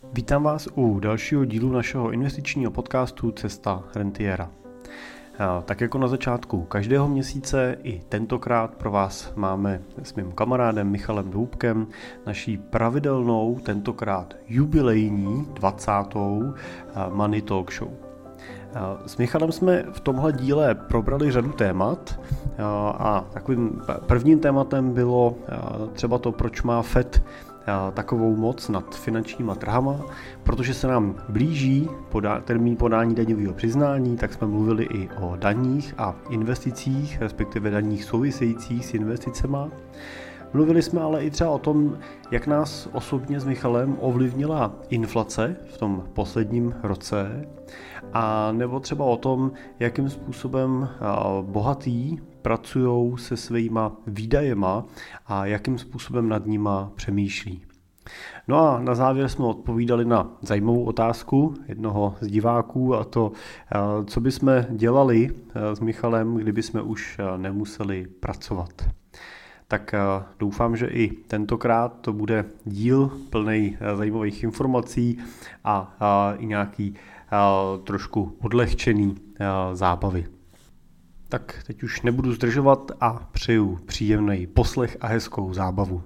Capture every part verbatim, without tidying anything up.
Vítám vás u dalšího dílu našeho investičního podcastu Cesta rentiera. Tak jako na začátku každého měsíce, i tentokrát pro vás máme s mým kamarádem Michalem Doubkem naší pravidelnou, tentokrát jubilejní dvacátou Money Talk Show. S Michalem jsme v tomhle díle probrali řadu témat a takovým prvním tématem bylo třeba to, proč má Fed takovou moc nad finančníma trhama, protože se nám blíží podá- termín podání daňového přiznání, tak jsme mluvili i o daních a investicích, respektive daních souvisejících s investicema. Mluvili jsme ale i třeba o tom, jak nás osobně s Michalem ovlivnila inflace v tom posledním roce, a nebo třeba o tom, jakým způsobem bohatí pracují se svýma výdajema a jakým způsobem nad nima přemýšlí. No a na závěr jsme odpovídali na zajímavou otázku jednoho z diváků, a to, co bychom dělali s Michalem, kdyby jsme už nemuseli pracovat. Tak doufám, že i tentokrát to bude díl plný zajímavých informací a, a i nějaký a, trošku odlehčený a, zábavy. Tak teď už nebudu zdržovat a přeju příjemný poslech a hezkou zábavu.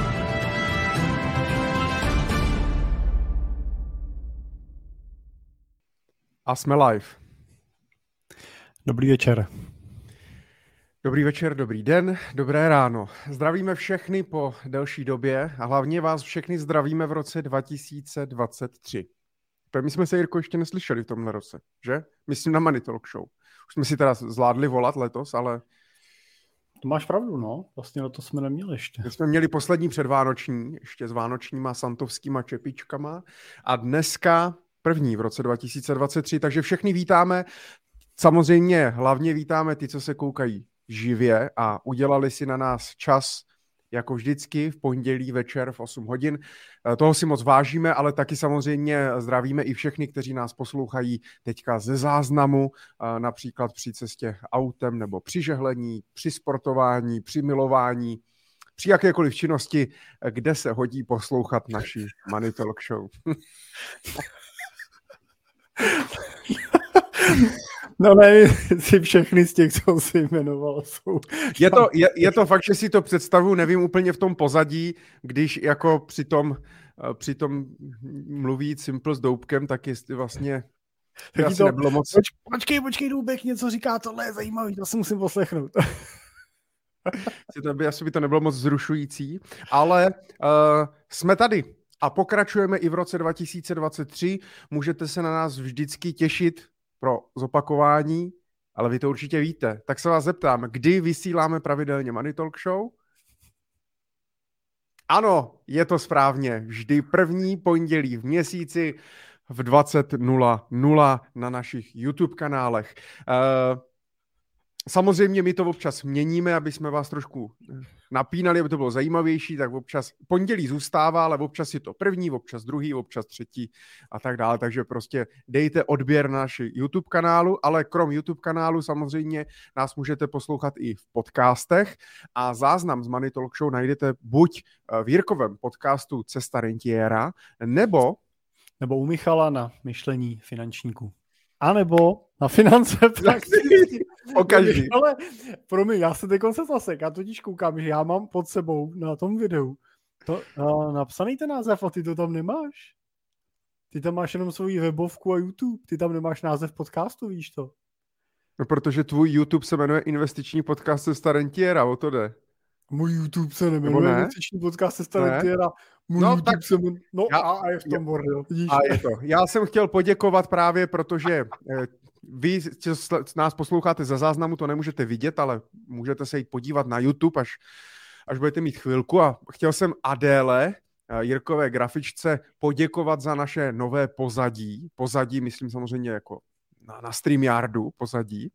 A jsme live. Dobrý večer. Dobrý večer, dobrý den, dobré ráno. Zdravíme všechny po delší době a hlavně vás všechny zdravíme v roce dva tisíce dvacet tři. My jsme se, Jirko, ještě neslyšeli v tomhle roce, že? Myslím na Money Talk Show. Už jsme si teda zvládli volat letos, ale... To máš pravdu, no. Vlastně na to jsme neměli ještě. My jsme měli poslední předvánoční, ještě s vánočníma santovskýma čepičkama a dneska první v roce dva tisíce dvacet tři, takže všechny vítáme. Samozřejmě hlavně vítáme ty, co se koukají živě a udělali si na nás čas, jako vždycky, v pondělí večer v osm hodin. Toho si moc vážíme, ale taky samozřejmě zdravíme i všechny, kteří nás poslouchají teďka ze záznamu, například při cestě autem nebo při žehlení, při sportování, při milování, při jakékoliv činnosti, kde se hodí poslouchat naší Money Talk Show. No ne, si všechny z těch, co si jmenoval, jsou... Je to, je, je to fakt, že si to představu, nevím úplně v tom pozadí, když jako při tom, při tom mluví Simple s Doubkem, tak jestli vlastně... To asi to, nebylo moc... Poč, počkej, počkej, Doubek, něco říká, tohle je zajímavý, to si musím poslechnout. To by, asi by to nebylo moc zrušující, ale uh, jsme tady a pokračujeme i v roce dva tisíce dvacet tři. Můžete se na nás vždycky těšit pro zopakování, ale vy to určitě víte. Tak se vás zeptám, kdy vysíláme pravidelně Money Talk Show? Ano, je to správně. Vždy první pondělí v měsíci v dvacet nula nula na našich YouTube kanálech. Uh, Samozřejmě my to občas měníme, aby jsme vás trošku napínali, aby to bylo zajímavější, tak občas pondělí zůstává, ale občas je to první, občas druhý, občas třetí a tak dále. Takže prostě dejte odběr na naši YouTube kanálu, ale krom YouTube kanálu samozřejmě nás můžete poslouchat i v podcastech a záznam z Money Talk Show najdete buď v Jirkovém podcastu Cesta rentiera, nebo... nebo u Michala na myšlení finančníků. A nebo na finance prakticky. Pokaždý. Ale promiň, já se teď se zasek, já totiž koukám, že já mám pod sebou na tom videu to, uh, napsaný ten název a ty to tam nemáš. Ty tam máš jenom svoji webovku a YouTube, ty tam nemáš název podcastu, víš to? No, protože tvůj YouTube se jmenuje Investiční podcast Cesta rentiera, o to jde. Můj YouTube se nemenuje ne? Investiční podcast Cesta rentiera. Můj no, YouTube tak, se jmenuje... No já, a, a je v tom bordel. A je to. Já jsem chtěl poděkovat právě, protože eh, vy, co nás posloucháte za záznamu, to nemůžete vidět, ale můžete se jít podívat na YouTube, až, až budete mít chvilku. A chtěl jsem Adéle, eh, Jirkové grafičce, poděkovat za naše nové pozadí. Pozadí, myslím samozřejmě jako na, na StreamYardu pozadí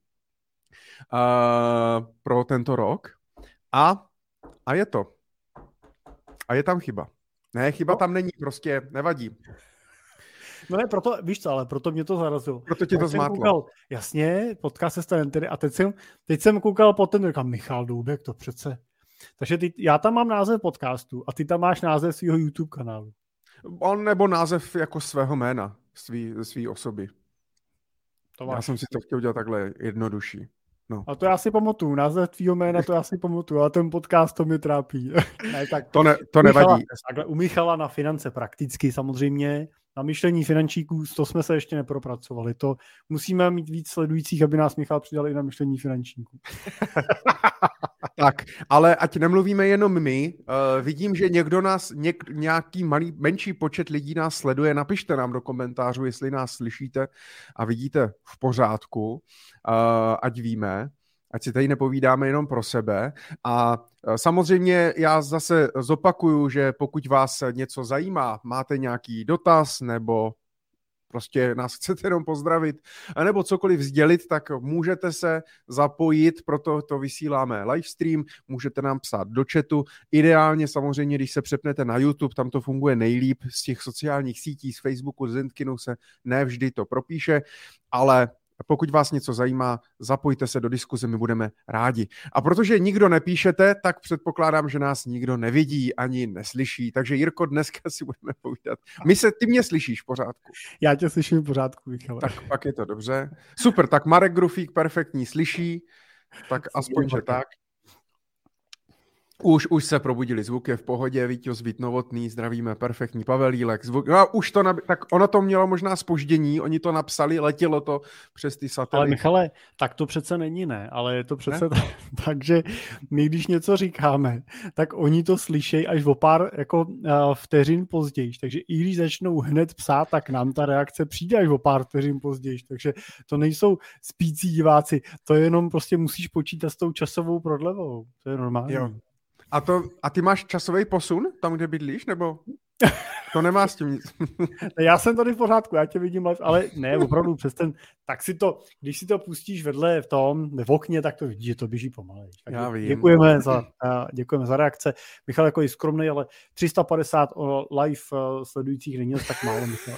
uh, pro tento rok. A, a je to. A je tam chyba. Ne, chyba no. tam není, prostě nevadí. No ne, proto, víš co, ale proto mě to zarazilo. Proto tě to zmátlo. Koukal, jasně, podcast Cesta rentiera a teď jsem, teď jsem koukal po ten, říkám, Michal Doubek, to přece. Takže ty, já tam mám název podcastu a ty tam máš název svého YouTube kanálu. On nebo název jako svého jména, svý, svý osoby. To já jsem si to chtěl dělat takhle jednodušší. No. A to já si pamatuju, název tvýho jména to já si pamatuju, ale ten podcast to mi trápí. Ne, tak to, ne, to nevadí. Takhle u Michala na finance prakticky samozřejmě, na myšlení finančníků, to jsme se ještě nepropracovali. To musíme mít víc sledujících, aby nás Michal přidal i na myšlení finančníků. Tak, ale ať nemluvíme jenom my, uh, vidím, že někdo nás, něk, nějaký malý, menší počet lidí nás sleduje, napište nám do komentářů, jestli nás slyšíte a vidíte v pořádku, uh, ať víme, ať si tady nepovídáme jenom pro sebe. A uh, samozřejmě já zase zopakuju, že pokud vás něco zajímá, máte nějaký dotaz nebo prostě nás chcete jenom pozdravit, nebo cokoliv sdělit, tak můžete se zapojit, proto to vysíláme livestream, můžete nám psát do chatu. Ideálně samozřejmě, když se přepnete na YouTube, tam to funguje nejlíp, z těch sociálních sítí, z Facebooku, z LinkedInu se nevždy to propíše, ale pokud vás něco zajímá, zapojte se do diskuze, my budeme rádi. A protože nikdo nepíšete, tak předpokládám, že nás nikdo nevidí ani neslyší. Takže Jirko, dneska si budeme povídat. My se, ty mě slyšíš v pořádku? Já tě slyším v pořádku, Michale. Tak pak je to dobře. Super, tak Marek Grufík perfektní slyší, tak aspoň, že tak. Už, už se probudili, zvuk je v pohodě, Vítěz Vít Novotný, zdravíme, perfektní, Pavel Jílek, zvuk, no už to, nab... tak ono to mělo možná zpoždění, oni to napsali, letělo to přes ty satelity. Ale Michale, tak to přece není, ne, ale je to přece tak, takže my když něco říkáme, tak oni to slyšejí až o pár jako uh, vteřin později, takže i když začnou hned psát, tak nám ta reakce přijde až o pár vteřin později, takže to nejsou spící diváci, to je jenom prostě musíš počítat s tou časovou prodlevou, to je normální. Jo. A, to, a ty máš časový posun tam, kde bydlíš, nebo to nemá s tím nic? Já jsem tady v pořádku, já tě vidím, ale ne, opravdu přes ten, tak si to, když si to pustíš vedle v tom, v okně, tak to vidíš, že to běží pomalej. Tak já vím. Děkujeme za, děkujeme za reakce. Michal jako je skromnej, ale tři sta padesát live sledujících není tak málo, Michal.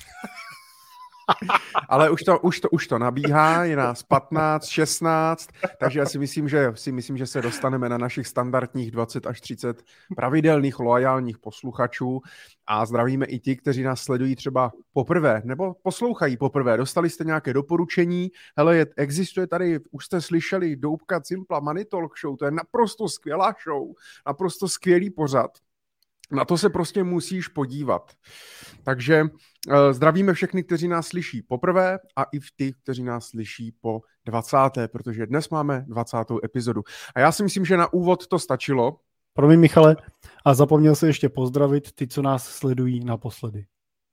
Ale už to, už, to, už to nabíhá, je nás patnáct, šestnáct, takže já si myslím, že, si myslím, že se dostaneme na našich standardních dvacet až třicet pravidelných loajálních posluchačů a zdravíme i ti, kteří nás sledují třeba poprvé nebo poslouchají poprvé. Dostali jste nějaké doporučení, hele, je, existuje tady, už jste slyšeli Doupka Cimpla Money Talk Show, to je naprosto skvělá show, naprosto skvělý pořad. Na to se prostě musíš podívat. Takže uh, zdravíme všechny, kteří nás slyší poprvé a i ty, kteří nás slyší po dvacáté, protože dnes máme dvacátou epizodu. A já si myslím, že na úvod to stačilo. Promiň, Michale, a zapomněl se ještě pozdravit ty, co nás sledují naposledy.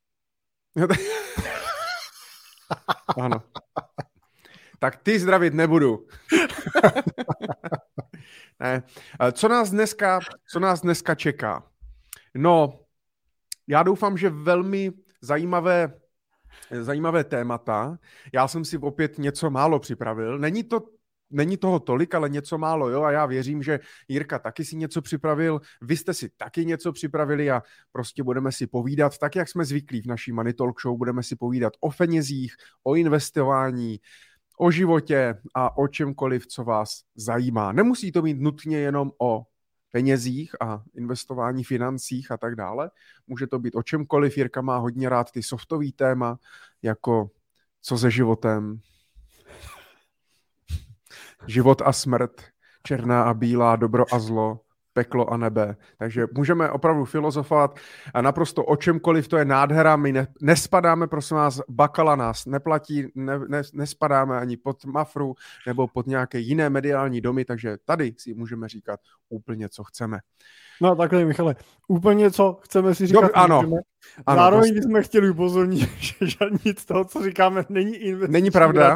Ano. Tak ty zdravit nebudu. Ne. Co nás dneska, co nás dneska čeká? No, já doufám, že velmi zajímavé, zajímavé témata. Já jsem si opět něco málo připravil. Není to, není toho tolik, ale něco málo, jo. A já věřím, že Jirka taky si něco připravil, vy jste si taky něco připravili a prostě budeme si povídat, tak jak jsme zvyklí v naší Money Talk Show, budeme si povídat o penězích, o investování, o životě a o čemkoliv, co vás zajímá. Nemusí to být nutně jenom o penězích a investování financích a tak dále. Může to být o čemkoliv. Jirka má hodně rád ty softový téma, jako co se životem, život a smrt, černá a bílá, dobro a zlo, peklo a nebe. Takže můžeme opravdu filozofovat a naprosto o čemkoliv, to je nádhera. My ne, nespadáme, prosím vás, Bakala nás neplatí, ne, ne, nespadáme ani pod Mafru nebo pod nějaké jiné mediální domy, takže tady si můžeme říkat úplně, co chceme. No takhle, Michale, úplně co chceme si říkat. Dobře, ano. ano. Zároveň ano, bychom chtěli upozornit, že nic z toho, co říkáme, není investiční. Není pravda.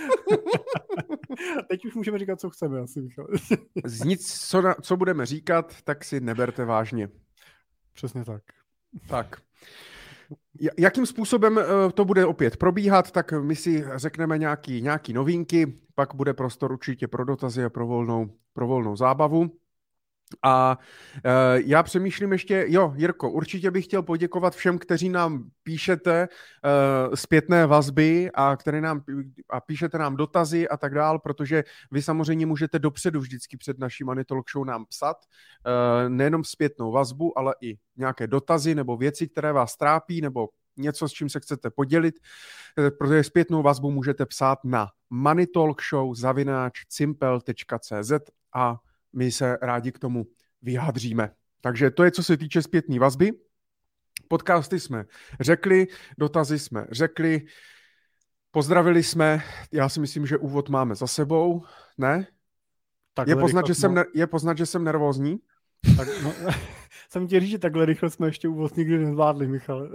Teď už můžeme říkat, co chceme, asi, Michale. Z nic, co, na, co budeme říkat, tak si neberte vážně. Přesně tak. Tak. Jakým způsobem to bude opět probíhat, tak my si řekneme nějaký, nějaký novinky, pak bude prostor určitě pro dotazy a pro volnou, pro volnou zábavu. A uh, já přemýšlím ještě, jo, Jirko, určitě bych chtěl poděkovat všem, kteří nám píšete uh, zpětné vazby a, který nám, a píšete nám dotazy a tak dál, protože vy samozřejmě můžete dopředu vždycky před naší Money Talk Show nám psat, uh, nejenom zpětnou vazbu, ale i nějaké dotazy nebo věci, které vás trápí, nebo něco, s čím se chcete podělit, protože zpětnou vazbu můžete psát na moneytalkshow zavináč cimpel tečka cé zet a my se rádi k tomu vyjádříme. Takže to je, co se týče zpětné vazby. Podcasty jsme řekli, dotazy jsme řekli, pozdravili jsme, já si myslím, že úvod máme za sebou, ne? Je poznat, že jsem, ne, je poznat, že jsem nervózní? Tak, no, jsem ti říct, že takhle rychle jsme ještě úvod nikdy nezvládli, Michale.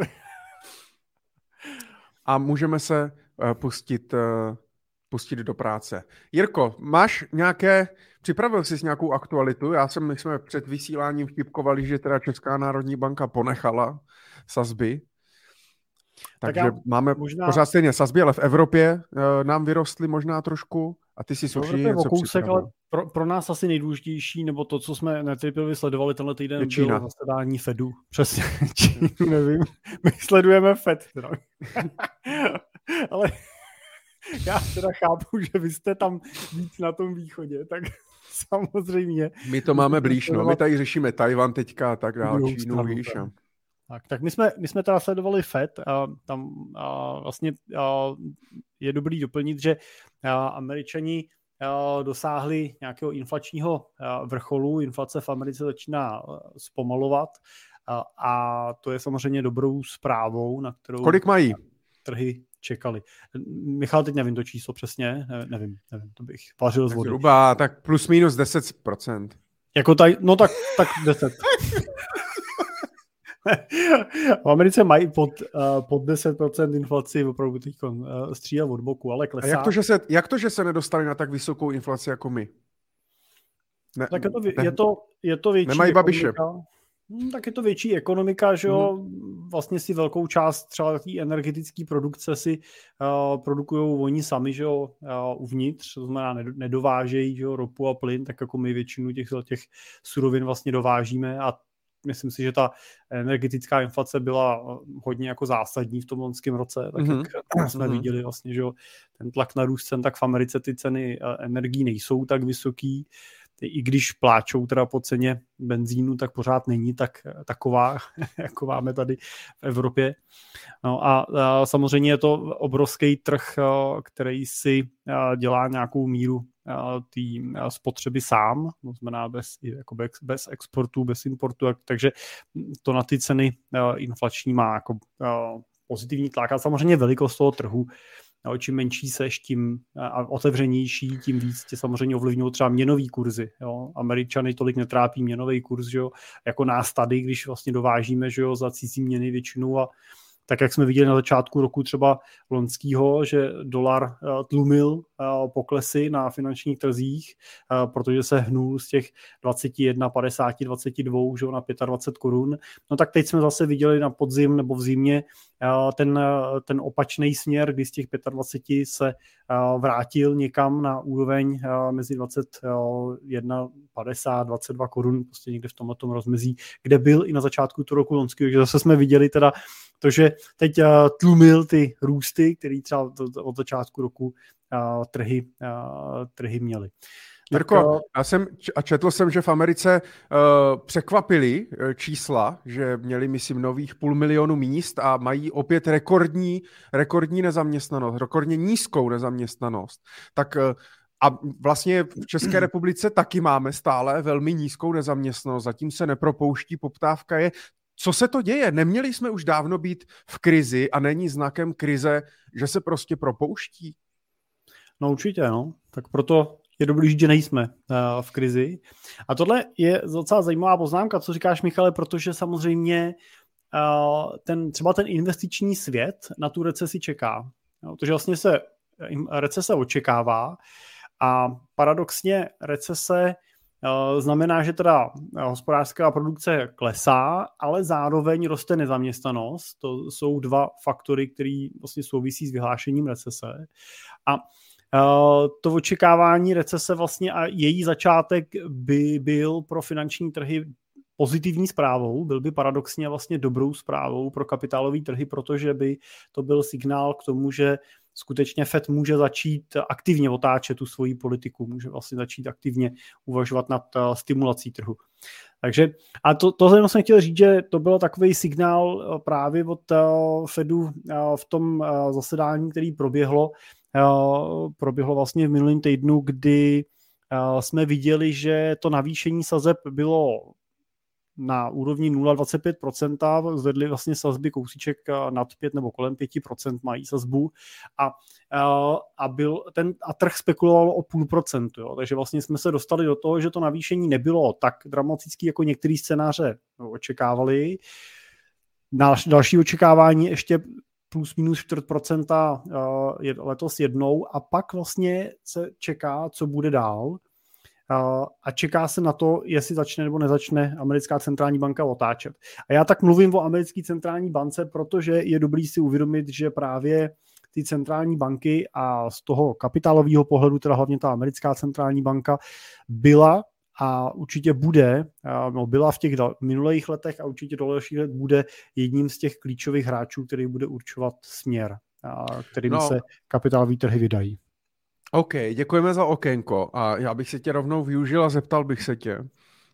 A můžeme se uh, pustit, uh, pustit do práce. Jirko, máš nějaké, připravil jsi nějakou aktualitu? Já jsem, my jsme před vysíláním vtipkovali, že teda Česká národní banka ponechala sazby. Takže tak máme možná... pořád stejně sazby, ale v Evropě uh, nám vyrostly možná trošku a ty si určitě něco kousek, ale pro, pro nás asi nejdůležitější, nebo to, co jsme netrpělivě sledovali tenhle týden, bylo zasedání Fedu. Přesně, Čínu nevím. My sledujeme Fed. Teda. Ale já teda chápu, že vy jste tam víc na tom východě, tak samozřejmě. My to máme blíž, no. My tady řešíme Tajvan teďka a tak dále, Čínu, víš. Tak, tak my jsme, my jsme teda sledovali Fed a tam a vlastně a je dobrý doplnit, že a Američani a dosáhli nějakého inflačního vrcholu, inflace v Americe začíná zpomalovat a, a to je samozřejmě dobrou zprávou, na kterou kolik mají trhy čekali. Michal, teď nevím to číslo přesně, ne, nevím, nevím, to bych vařil z vody. Zhruba tak plus minus deset procent. Jako taj, no tak, tak deset. V Americe mají pod, uh, pod deset procent inflaci opravdu teď uh, stříhat od boku, ale klesá. A jak to, že se, jak to, že se nedostali na tak vysokou inflaci jako my? Ne, tak je to, ne, je to, je to větší nemají Babiše. Hmm, tak je to větší ekonomika, že jo, mm. vlastně si velkou část třeba té energetické produkce si uh, produkují oni sami, že jo, uh, uvnitř, to znamená nedovážejí, že jo, ropu a plyn, tak jako my většinu těch, těch surovin vlastně dovážíme a myslím si, že ta energetická inflace byla hodně jako zásadní v tom loňském roce, tak mm-hmm. jak jsme mm-hmm. viděli vlastně, že ten tlak na růst cen, tak v Americe ty ceny energií nejsou tak vysoký, i když pláčou teda po ceně benzínu, tak pořád není tak taková, jako máme tady v Evropě. No a, a samozřejmě je to obrovský trh, který si dělá nějakou míru té spotřeby sám, to znamená bez, jako bez, bez exportu, bez importu, takže to na ty ceny inflační má jako pozitivní tlak a samozřejmě velikost toho trhu. Čím menší seš, tím a otevřenější, tím víc tě samozřejmě ovlivňují třeba měnový kurzy. Jo. Američany tolik netrápí měnový kurz, že jo, jako nás tady, když vlastně dovážíme, že jo, za cizí měny většinou a tak, jak jsme viděli na začátku roku třeba loňského, že dolar tlumil poklesy na finančních trzích, protože se hnul z těch dvacet jedna, padesát, dvacet dva, že na dvacet pět korun. No tak teď jsme zase viděli na podzim nebo v zimě ten, ten opačný směr, kdy z těch dvacet pět se vrátil někam na úroveň mezi dvacet jedna, padesát, dvacet dva korun, prostě někde v tomto rozmezí, kde byl i na začátku toho roku loňského, takže zase jsme viděli teda to, že teď uh, tlumil ty růsty, které třeba to, od začátku roku uh, trhy, uh, trhy měly. Jirko, já jsem a četl jsem, že v Americe uh, překvapili čísla, že měli, myslím, nových půl milionu míst a mají opět rekordní, rekordní nezaměstnanost, rekordně nízkou nezaměstnanost. Tak uh, a vlastně v České republice taky máme stále velmi nízkou nezaměstnanost, zatím se nepropouští, poptávka je. Co se to děje? Neměli jsme už dávno být v krizi a není znakem krize, že se prostě propouští? No určitě, no. Tak proto je dobrý říct, že nejsme uh, v krizi. A tohle je docela zajímavá poznámka, co říkáš, Michale, protože samozřejmě uh, ten, třeba ten investiční svět na tu recesi čeká. No, protože vlastně se recese očekává a paradoxně recese znamená, že teda hospodářská produkce klesá, ale zároveň roste nezaměstnanost. To jsou dva faktory, které vlastně souvisí s vyhlášením recese. A to očekávání recese vlastně a její začátek by byl pro finanční trhy pozitivní zprávou, byl by paradoxně vlastně dobrou zprávou pro kapitálové trhy, protože by to byl signál k tomu, že skutečně Fed může začít aktivně otáčet tu svoji politiku, může vlastně začít aktivně uvažovat nad stimulací trhu. Takže, a to, to jsem chtěl říct, že to byl takový signál právě od Fedu v tom zasedání, který proběhlo, proběhlo vlastně v minulém týdnu, kdy jsme viděli, že to navýšení sazeb bylo na úrovni nula celá dvacet pět procenta, zvedli vlastně sazby kousíček nad pět nebo kolem pět procent mají sazbu a, a, byl ten, a trh spekuloval o půl procentu, jo. Takže vlastně jsme se dostali do toho, že to navýšení nebylo tak dramatický, jako některý scénáře očekávali. Naš, další očekávání ještě plus minus čtyři procenta letos jednou a pak vlastně se čeká, co bude dál. A čeká se na to, jestli začne nebo nezačne americká centrální banka otáčet. A já tak mluvím o americké centrální bance, protože je dobrý si uvědomit, že právě ty centrální banky a z toho kapitálového pohledu, teda hlavně ta americká centrální banka, byla a určitě bude, no byla v těch minulých letech a určitě do dalších let bude jedním z těch klíčových hráčů, který bude určovat směr, kterým no. se kapitálové trhy vydají. OK, děkujeme za okénko a já bych se tě rovnou využil a zeptal bych se tě, uh,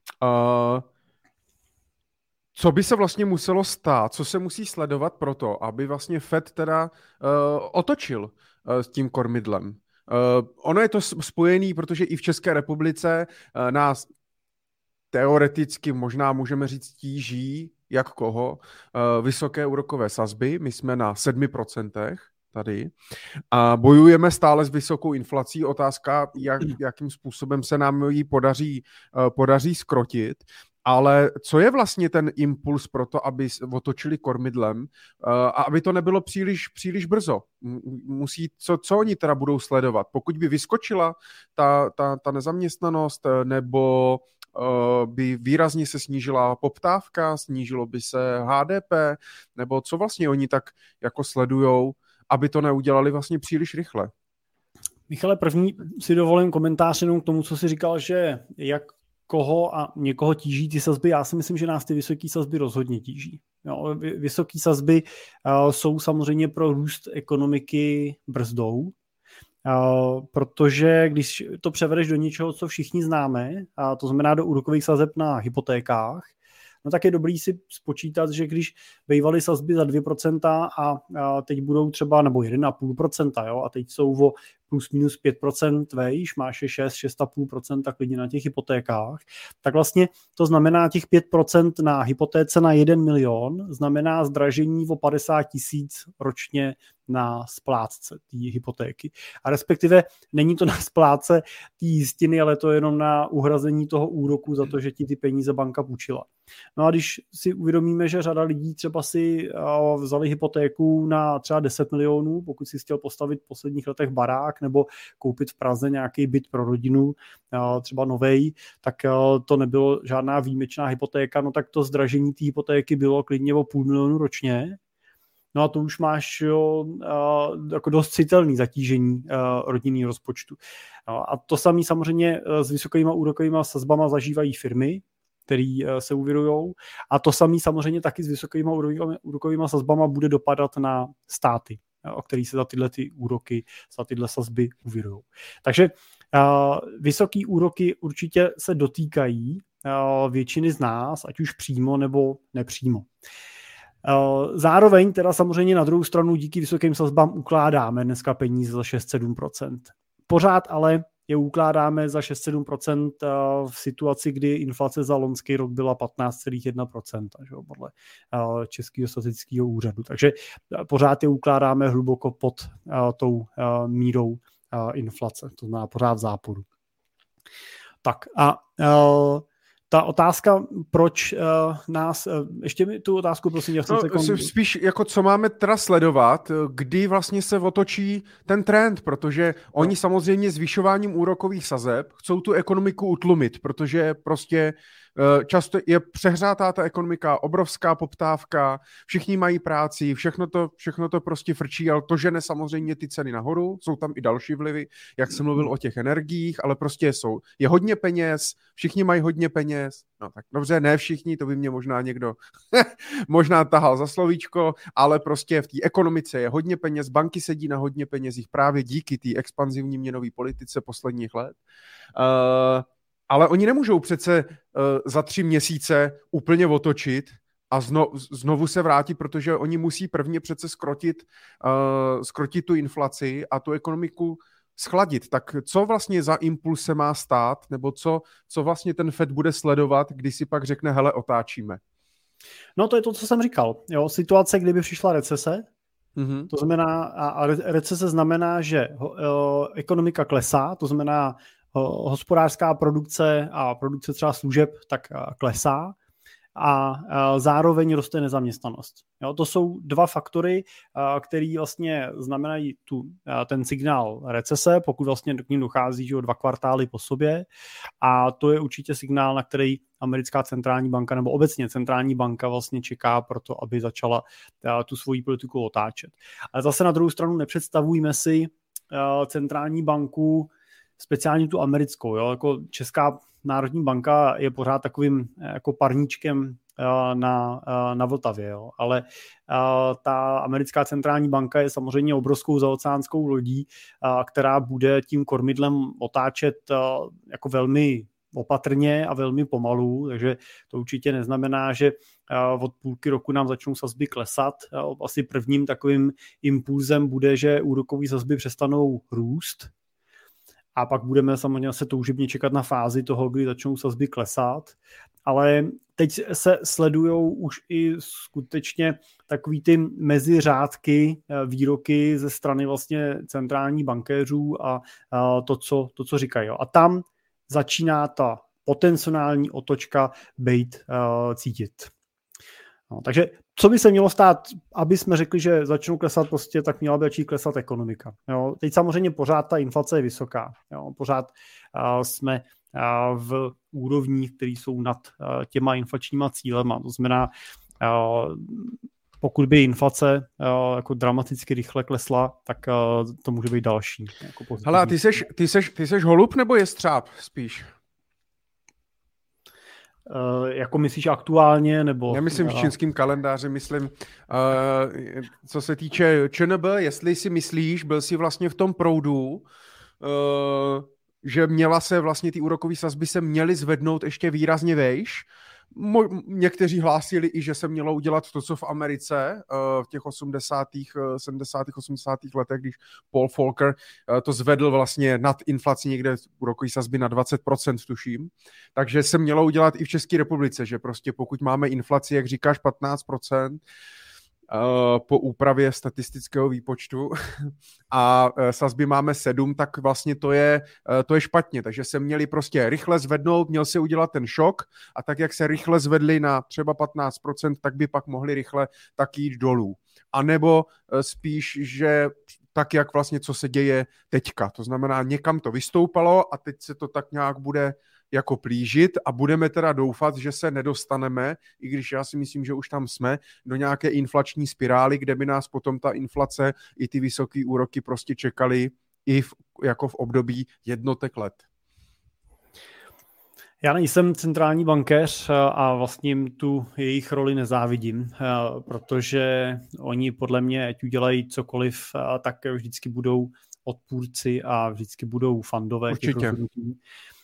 co by se vlastně muselo stát, co se musí sledovat pro to, aby vlastně Fed teda uh, otočil uh, s tím kormidlem. Uh, ono je to spojený, protože i v České republice uh, nás teoreticky možná můžeme říct tíží, jak koho, uh, vysoké úrokové sazby, my jsme na sedmi procentech, tady. A bojujeme stále s vysokou inflací. Otázka, jak, jakým způsobem se nám ji podaří, podaří skrotit. Ale co je vlastně ten impuls pro to, aby otočili kormidlem a aby to nebylo příliš, příliš brzo? Musí, co, co oni teda budou sledovat? Pokud by vyskočila ta, ta, ta nezaměstnanost nebo by výrazně se snížila poptávka, snížilo by se H D P, nebo co vlastně oni tak jako sledujou, aby to neudělali vlastně příliš rychle. Michale, první si dovolím komentář jenom k tomu, co jsi říkal, že jak koho a někoho tíží ty sazby. Já si myslím, že nás ty vysoké sazby rozhodně tíží. Jo, vysoké sazby uh, jsou samozřejmě pro růst ekonomiky brzdou, uh, protože když to převedeš do něčeho, co všichni známe, a to znamená do úrokových sazeb na hypotékách, no tak je dobrý si spočítat, že když bývaly sazby za dvě procenta a, a teď budou třeba, nebo jedna celá pět procenta, jo, a teď jsou o plus minus pět procent vejš, máš je šest, šest celá pět procenta klidně na těch hypotékách, tak vlastně to znamená těch pět procent na hypotéce na jeden milion, znamená zdražení o padesát tisíc ročně na splátce té hypotéky. A respektive není to na splátce té jistiny, ale to je jenom na uhrazení toho úroku za to, že ti ty peníze banka půjčila. No a když si uvědomíme, že řada lidí třeba si vzali hypotéku na třeba deset milionů, pokud si chtěl postavit v posledních letech barák nebo koupit v Praze nějaký byt pro rodinu, třeba novej, tak to nebylo žádná výjimečná hypotéka, no tak to zdražení té hypotéky bylo klidně o půl milionu ročně. No a to už máš jo, jako dost citelný zatížení rodinného rozpočtu. A to samé samozřejmě s vysokýma úrokovými sazbama zažívají firmy, který se uvěrujou. A to samé samozřejmě taky s vysokýma úrokovými sazbama bude dopadat na státy, o který se za tyhle ty úroky, za tyhle sazby uvěrujou. Takže uh, vysoký úroky určitě se dotýkají uh, většiny z nás, ať už přímo nebo nepřímo. Uh, zároveň teda samozřejmě na druhou stranu díky vysokým sazbám ukládáme dneska peníze za šest až sedm procent. Pořád ale je ukládáme za šest až sedm procent v situaci, kdy inflace za loňský rok byla patnáct celá jedna procenta, že, podle Českého statistického úřadu. Takže pořád je ukládáme hluboko pod tou mírou inflace, to znamená pořád v záporu. Tak a ta otázka, proč uh, nás, uh, ještě mi tu otázku prosím, já jsem no, se kon... spíš jako co máme teda sledovat, kdy vlastně se otočí ten trend, protože oni no. samozřejmě zvyšováním úrokových sazeb chcou tu ekonomiku utlumit, protože prostě často je přehřátá ta ekonomika, obrovská poptávka, všichni mají práci, všechno to, všechno to prostě frčí, ale to žene samozřejmě ty ceny nahoru, jsou tam i další vlivy, jak jsem mluvil o těch energiích, ale prostě jsou, je hodně peněz, všichni mají hodně peněz, no tak dobře, ne všichni, to by mě možná někdo možná tahal za slovíčko, ale prostě v té ekonomice je hodně peněz, banky sedí na hodně penězích právě díky té expanzivní měnové politice posledních let. Uh, ale oni nemůžou přece uh, za tři měsíce úplně otočit a zno, znovu se vrátit, protože oni musí prvně přece skrotit, uh, skrotit tu inflaci a tu ekonomiku schladit. Tak co vlastně za impuls se má stát, nebo co, co vlastně ten Fed bude sledovat, když si pak řekne, hele, otáčíme? No to je to, co jsem říkal. Jo, situace, kdyby přišla recese, mm-hmm. to znamená, a recese znamená, že o, ekonomika klesá, to znamená o, hospodářská produkce a produkce třeba služeb tak a, klesá a, a zároveň roste nezaměstnanost. Jo, to jsou dva faktory, a, který vlastně znamenají tu, a, ten signál recese, pokud vlastně k ním dochází, že o dva kvartály po sobě, a to je určitě signál, na který americká centrální banka nebo obecně centrální banka vlastně čeká pro to, aby začala a, tu svoji politiku otáčet. Ale zase na druhou stranu nepředstavujme si a, centrální banku, speciálně tu americkou, jo, jako Česká národní banka je pořád takovým jako parníčkem na, na Vltavě, jo. Ale ta americká centrální banka je samozřejmě obrovskou zaoceánskou lodí, která bude tím kormidlem otáčet jako velmi opatrně a velmi pomalu, takže to určitě neznamená, že od půlky roku nám začnou sazby klesat. Asi prvním takovým impulzem bude, že úrokové sazby přestanou růst, a pak budeme samozřejmě se toužebně čekat na fázi toho, kdy začnou sazby klesat. Ale teď se sledujou už i skutečně takový ty meziřádky, výroky ze strany vlastně centrální bankéřů a to, co, to, co říkají. A tam začíná ta potenciální otočka být uh, cítit. No, takže co by se mělo stát, aby jsme řekli, že začnou klesat prostě, tak měla by začít klesat ekonomika. Jo? Teď samozřejmě pořád ta inflace je vysoká. Jo? Pořád uh, jsme uh, v úrovních, které jsou nad uh, těma inflačníma cílema. To znamená, uh, pokud by inflace uh, jako dramaticky rychle klesla, tak uh, to může být další. Jako hele, a ty seš, ty, seš, ty seš holub nebo jestřáb spíš? Uh, jako myslíš aktuálně, nebo... Já myslím v čínským kalendáři, myslím, uh, co se týče ČNB, jestli si myslíš, byl jsi vlastně v tom proudu, uh, že měla se vlastně ty úrokové sazby se měly zvednout ještě výrazně vejš. Mo- někteří hlásili i, že se mělo udělat to, co v Americe uh, v těch osmdesátých, sedmdesátých, osmdesátých letech, když Paul Volcker uh, to zvedl vlastně nad inflací někde úrokové sazby na dvacet procent, tuším. Takže se mělo udělat i v České republice, že prostě pokud máme inflaci, jak říkáš, patnáct procent, Uh, po úpravě statistického výpočtu a uh, sazby máme sedm, tak vlastně to je, uh, to je špatně, takže se měli prostě rychle zvednout, měl se udělat ten šok a tak, jak se rychle zvedli na třeba patnáct procent, tak by pak mohli rychle taky jít dolů. A nebo uh, spíš, že tak, jak vlastně co se děje teďka, to znamená, někam to vystoupalo a teď se to tak nějak bude jako plížit a budeme teda doufat, že se nedostaneme, i když já si myslím, že už tam jsme, do nějaké inflační spirály, kde by nás potom ta inflace i ty vysoké úroky prostě čekaly i v, jako v období jednotek let. Já nejsem centrální bankéř a vlastně jim tu jejich roli nezávidím, protože oni podle mě, ať udělají cokoliv, tak vždycky budou odpůrci a vždycky budou fandové těch rozhodnutí.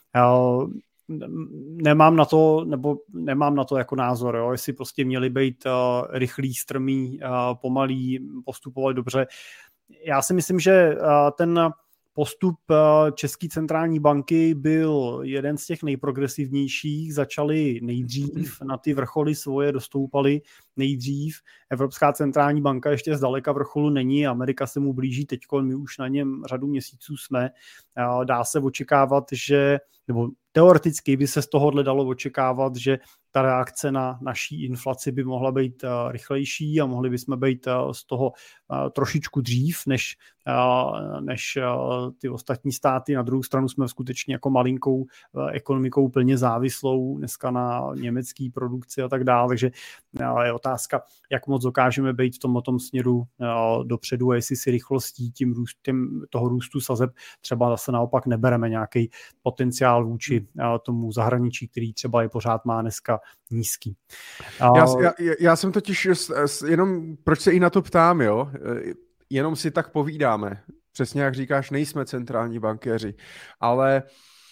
Nemám na to, nebo nemám na to jako názor, jo? Jestli prostě měli být uh, rychlý, strmý, uh, pomalý, postupovat dobře. Já si myslím, že uh, ten postup uh, České centrální banky byl jeden z těch nejprogresivnějších. Začali nejdřív, na ty vrcholy svoje dostoupali nejdřív. Evropská centrální banka ještě zdaleka vrcholu není, Amerika se mu blíží teďko, my už na něm řadu měsíců jsme. Uh, dá se očekávat, že, nebo teoreticky by se z tohohle dalo očekávat, že ta reakce na naší inflaci by mohla být uh, rychlejší a mohli bychom být uh, z toho uh, trošičku dřív, než, uh, než uh, ty ostatní státy. Na druhou stranu jsme skutečně jako malinkou uh, ekonomikou plně závislou dneska na německé produkci a tak dále, takže uh, je otázka, jak moc dokážeme být v tom, tom směru uh, dopředu a jestli si rychlostí tím růstem toho růstu sazeb třeba zase naopak nebereme nějaký potenciál vůči uh, tomu zahraničí, který třeba je pořád má dneska nízký. Uh, já, já, já jsem totiž jenom, proč se i na to ptám, jo? Jenom si tak povídáme. Přesně jak říkáš, nejsme centrální bankéři, ale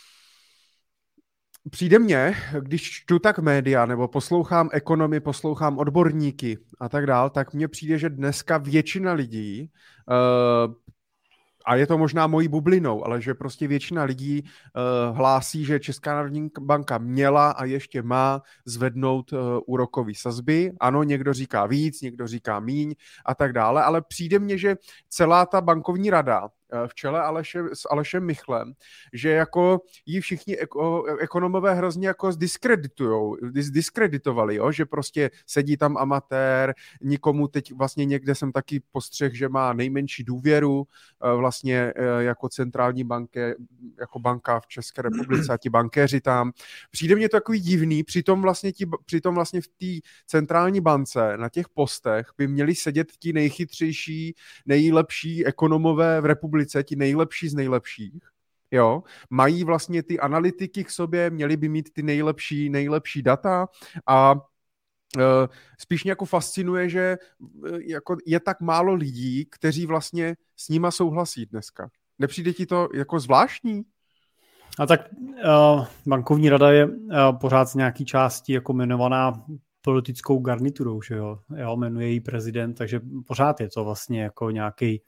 přijde mně, když čtu tak média, nebo poslouchám ekonomy, poslouchám odborníky a tak dál, tak mně přijde, že dneska většina lidí, uh, a je to možná mojí bublinou, ale že prostě většina lidí uh, hlásí, že Česká národní banka měla a ještě má zvednout uh, úrokové sazby. Ano, někdo říká víc, někdo říká míň a tak dále, ale přijde mně, že celá ta bankovní rada v čele Aleše, s Alešem Michlem, že jako jí všichni eko, ekonomové hrozně jako zdiskreditujou, zdiskreditovali, jo? Že prostě sedí tam amatér, nikomu teď vlastně někde jsem taky postřeh, že má nejmenší důvěru vlastně jako centrální banke, jako banka v České republice a ti bankéři tam. Přijde mně to takový divný, přitom vlastně, ti, přitom vlastně v té centrální bance na těch postech by měli sedět ti nejchytřejší, nejlepší ekonomové v republice, ti nejlepší z nejlepších, jo, mají vlastně ty analytiky k sobě, měli by mít ty nejlepší, nejlepší data a uh, spíš mě jako fascinuje, že uh, jako je tak málo lidí, kteří vlastně s nima souhlasí dneska. Nepřijde ti to jako zvláštní? A tak uh, bankovní rada je uh, pořád z nějaký části jako jmenovaná politickou garniturou, že jo, jo, jmenuje ji prezident, takže pořád je to vlastně jako nějaký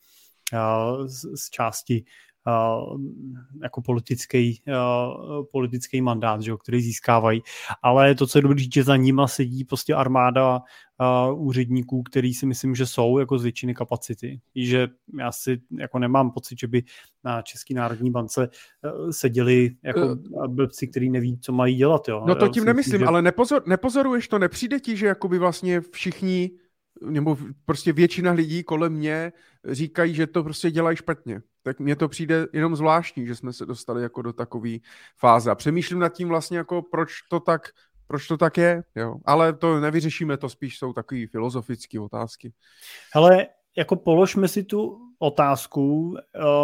Z, z části uh, jako politický, uh, politický mandát, že, který získávají. Ale to, co je dobrý, že za nima sedí prostě armáda uh, úředníků, který si myslím, že jsou jako z většiny kapacity. I že já si jako nemám pocit, že by na České národní bance uh, seděli jako blbci, který neví, co mají dělat. Jo. No to já tím si nemyslím, myslím, že... ale nepozor, nepozoruješ to, nepřijde ti, že jakoby vlastně všichni nebo prostě většina lidí kolem mě říkají, že to prostě dělají špatně. Tak mně to přijde jenom zvláštní, že jsme se dostali jako do takové fáze. A přemýšlím nad tím vlastně jako proč to tak, proč to tak je, jo. Ale to nevyřešíme, to spíš jsou takové filozofické otázky. Hele, jako položme si tu otázku, uh,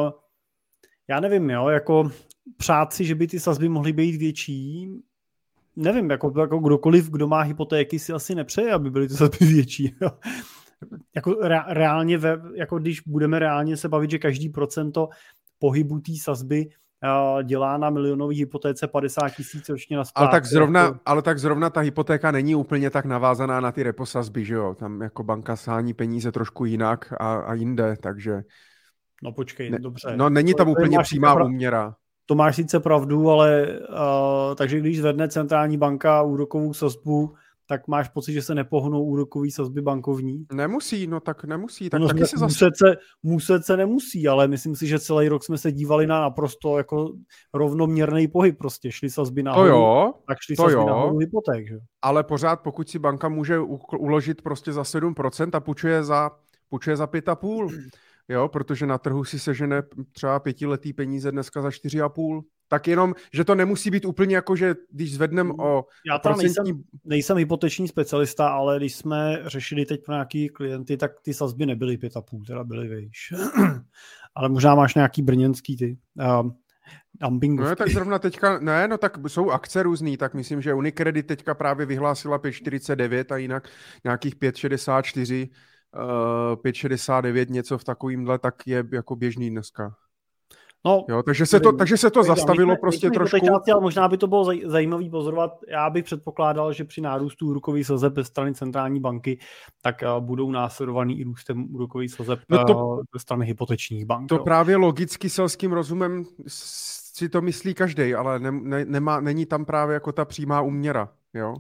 já nevím, jo, jako přát si, že by ty sazby mohly být větší, nevím, jako, jako kdokoliv, kdo má hypotéky, si asi nepřeje, aby byly to sazby větší. Jo. Jako re, reálně, ve, jako když budeme reálně se bavit, že každý procento pohybu té sazby uh, dělá na milionové hypotéce padesát tisíc ročně na splátky. Ale tak, zrovna, jako... ale tak zrovna ta hypotéka není úplně tak navázaná na ty reposazby, že jo? Tam jako banka sání peníze trošku jinak a, a jinde, takže... No počkej, ne, dobře. No není tam to, úplně to přímá pra... úměra. To máš sice pravdu, ale uh, takže když zvedne centrální banka úrokovou sazbu, tak máš pocit, že se nepohnou úrokový sazby bankovní? Nemusí, no tak nemusí. Tak no, taky tak se zase... muset, se, muset se nemusí, ale myslím si, že celý rok jsme se dívali na naprosto jako rovnoměrný pohyb. Prostě šly sazby nahoru, to jo, tak šly to sazby jo. nahoru hypoték. Že? Ale pořád, pokud si banka může uložit prostě za sedm procent a půjčuje za, půjčuje za pět a půl, jo, protože na trhu si sežene třeba pětiletý peníze dneska za čtyři a půl. Tak jenom, že to nemusí být úplně jako, že když zvedneme o Já tam procentní... nejsem, nejsem hypoteční specialista, ale když jsme řešili teď pro nějaký klienty, tak ty sazby nebyly pět a půl, teda byly výš. Ale možná máš nějaký brněnský ty um, dumpingovky. No tak zrovna teďka, ne, no tak jsou akce různý, tak myslím, že Unicredit teďka právě vyhlásila pět čtyřicet devět a jinak nějakých pět šedesát čtyři, uh, pět šedesát devět, něco v takovýmhle, tak je jako běžný dneska. No, jo, takže se to, takže se to zastavilo nejsme, prostě nejsme trošku. Teďáci, ale možná by to bylo zaj, zajímavý pozorovat. Já bych předpokládal, že při nárůstu úrokových sazeb ze strany centrální banky, tak uh, budou následovaný i růstem úrokových sazeb no to, ze strany hypotečních bank. To jo. Právě logicky selským rozumem si to myslí každej, ale ne, ne, nemá, není tam právě jako ta přímá úměra. Jo?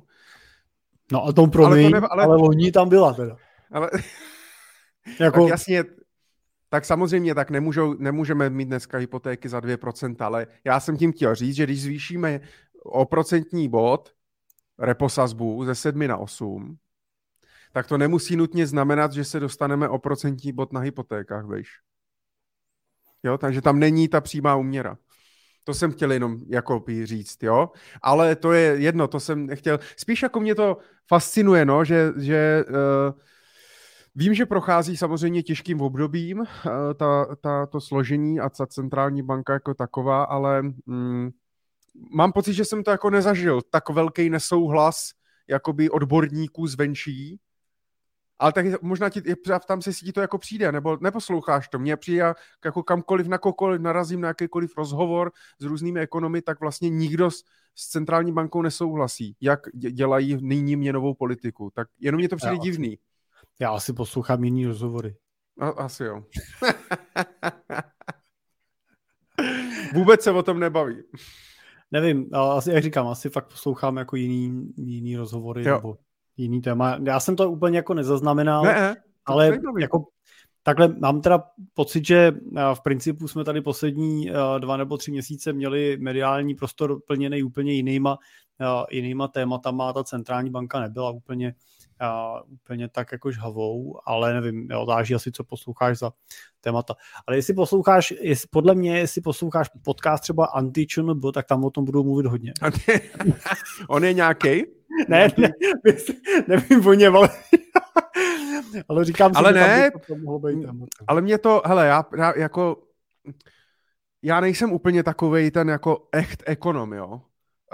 No a tom promiň, ale, to ne, ale... ale oni tam byla teda. Ale... jako... tak jasně... Tak samozřejmě, tak nemůžou, nemůžeme mít dneska hypotéky za dvě procenta, ale já jsem tím chtěl říct, že když zvýšíme o procentní bod, reposazbu ze sedmi na osm, tak to nemusí nutně znamenat, že se dostaneme o procentní bod na hypotékách, víš. Jo, takže tam není ta přímá úměra. To jsem chtěl jenom jako říct, jo. Ale to je jedno, to jsem nechtěl. Spíš jako mě to fascinuje, no, že, že uh, vím, že prochází samozřejmě těžkým obdobím uh, ta, ta, to složení a ta centrální banka jako taková, ale mm, mám pocit, že jsem to jako nezažil. Tak velký nesouhlas jakoby odborníků zvenčí. Ale tak možná ti, tam se si ti to jako přijde, nebo neposloucháš to. Mně přijde jako kamkoliv, na kohokoliv narazím na jakýkoliv rozhovor s různými ekonomy, tak vlastně nikdo s, s centrální bankou nesouhlasí, jak dělají nyní měnovou politiku. Tak jenom mě to přijde já divný. Asi, já asi poslouchám jiný rozhovory. A, asi jo. Vůbec se o tom nebaví. Nevím, ale asi, jak říkám, asi fakt poslouchám jako jiný, jiný rozhovory, jo. Nebo jiný téma. Já jsem to úplně jako nezaznamenal, ne, ale jako takhle mám teda pocit, že v principu jsme tady poslední dva nebo tři měsíce měli mediální prostor plněný úplně jinýma, jinýma tématama. Ta centrální banka nebyla úplně, úplně tak jako žhavou, ale nevím, jo, záží asi, co posloucháš za témata. Ale jestli posloucháš, jestli, podle mě, jestli posloucháš podcast třeba Anti-ČNB, tak tam o tom budou mluvit hodně. On je nějaký? Ne, ne, nevím o něm, ale, ale říkám si, ale že ne, tam to mohlo být. Ale mě to, hele, já, já jako, já nejsem úplně takovej ten jako echt ekonom, jo, uh,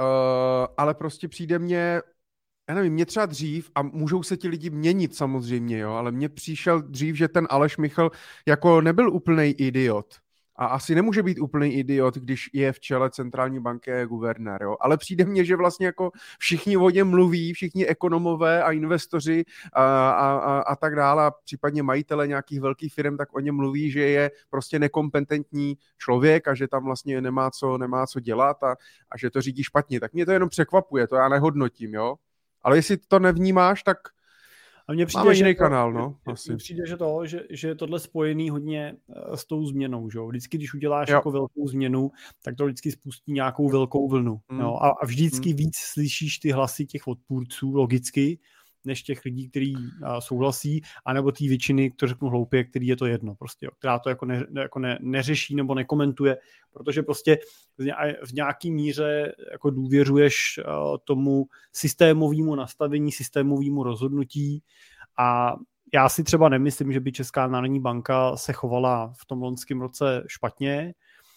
ale prostě přijde mně, já nevím, mě třeba dřív, a můžou se ti lidi měnit samozřejmě, jo, ale mně přišel dřív, že ten Aleš Michal jako nebyl úplnej idiot. A asi nemůže být úplný idiot, když je v čele centrální banky a je guvernér, jo. Ale přijde mně, že vlastně jako všichni o něm mluví, všichni ekonomové a investoři a, a, a, a tak dále, a případně majitele nějakých velkých firm, tak o něm mluví, že je prostě nekompetentní člověk a že tam vlastně nemá co, nemá co dělat a, a že to řídí špatně. Tak mě to jenom překvapuje, to já nehodnotím, jo. Ale jestli to nevnímáš, tak a mně přijde, máme jiný kanál, no. Mně přijde, že to, že, že je tohle spojený hodně s tou změnou, že jo. Vždycky, když uděláš jo. jako velkou změnu, tak to vždycky spustí nějakou velkou vlnu. Mm. Jo? A, a vždycky mm. víc slyšíš ty hlasy těch odpůrců, logicky, než těch lidí, kteří souhlasí, anebo té většiny, kteří řeknou hloupě, který je to jedno, prostě, jo, která to jako, ne, jako ne, neřeší nebo nekomentuje, protože prostě v nějaký míře jako důvěřuješ uh, tomu systémovému nastavení, systémovému rozhodnutí a já si třeba nemyslím, že by Česká národní banka se chovala v tom loňském roce špatně.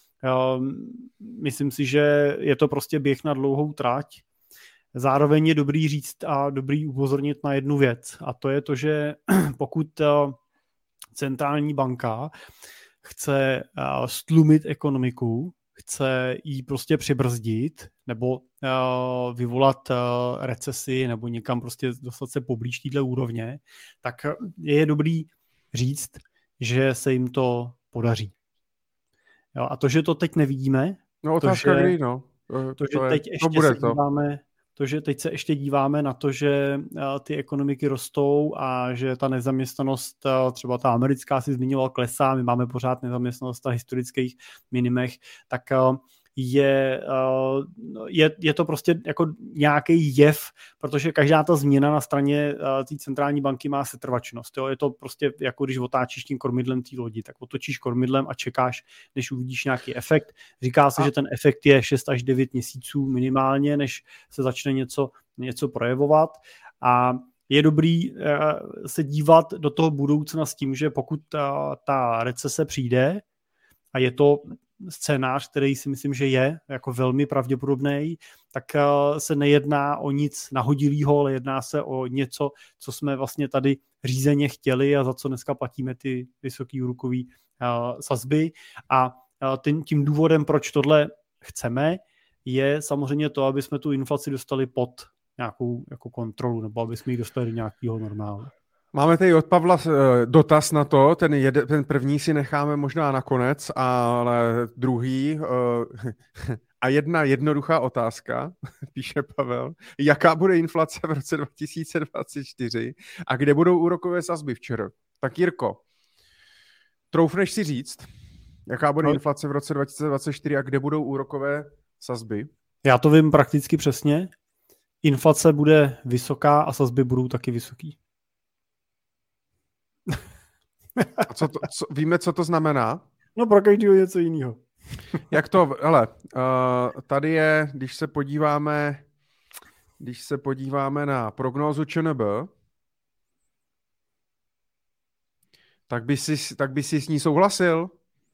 Um, myslím si, že je to prostě běh na dlouhou trať. Zároveň je dobrý říct a dobrý upozornit na jednu věc, a to je to, že pokud centrální banka chce stlumit ekonomiku, chce jí prostě přibrzdit nebo vyvolat recesi nebo někam prostě dostat se poblíž téhle úrovně, tak je dobrý říct, že se jim to podaří. Jo, a to, že to teď nevidíme, no, otázka to, že, kdy, no. to, to, že je, teď ještě to se díváme, to, že teď se ještě díváme na to, že ty ekonomiky rostou a že ta nezaměstnanost, třeba ta americká si zmiňoval, klesá, my máme pořád nezaměstnanost na historických minimech, tak je, je, je to prostě jako nějaký jev, protože každá ta změna na straně té centrální banky má setrvačnost. Jo? Je to prostě jako když otáčíš tím kormidlem té lodi, tak otočíš kormidlem a čekáš, než uvidíš nějaký efekt. Říká se, a... že ten efekt je šest až devět měsíců minimálně, než se začne něco, něco projevovat a je dobrý se dívat do toho budoucna s tím, že pokud ta, ta recese přijde a je to scénář, který si myslím, že je jako velmi pravděpodobný, tak se nejedná o nic nahodilýho, ale jedná se o něco, co jsme vlastně tady řízeně chtěli a za co dneska platíme ty vysoký úrokový uh, sazby. A uh, tím důvodem, proč tohle chceme, je samozřejmě to, aby jsme tu inflaci dostali pod nějakou jako kontrolu, nebo aby jsme ji dostali do nějakého normálu. Máme tady od Pavla dotaz na to, ten, jede, ten první si necháme možná nakonec, ale druhý a jedna jednoduchá otázka, píše Pavel, jaká bude inflace v roce dva tisíce dvacet čtyři a kde budou úrokové sazby včera? Tak Jirko, troufneš si říct, jaká bude no. inflace v roce dva tisíce dvacet čtyři a kde budou úrokové sazby? Já to vím prakticky přesně. inflace bude vysoká a sazby budou taky vysoký. A co to, co, víme, co to znamená? No pro každého něco jiného. Jak to, hele, uh, tady je, když se podíváme, když se podíváme na prognózu ČNB, tak by si, tak by si s ní souhlasil?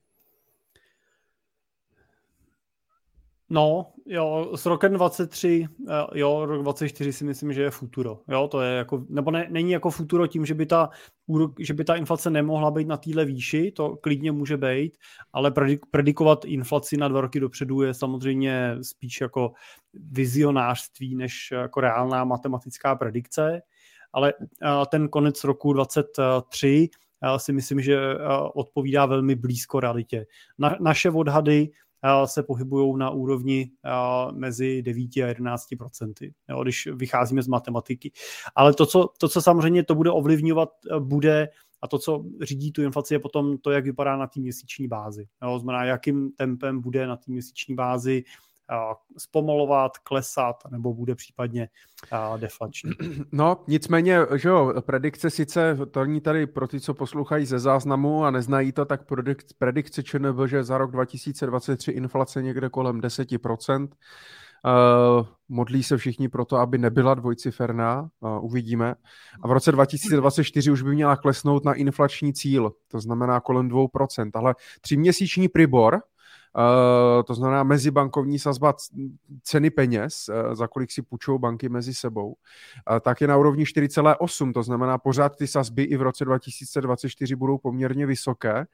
No, jo, s rokem dvacet tři, jo, rok dvacet čtyři si myslím, že je futuro. Jo, to je jako, nebo ne, není jako futuro tím, že by ta, že by ta inflace nemohla být na téhle výši, to klidně může být, ale predikovat inflaci na dva roky dopředu je samozřejmě spíš jako vizionářství, než jako reálná matematická predikce, ale ten konec roku dvacet tři si myslím, že odpovídá velmi blízko realitě. Na, naše odhady se pohybují na úrovni mezi devět a jedenáct procenty, jo, když vycházíme z matematiky. Ale to co, to, co samozřejmě to bude ovlivňovat, bude, a to, co řídí tu inflaci, je potom to, jak vypadá na té měsíční bázi. Jo, znamená, jakým tempem bude na té měsíční bázi zpomalovat, klesat, nebo bude případně deflační. No, nicméně, že jo, predikce sice, to není tady pro ty, co poslouchají ze záznamu a neznají to, tak predikt, predikce ČNB, že za rok dva tisíce dvacet tři inflace někde kolem deset procent. Uh, modlí se všichni pro to, aby nebyla dvojciferná, uh, uvidíme. A v roce dva tisíce dvacet čtyři už by měla klesnout na inflační cíl, to znamená kolem dvě procenta, ale tříměsíční Pribor, Uh, to znamená mezibankovní sazba ceny peněz, uh, za kolik si půjčou banky mezi sebou, uh, tak je na úrovni čtyři celá osm, to znamená pořád ty sazby i v roce dva tisíce dvacet čtyři budou poměrně vysoké.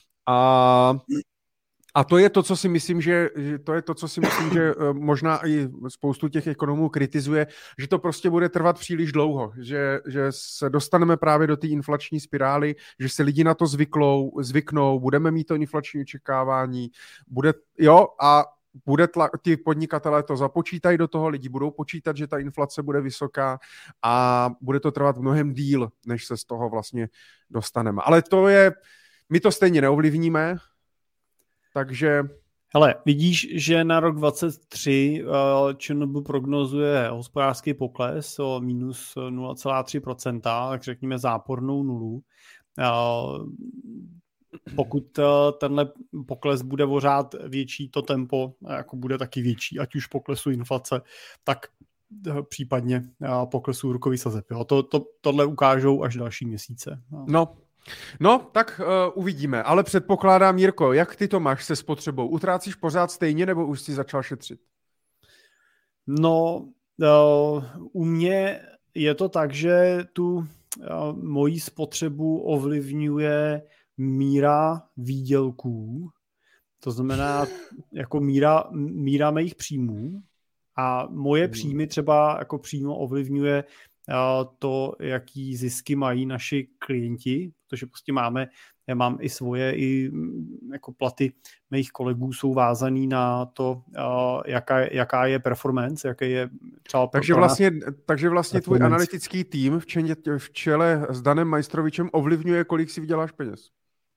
A A to je to, co si myslím, že, že to je to, co si myslím, že možná i spoustu těch ekonomů kritizuje, že to prostě bude trvat příliš dlouho, že, že se dostaneme právě do té inflační spirály, že se lidi na to zvyklou, zvyknou, budeme mít to inflační očekávání, bude, jo, a bude tla, ti podnikatelé to započítají do toho, lidi budou počítat, že ta inflace bude vysoká a bude to trvat mnohem díl, než se z toho vlastně dostaneme. Ale to je, my to stejně neovlivníme, takže... Hele, vidíš, že na rok dvacet tři ČNB prognozuje hospodářský pokles o minus nula celá tři procenta, tak řekněme zápornou nulu. Pokud tenhle pokles bude pořád větší, to tempo jako bude taky větší, ať už poklesu inflace, tak případně poklesu úrokových sazeb. To, to, tohle ukážou až další měsíce. No, No, tak uh, uvidíme, ale předpokládám, Jirko, jak ty to máš se spotřebou? Utrácíš pořád stejně, nebo už jsi začal šetřit? No, uh, u mě je to tak, že tu uh, moji spotřebu ovlivňuje míra výdělků, to znamená jako míra, míra mých příjmů a moje příjmy třeba jako přímo ovlivňuje to, jaký zisky mají naši klienti, protože prostě máme, já mám i svoje, i jako platy mých kolegů jsou vázaný na to, jaká, jaká je performance, jaký je třeba... Takže vlastně, takže vlastně tvůj analytický tým v čele, v čele s Danem Majstrovičem ovlivňuje, kolik si vyděláš peněz.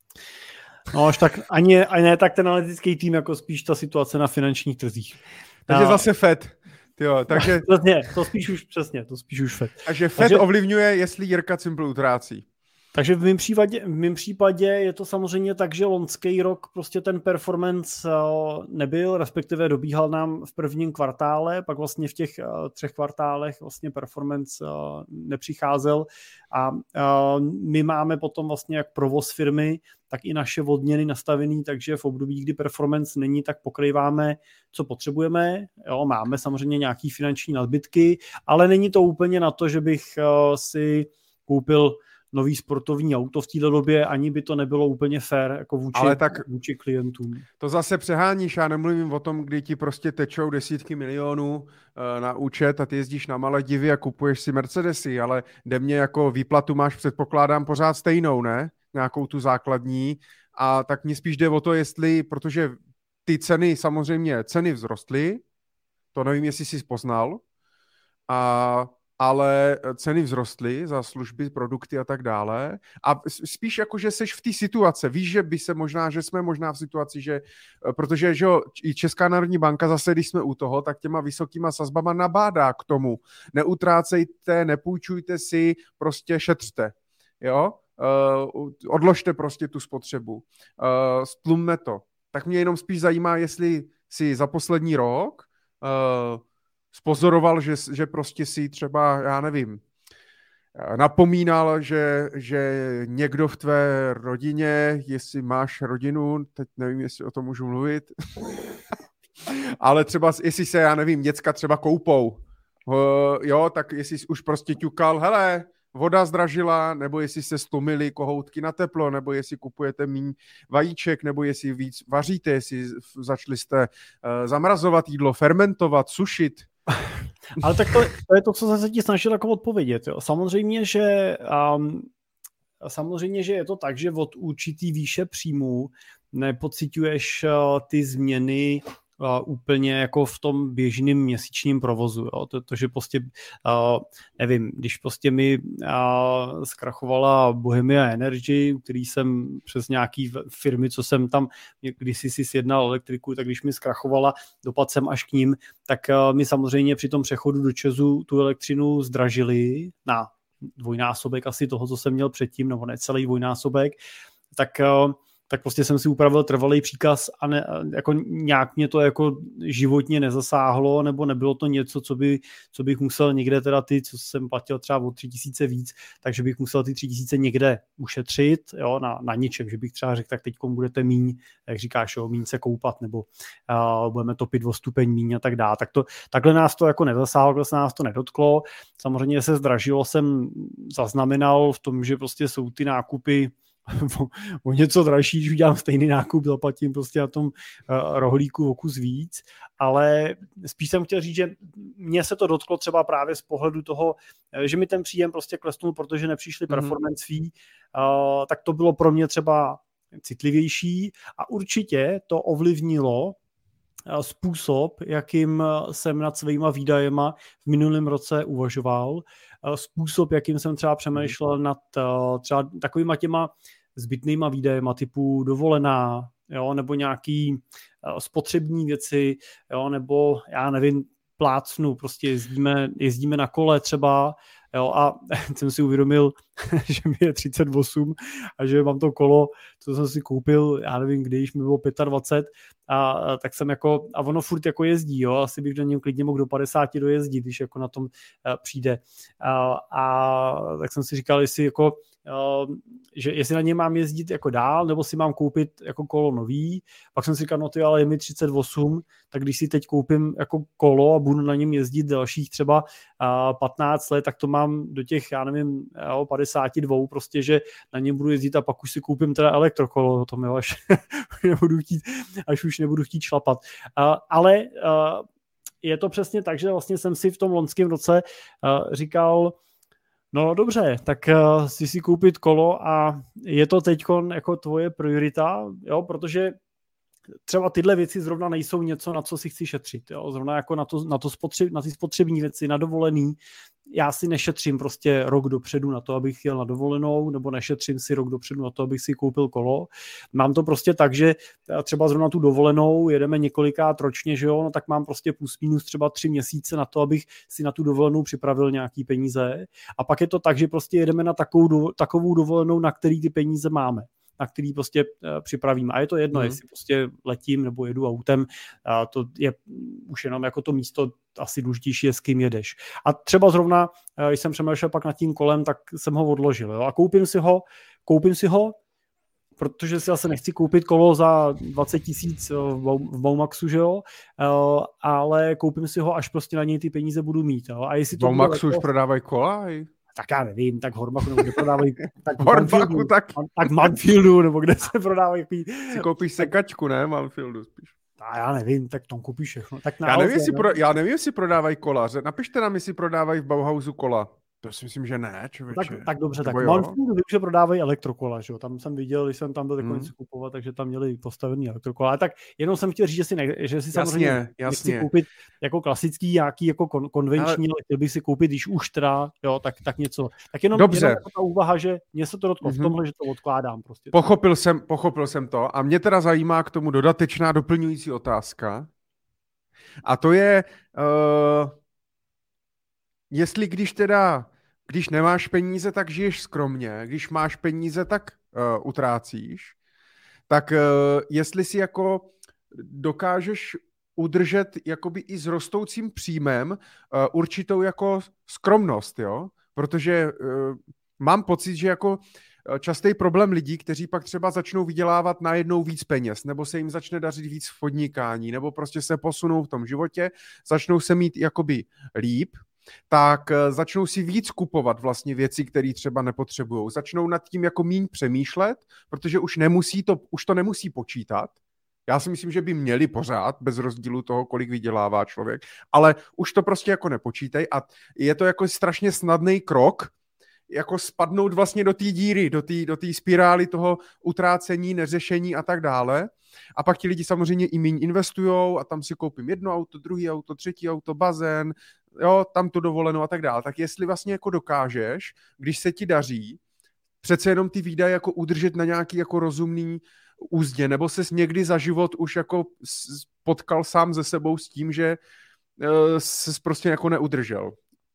No až tak, ani, ani ne tak ten analytický tým, jako spíš ta situace na finančních trzích. Takže a... zase Fed. Jo, takže... Přesně, to spíš už přesně, to spíš už Fed. Takže Fed takže... ovlivňuje, jestli Jirka Cimpl utrácí. Takže v mém případě, v mém případě je to samozřejmě tak, že loňský rok prostě ten performance nebyl, respektive dobíhal nám v prvním kvartále, pak vlastně v těch třech kvartálech vlastně performance nepřicházel a my máme potom vlastně jak provoz firmy, tak i naše odměny nastavený, takže v období, kdy performance není, tak pokrýváme, co potřebujeme. Jo, máme samozřejmě nějaký finanční nadbytky, ale není to úplně na to, že bych si koupil nový sportovní auto v této době, ani by to nebylo úplně fair jako vůči, ale tak vůči klientům. To zase přeháníš, já nemluvím o tom, kdy ti prostě tečou desítky milionů uh, na účet a ty jezdíš na Maledivy a kupuješ si Mercedesy, ale jde mě jako výplatu máš, předpokládám, pořád stejnou, ne? Nějakou tu základní a tak mě spíš jde o to, jestli, protože ty ceny, samozřejmě ceny vzrostly, to nevím, jestli jsi poznal, a ale ceny vzrostly za služby, produkty a tak dále. A spíš jako, že seš v té situace. Víš, že by se možná, že jsme možná v situaci, že, protože že jo, i Česká národní banka zase, když jsme u toho, tak těma vysokýma sazbama nabádá k tomu. Neutrácejte, nepůjčujte si, prostě šetřte. Jo? Uh, odložte prostě tu spotřebu. Uh, stlumne to. Tak mě jenom spíš zajímá, jestli si za poslední rok uh, spozoroval, že, že prostě si třeba, já nevím, napomínal, že, že někdo v tvé rodině, jestli máš rodinu, teď nevím, jestli o tom můžu mluvit, ale třeba, jestli se, já nevím, děcka třeba koupou, uh, jo, tak jestli už prostě ťukal, hele, voda zdražila, nebo jestli se stlumily kohoutky na teplo, nebo jestli kupujete míň vajíček, nebo jestli víc vaříte, jestli začali jste uh, zamrazovat jídlo, fermentovat, sušit. Ale tak to, to je to, co jsem se ti snažil jako odpovědět. Jo. Samozřejmě, že um, samozřejmě, že je to tak, že od určitý výše příjmů nepociťuješ uh, ty změny Uh, úplně jako v tom běžným měsíčním provozu. Jo. To, to, že prostě, uh, nevím, když prostě mi uh, zkrachovala Bohemia Energy, u který jsem přes nějaký firmy, co jsem tam kdysi si sjednal elektriku, tak když mi zkrachovala, dopad jsem až k ním, tak uh, mi samozřejmě při tom přechodu do ČEZu tu elektřinu zdražili na dvojnásobek asi toho, co jsem měl předtím, nebo ne celý dvojnásobek, tak uh, tak prostě jsem si upravil trvalý příkaz a ne, jako nějak mě to jako životně nezasáhlo, nebo nebylo to něco, co, by, co bych musel někde teda ty, co jsem platil třeba o tři tisíce víc, takže bych musel ty tři tisíce někde ušetřit, jo, na, na ničem, že bych třeba řekl, tak teďkom budete míň, jak říkáš, jo, míň se koupat, nebo uh, budeme topit o stupeň míň a tak dále. Tak to, takhle nás to jako nezasáhlo, takhle se nás to nedotklo. Samozřejmě se zdražilo, jsem zaznamenal v tom, že prostě jsou ty nákupy O, o něco dražší, když udělám stejný nákup, zaplatím prostě na tom uh, rohlíku o kus víc, ale spíš jsem chtěl říct, že mně se to dotklo třeba právě z pohledu toho, že mi ten příjem prostě klesnul, protože nepřišly performance fee, uh, tak to bylo pro mě třeba citlivější a určitě to ovlivnilo způsob, jakým jsem nad svýma výdajema v minulém roce uvažoval, způsob, jakým jsem třeba přemýšlel nad třeba takovýma těma zbytnýma výdajema typu dovolená, jo, nebo nějaký spotřební věci, jo, nebo já nevím, plácnu, prostě jezdíme, jezdíme na kole třeba, jo, a jsem si uvědomil, že mi je třicet osm a že mám to kolo, co jsem si koupil, já nevím, když mi bylo dvacet pět a, a tak jsem jako, a ono furt jako jezdí, jo, asi bych do něm klidně mohl do padesáti dojezdit, když jako na tom uh, přijde. A, a tak jsem si říkal, jestli jako Uh, že jestli na ně mám jezdit jako dál, nebo si mám koupit jako kolo nový. Pak jsem si říkal, no ty, ale je mi třicet osm, tak když si teď koupím jako kolo a budu na něm jezdit dalších třeba uh, patnáct let, tak to mám do těch, já nevím, jo, padesát dva, prostě, že na něm budu jezdit a pak už si koupím teda elektrokolo, to mi až, nebudu chtít, až už nebudu chtít šlapat. Uh, ale uh, je to přesně tak, že vlastně jsem si v tom loňském roce uh, říkal, no dobře, tak uh, si si koupit kolo a je to teďkon jako tvoje priorita, jo, protože třeba tyhle věci zrovna nejsou něco, na co si chci šetřit, jo, zrovna jako na, to, na, to spotřeb, na ty spotřební věci, na dovolený, já si nešetřím prostě rok dopředu na to, abych jel na dovolenou, nebo nešetřím si rok dopředu na to, abych si koupil kolo. Mám to prostě tak, že třeba zrovna tu dovolenou jedeme několikrát ročně, že jo, no tak mám prostě plus minus třeba tři měsíce na to, abych si na tu dovolenou připravil nějaký peníze. A pak je to tak, že prostě jedeme na takovou, takovou dovolenou, na který ty peníze máme, na který prostě uh, připravím. A je to jedno, mm. jestli prostě letím nebo jedu autem, uh, to je už jenom jako to místo asi důležitější je, s kým jedeš. A třeba zrovna, uh, když jsem přemýšlel pak nad tím kolem, tak jsem ho odložil. Jo? A koupím si ho, koupím si ho, protože si zase nechci koupit kolo za dvacet tisíc v Baumaxu, že jo, uh, ale koupím si ho, až prostě na něj ty peníze budu mít. Jo? A jestli to Baumaxu už prodávají kola? Tak já nevím, tak v Hormachu nebo kde prodávají, tak v Manfieldu, tak... tak v Manfieldu, nebo kde se prodávají. Si koupíš sekačku, ne? Manfieldu spíš. A já nevím, tak tom koupíš všechno. Tak já, nevím, jestli pro, já nevím, jestli prodávají kola. Napište nám, jestli prodávají v Bauhausu kola. To si myslím, že ne, člověče. Tak, tak dobře, Nebo tak Manfieldu vím, že prodávají elektrokola, že jo? Tam jsem viděl, když jsem tam byl takový hmm. kupovat, takže tam měli postavený elektrokola. Ale tak jenom jsem chtěl říct, že si, ne, že si samozřejmě jasně, jasně. nechci koupit jako klasický, nějaký jako kon, konvenční, ale... ale chtěl bych si koupit, když už teda, jo, tak, tak něco. Tak jenom, dobře. jenom jako ta úvaha, že mě se to dotklo mm-hmm. v tomhle, že to odkládám prostě. Pochopil jsem, pochopil jsem to a mě teda zajímá k tomu dodatečná doplňující otázka. A to je, uh, jestli když teda Když nemáš peníze, tak žiješ skromně. Když máš peníze, tak uh, utrácíš. Tak uh, jestli si jako dokážeš udržet jakoby i s rostoucím příjmem uh, určitou jako skromnost, jo? Protože uh, mám pocit, že jako častý problém lidí, kteří pak třeba začnou vydělávat najednou víc peněz, nebo se jim začne dařit víc v podnikání, nebo prostě se posunou v tom životě, začnou se mít jakoby líp, tak začnou si víc kupovat vlastně věci, které třeba nepotřebujou. Začnou nad tím jako míň přemýšlet, protože už nemusí to, už to nemusí počítat. Já si myslím, že by měli pořád, bez rozdílu toho, kolik vydělává člověk, ale už to prostě jako nepočítej a je to jako strašně snadný krok, jako spadnout vlastně do té díry, do té do té spirály toho utrácení, neřešení a tak dále. A pak ti lidi samozřejmě i míň investujou a tam si koupím jedno auto, druhý auto, třetí auto, bazén, jo, tam tu dovolenou a tak dále. Tak jestli vlastně jako dokážeš, když se ti daří, přece jenom ty výdaje jako udržet na nějaký jako rozumný úzdě, nebo ses někdy za život už jako potkal sám se sebou s tím, že uh, ses prostě jako neudržel.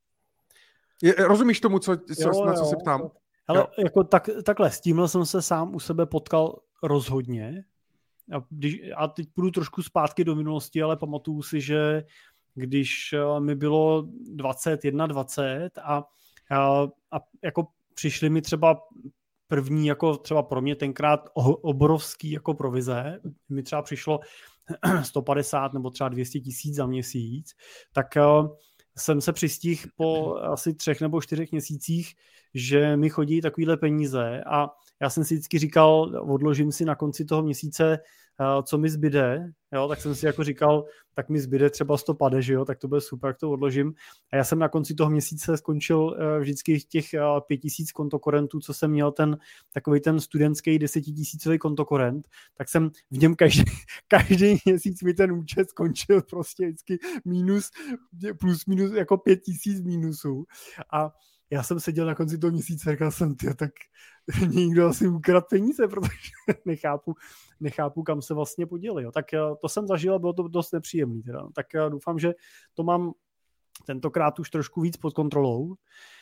Je, rozumíš tomu, co, co, jo, na co jo. se ptám? Ale jako tak, takhle, s tímhle jsem se sám u sebe potkal rozhodně. A, když, a teď půjdu trošku zpátky do minulosti, ale pamatuju si, že když mi bylo dvacet jedna, dvacet a, a, a jako přišly mi třeba první, jako třeba pro mě tenkrát obrovský jako provize, mi třeba přišlo sto padesát nebo třeba dvě stě tisíc za měsíc, tak jsem se přistihl po asi třech nebo čtyřech měsících, že mi chodí takovýhle peníze a já jsem si vždycky říkal, odložím si na konci toho měsíce, co mi zbyde, jo, tak jsem si jako říkal, tak mi zbyde třeba sto padesát, že jo, tak to bude super, jak to odložím. A já jsem na konci toho měsíce skončil vždycky těch pět tisíc kontokorentů, co jsem měl ten takový ten studentský desetitisícový kontokorent, tak jsem v něm každý, každý měsíc mi ten účet skončil prostě vždycky minus, plus minus jako pět tisíc minusů. A já jsem seděl na konci toho měsíce a říkal jsem, tyjo, tak někdo asi ukradl peníze, protože nechápu, nechápu, kam se vlastně poděli. Jo. Tak to jsem zažil a bylo to dost nepříjemný. Teda. Tak doufám, že to mám tentokrát už trošku víc pod kontrolou.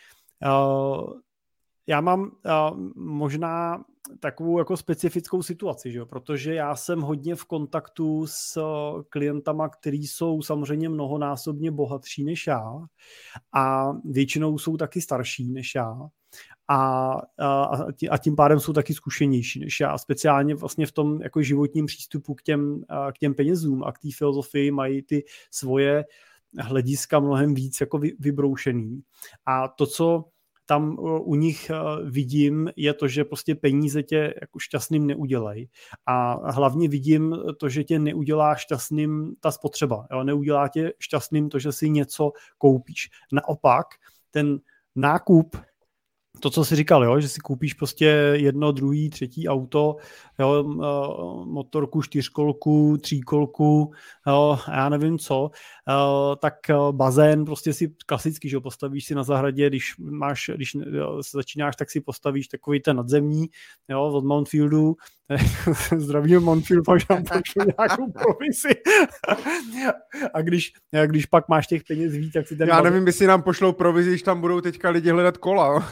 Já mám možná takovou jako specifickou situaci, že jo? Protože já jsem hodně v kontaktu s klientama, kteří jsou samozřejmě mnohonásobně bohatší než já a většinou jsou taky starší než já a, a, a tím pádem jsou taky zkušenější než já. Speciálně vlastně v tom jako životním přístupu k těm, k těm penězům a k té filozofii mají ty svoje hlediska mnohem víc jako vy, vybroušený. A to, co tam u nich vidím, je to, že prostě peníze tě jako šťastným neudělají. A hlavně vidím to, že tě neudělá šťastným ta spotřeba. Jo? Neudělá tě šťastným to, že si něco koupíš. Naopak, ten nákup, to, co jsi říkal, jo? Že si koupíš prostě jedno, druhý, třetí auto, jo? Motorku, čtyřkolku, tříkolku, jo? A já nevím co, tak bazén prostě si klasicky, že jo? Postavíš si na zahradě, když máš, když začínáš, tak si postavíš takový ten nadzemní, jo? Od Mountfieldu, zdravím Mountfield, pak nám pošlu nějakou provizi. A když, když pak máš těch peněz víc, tak si ten... Já bazén... nevím, jestli nám pošlou provizi, když tam budou teďka lidi hledat kola.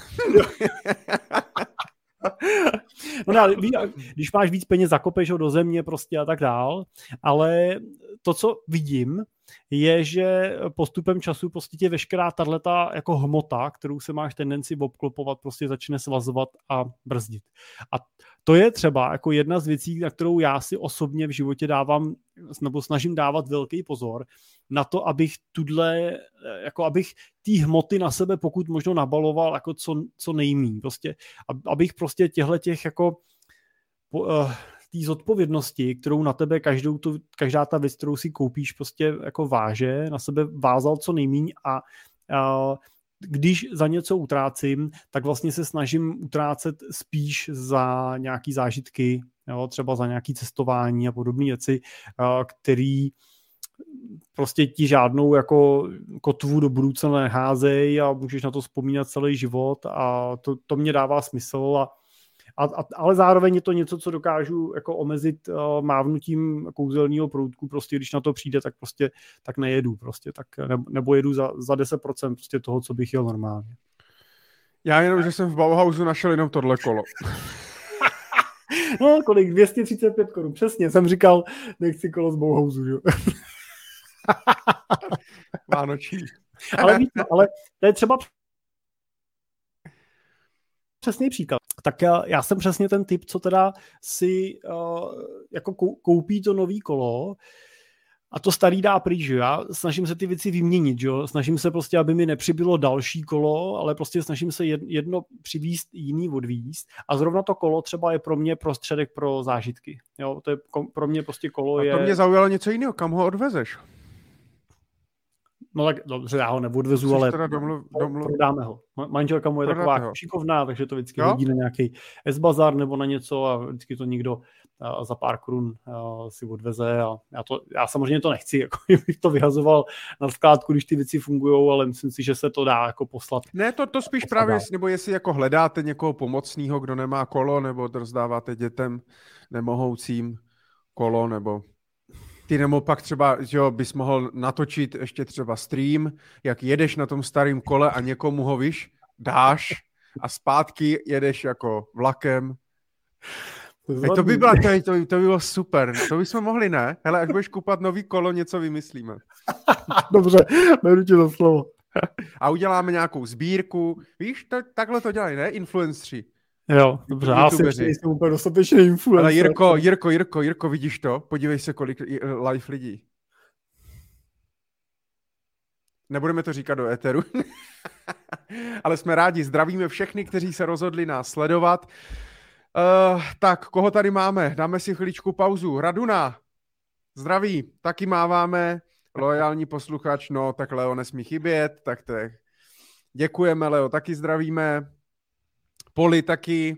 No ne, když máš víc peněz, zakopeš ho do země prostě a tak dál, ale to, co vidím, je, že postupem času prostě tě veškerá tato jako hmota, kterou se máš tendenci obklopovat, prostě začne svazovat a brzdit. A to je třeba jako jedna z věcí, na kterou já si osobně v životě dávám, nebo snažím dávat velký pozor, na to, abych tudle, jako abych ty hmoty na sebe pokud možno nabaloval jako co, co nejmíň. Prostě, abych prostě těchto těch jako uh, té zodpovědnosti, kterou na tebe každou tu, každá ta věc, kterou si koupíš, prostě jako váže, na sebe vázal co nejmíň a, a když za něco utrácím, tak vlastně se snažím utrácet spíš za nějaký zážitky, jo, třeba za nějaké cestování a podobné věci, který prostě ti žádnou jako kotvu do budoucna neházej a můžeš na to vzpomínat celý život a to, to mě dává smysl a A, a, ale zároveň je to něco, co dokážu jako omezit uh, mávnutím kouzelního proutku, prostě když na to přijde, tak prostě tak nejedu prostě, tak ne, nebo jedu za, za deset procent prostě toho, co bych jel normálně. Já jenom, že jsem v Bauhausu našel jenom tohle kolo. No, kolik? dvě stě třicet pět korun, přesně, jsem říkal, nechci kolo z Bauhausu, jo. Vánoční. ale víš, ale to je třeba přesný příklad. Tak já, já jsem přesně ten typ, co teda si uh, jako koupí to nový kolo a to starý dá pryč, že? Já snažím se ty věci vyměnit, že? Snažím se prostě, aby mi nepřibylo další kolo, ale prostě snažím se jedno přivízt, jiný odvízt a zrovna to kolo třeba je pro mě prostředek pro zážitky. Jo? To je pro mě prostě kolo a je... to mě zaujalo něco jiného, kam ho odvezeš? No tak dobře, já ho neodvezu, ale domluv, domluv. prodáme ho. Manželka mu je Prodáte taková ho. šikovná, takže to vždycky jo? hodí na nějaký S-bazar nebo na něco a vždycky to někdo a za pár korun si odveze a já, to, já samozřejmě to nechci, jako bych to vyhazoval na skládku, když ty věci fungují, ale myslím si, že se to dá jako poslat. Ne, to, to spíš právě, dál. Nebo jestli jako hledáte někoho pomocného, kdo nemá kolo, nebo rozdáváte dětem nemohoucím kolo, nebo ty nebo pak třeba, že jo, bys mohl natočit ještě třeba stream, jak jedeš na tom starém kole a někomu ho, víš, dáš a zpátky jedeš jako vlakem. To, to by bylo, to, to, to by bylo super, to bychom mohli, ne? Hele, až budeš kupat nový kolo, něco vymyslíme. Dobře, beru tě za slovo. A uděláme nějakou sbírku, víš, to, takhle to dělají, ne? Influenceri. Jo, dobře, já si nejsem úplně dostatečný influencer. Ale Jirko, Jirko, Jirko, Jirko, vidíš to? Podívej se, kolik live lidí. Nebudeme to říkat do éteru. Ale jsme rádi, zdravíme všechny, kteří se rozhodli nás sledovat. Uh, tak, koho tady máme? Dáme si chviličku pauzu. Raduna, zdraví, taky máváme. Loajální posluchač, no, tak Leo nesmí chybět, tak to je. Děkujeme, Leo, taky zdravíme. Poli taky.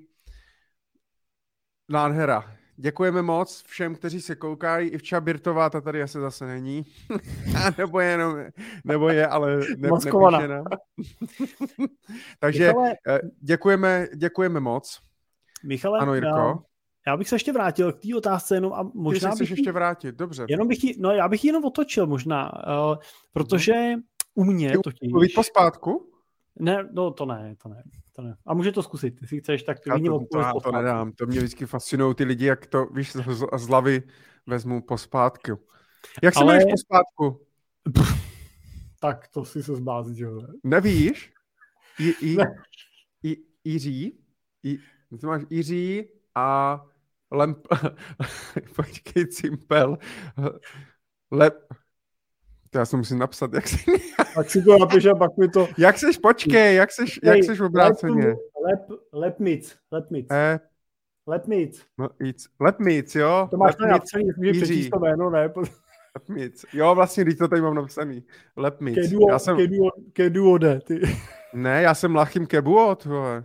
Nádhera. Děkujeme moc všem, kteří se koukají. Ivča Birtová, ta tady asi zase není. nebo je jenom, nebo je, ale ne, nepíše nám. Takže Michale, děkujeme, děkujeme moc. Michale, ano, Jirko. Já, já bych se ještě vrátil k té otázce jenom a možná Ty bych se ještě vrátit, dobře. Jenom bych jí, no já bych ji jenom otočil možná, uh, protože u mě totiž... Mluvit pospátku? Ne, no to ne, to ne, to ne. A může to zkusit, jestli chceš, tak já to, to, já to nedám, to mě vždycky fascinují ty lidi, jak to, víš, z, z hlavy vezmu pospátku. Jak se Ale... jmenuješ pospátku? Tak to si se zbázit, že jo. Nevíš? I, i, ne. I, Jiří? I, ty máš Jiří a Lemp... Počkej, Cimpel. Lep... To já si musím napsat, jak si... Tak si to napiš a pak mi to... Jak seš, počkej, jak seš, jak seš obráceně? Lep, lepmic, lepmic. Eh, lepmic. No, víc. Lepmic, jo? To máš tady napsaný, může přečíst to jméno, ne? Lepmic. Jo, vlastně, když to tady mám napsaný. Lepmic. Keduo, já jsem... keduo, keduode, ty. Ne, já jsem Lachim Kebuo, tvoje.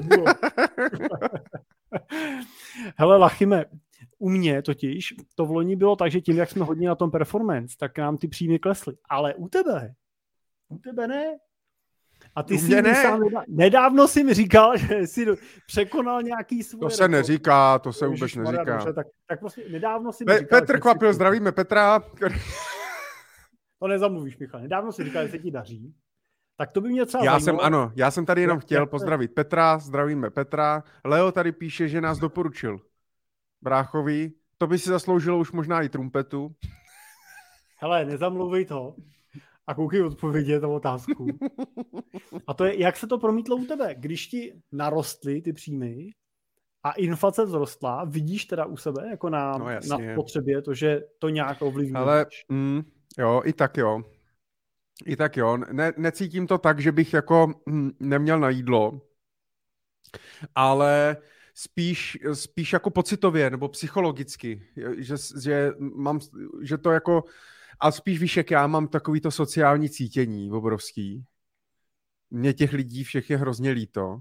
Hele, Lachime, u mě totiž to v loni bylo tak, že tím, jak jsme hodně na tom performance, tak nám ty příjmy klesly. Ale u tebe, u tebe ne. A ty si ne. sám nedávno, nedávno si mi říkal, že jsi překonal nějaký svůj... To se rekord. Neříká, to se vůbec neříká. Dobře, tak, tak prostě nedávno si mi Pe- říkal... Petr Kvapil, si... zdravíme Petra. To nezamluvíš, Michal. Nedávno si říkal, že se ti daří. Tak to by mě třeba Já zajímalo. jsem, ano, já jsem tady jenom chtěl pozdravit Petra, zdravíme Petra. Leo tady píše, že nás doporučil. Bráchovi, to by si zasloužilo už možná i trumpetu. Hele, nezamluvej to a koukej odpovědět na otázku. A to je, jak se to promítlo u tebe? Když ti narostly ty příjmy a inflace vzrostla, vidíš teda u sebe jako na, no, na spotřebě to, že to nějak ovlivňuje? Ale mm, jo, i tak jo. I tak jo. Ne, necítím to tak, že bych jako hm, neměl na jídlo, ale spíš, spíš jako pocitově nebo psychologicky, že, že, mám, že to jako, a spíš víš, jak já mám takový to sociální cítění obrovský. mě těch lidí všech je hrozně líto.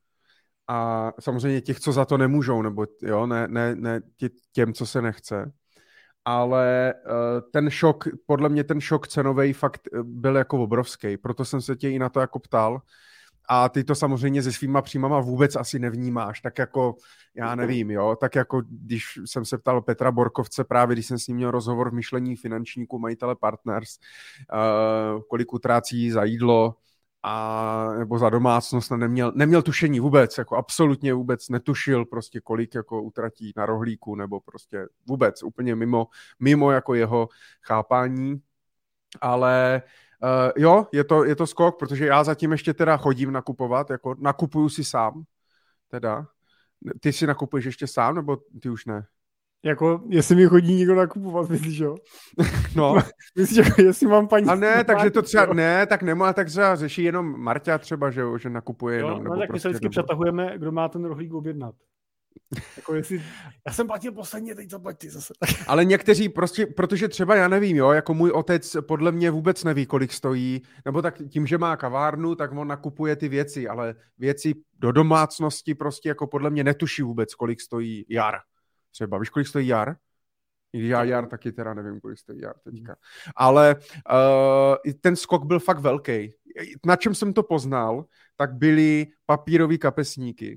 A samozřejmě těch, co za to nemůžou, nebo jo, ne, ne, ne těm, co se nechce. Ale uh, ten šok, podle mě ten šok cenovej fakt byl jako obrovský, proto jsem se tě i na to jako ptal. A ty to samozřejmě se svýma příjmama vůbec asi nevnímáš, tak jako, já nevím, jo, tak jako když jsem se ptal Petra Borkovce právě, když jsem s ním měl rozhovor v myšlení finančníků, majitele Partners, uh, kolik utrácí za jídlo, a nebo za domácnost, neměl, neměl tušení vůbec, jako absolutně vůbec netušil prostě, kolik jako utratí na rohlíku, nebo prostě vůbec, úplně mimo, mimo jako jeho chápání, ale uh, jo, je to, je to skok, protože já zatím ještě teda chodím nakupovat, jako nakupuju si sám, teda. Ty si nakupuješ ještě sám, nebo ty už ne? Jako, jestli mi chodí někdo nakupovat, myslíš, jo? No. Myslíš, jako, jestli mám paní... A ne, takže to třeba, jo? ne, tak nemá, tak třeba řeší jenom Marťa třeba, že, že nakupuje jenom. Jo, no, tak prostě, my se vždycky nebo... přetahujeme, kdo má ten rohlík objednat. Jako jestli... Já jsem platil posledně, teď zaplať ty zase. Ale někteří prostě, protože třeba já nevím, jo, jako můj otec podle mě vůbec neví, kolik stojí, nebo tak tím, že má kavárnu, tak on nakupuje ty věci, ale věci do domácnosti prostě jako podle mě netuší vůbec, kolik stojí jar. Třeba, víš, kolik stojí jar? I když já jar taky teda nevím, kolik stojí jar teďka. Ale uh, ten skok byl fakt velký. Na čem jsem to poznal, tak byly papírový kapesníky.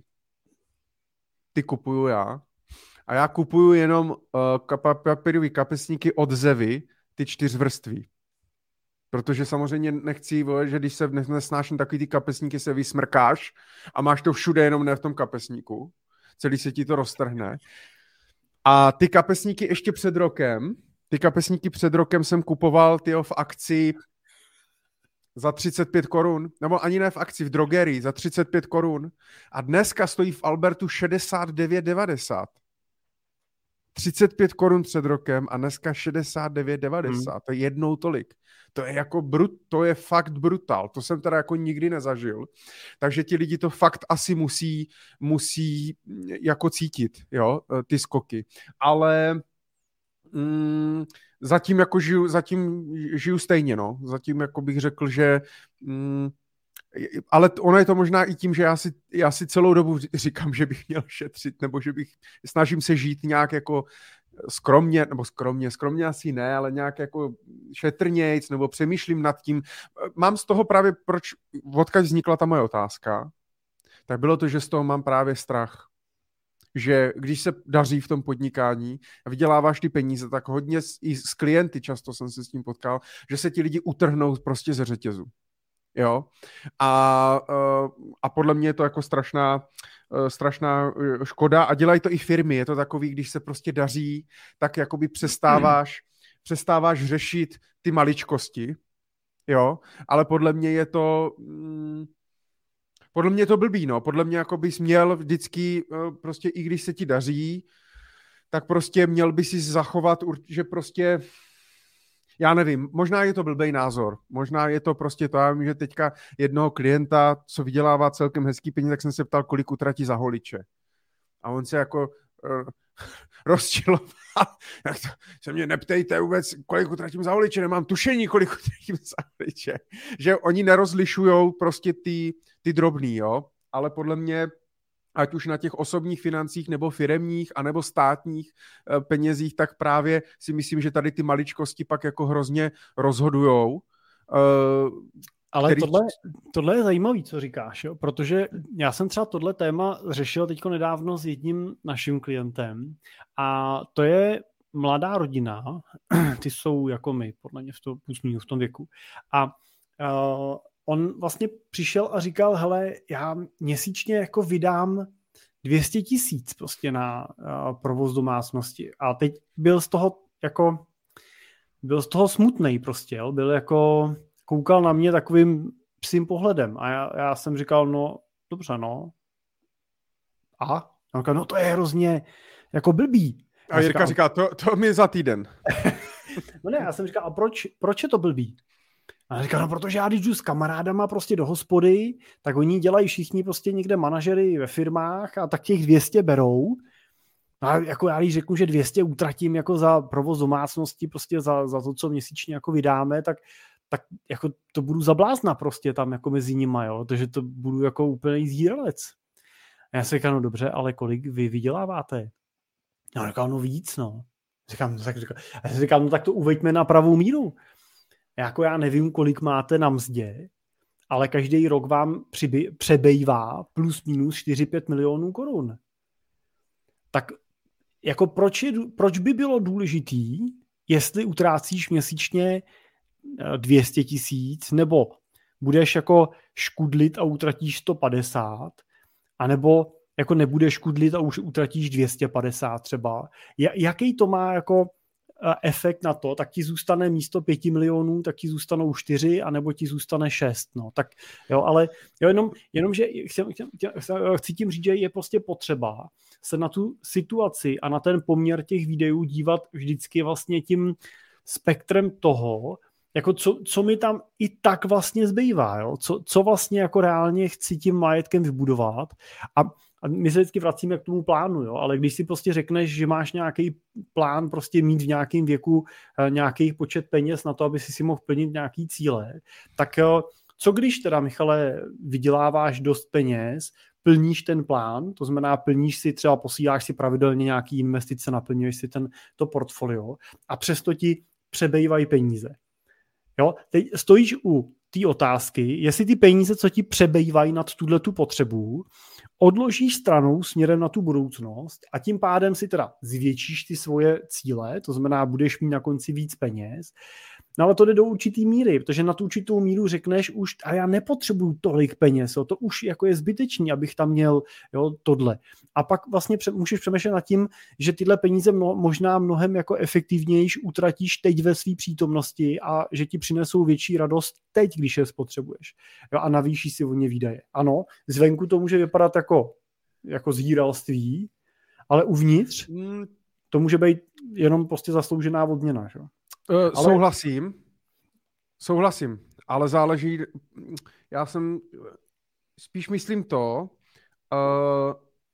Ty kupuju já. A já kupuju jenom uh, papírový kapesníky od Zevy, ty čtyřvrství. Protože samozřejmě nechci, že když se nesnáším takový ty kapesníky, se vysmrkáš a máš to všude, jenom ne v tom kapesníku. Celý se ti to roztrhne. A ty kapesníky ještě před rokem, ty kapesníky před rokem jsem kupoval tyjo, v akci za třicet pět korun, nebo ani ne v akci, v drogerii za třicet pět korun. A dneska stojí v Albertu šedesát devět devadesát. třicet pět korun před rokem a dneska šedesát devět devadesát. Hmm. To je jednou tolik. To je jako brut, to je fakt brutál. To jsem teda jako nikdy nezažil. Takže ti lidi to fakt asi musí, musí jako cítit, jo, ty skoky. Ale mm, zatím jako žiju, zatím žiju stejně, no. Zatím jako bych řekl, že mm, ale ono je to možná i tím, že já si, já si celou dobu říkám, že bych měl šetřit, nebo že bych, snažím se žít nějak jako skromně, nebo skromně, skromně asi ne, ale nějak jako šetrnějc, nebo přemýšlím nad tím. Mám z toho právě, proč, odkud vznikla ta moje otázka, tak bylo to, že z toho mám právě strach. Že když se daří v tom podnikání a vyděláváš ty peníze, tak hodně i s klienty, často jsem se s tím potkal, že se ti lidi utrhnou prostě ze řetězu. Jo? A, a podle mě je to jako strašná, strašná škoda a dělají to i firmy. Je to takový, když se prostě daří, tak jakoby přestáváš, přestáváš řešit ty maličkosti. Jo? Ale podle mě je to... Mm, podle mě je to blbý, no. Podle mě jako bys měl vždycky, prostě i když se ti daří, tak prostě měl by si zachovat, že prostě... Já nevím, možná je to blbej názor, možná je to prostě to, já vím, že teďka jednoho klienta, co vydělává celkem hezký peníze, tak jsem se ptal, kolik utratí za holiče. A on se jako uh, rozčiloval, tak to, se mě neptejte vůbec, kolik utratím za holiče, nemám tušení, kolik utratím za holiče. Že oni nerozlišujou prostě ty, ty drobný, jo, ale podle mě ať už na těch osobních financích nebo firemních anebo státních e, penězích, tak právě si myslím, že tady ty maličkosti pak jako hrozně rozhodujou. E, Ale který... tohle, tohle je zajímavý, co říkáš, jo? Protože já jsem třeba tohle téma řešil teďko nedávno s jedním naším klientem a to je mladá rodina, ty jsou jako my, podle mě v, to, v tom věku. A uh, on vlastně přišel a říkal, hele, já měsíčně jako vydám dvě stě tisíc prostě na uh, provoz domácnosti. A teď byl z toho jako, byl z toho smutnej prostě, jo? Byl jako, koukal na mě takovým psím pohledem. A já, já jsem říkal, no, dobře, no. A? A on říkal, no to je hrozně jako blbý. A Jirka říká, to, to mi za týden. No ne, já jsem říkal, a proč, proč je to blbý? A říkal, no protože já když jdu s kamarádama prostě do hospody, tak oni dělají všichni prostě někde manažery ve firmách a tak těch dvě stě berou. A jako já když řeknu, že dvě stě utratím jako za provoz domácnosti, prostě za, za to, co měsíčně jako vydáme, tak, tak jako to budu zablázna prostě tam jako mezi nima, jo, protože to budu jako úplný zíralec. A já si říkám, no dobře, ale kolik vy vyděláváte? No, říkám, no víc, no. Říkám, tak, říkám, já si říkám, no tak to uveďme na pravou míru. Jako já nevím, kolik máte na mzdě, ale každý rok vám přiby, přebejvá plus minus čtyři pět milionů korun. Tak jako proč, je, proč by bylo důležitý, jestli utrácíš měsíčně dvě stě tisíc, nebo budeš jako škudlit a utratíš sto padesát, anebo jako nebudeš škudlit a už utratíš dvě stě padesát třeba. Jaký to má jako efekt na to, tak ti zůstane místo pěti milionů, tak ti zůstanou čtyři, anebo ti zůstane šest. No, tak jo, ale jo, jenom, jenom, že chci, chci tím říct, že je prostě potřeba se na tu situaci a na ten poměr těch videů dívat vždycky vlastně tím spektrem toho, jako co, co mi tam i tak vlastně zbývá, jo? Co, co vlastně jako reálně chci tím majetkem vybudovat a, a my se vždycky vracíme k tomu plánu, jo? Ale když si prostě řekneš, že máš nějaký plán prostě mít v nějakém věku uh, nějaký počet peněz na to, aby si si mohl plnit nějaký cíle, tak uh, co když teda, Michale, vyděláváš dost peněz, plníš ten plán, to znamená plníš si, třeba posíláš si pravidelně nějaký investice, naplňuješ si ten, to portfolio a přesto ti přebývají peníze. Jo, teď stojíš u té otázky, jestli ty peníze, co ti přebývají nad tuhletu potřebu, odložíš stranou směrem na tu budoucnost a tím pádem si teda zvětšíš ty svoje cíle, to znamená, budeš mít na konci víc peněz, no ale to jde do určitý míry, protože na tu určitou míru řekneš už, a já nepotřebuju tolik peněz, jo, to už jako je zbytečný, abych tam měl, jo, tohle. A pak vlastně pře- můžeš přemýšlet nad tím, že tyhle peníze mno, možná mnohem jako efektivnější utratíš teď ve své přítomnosti a že ti přinesou větší radost teď, když je spotřebuješ. Jo, a navýšíš si o ně výdaje. Ano, zvenku to může vypadat jako, jako zíralství, ale uvnitř to může být jenom prostě zasloužená odměna, že? Uh, ale... Souhlasím, souhlasím, ale záleží, já jsem, spíš myslím to, uh,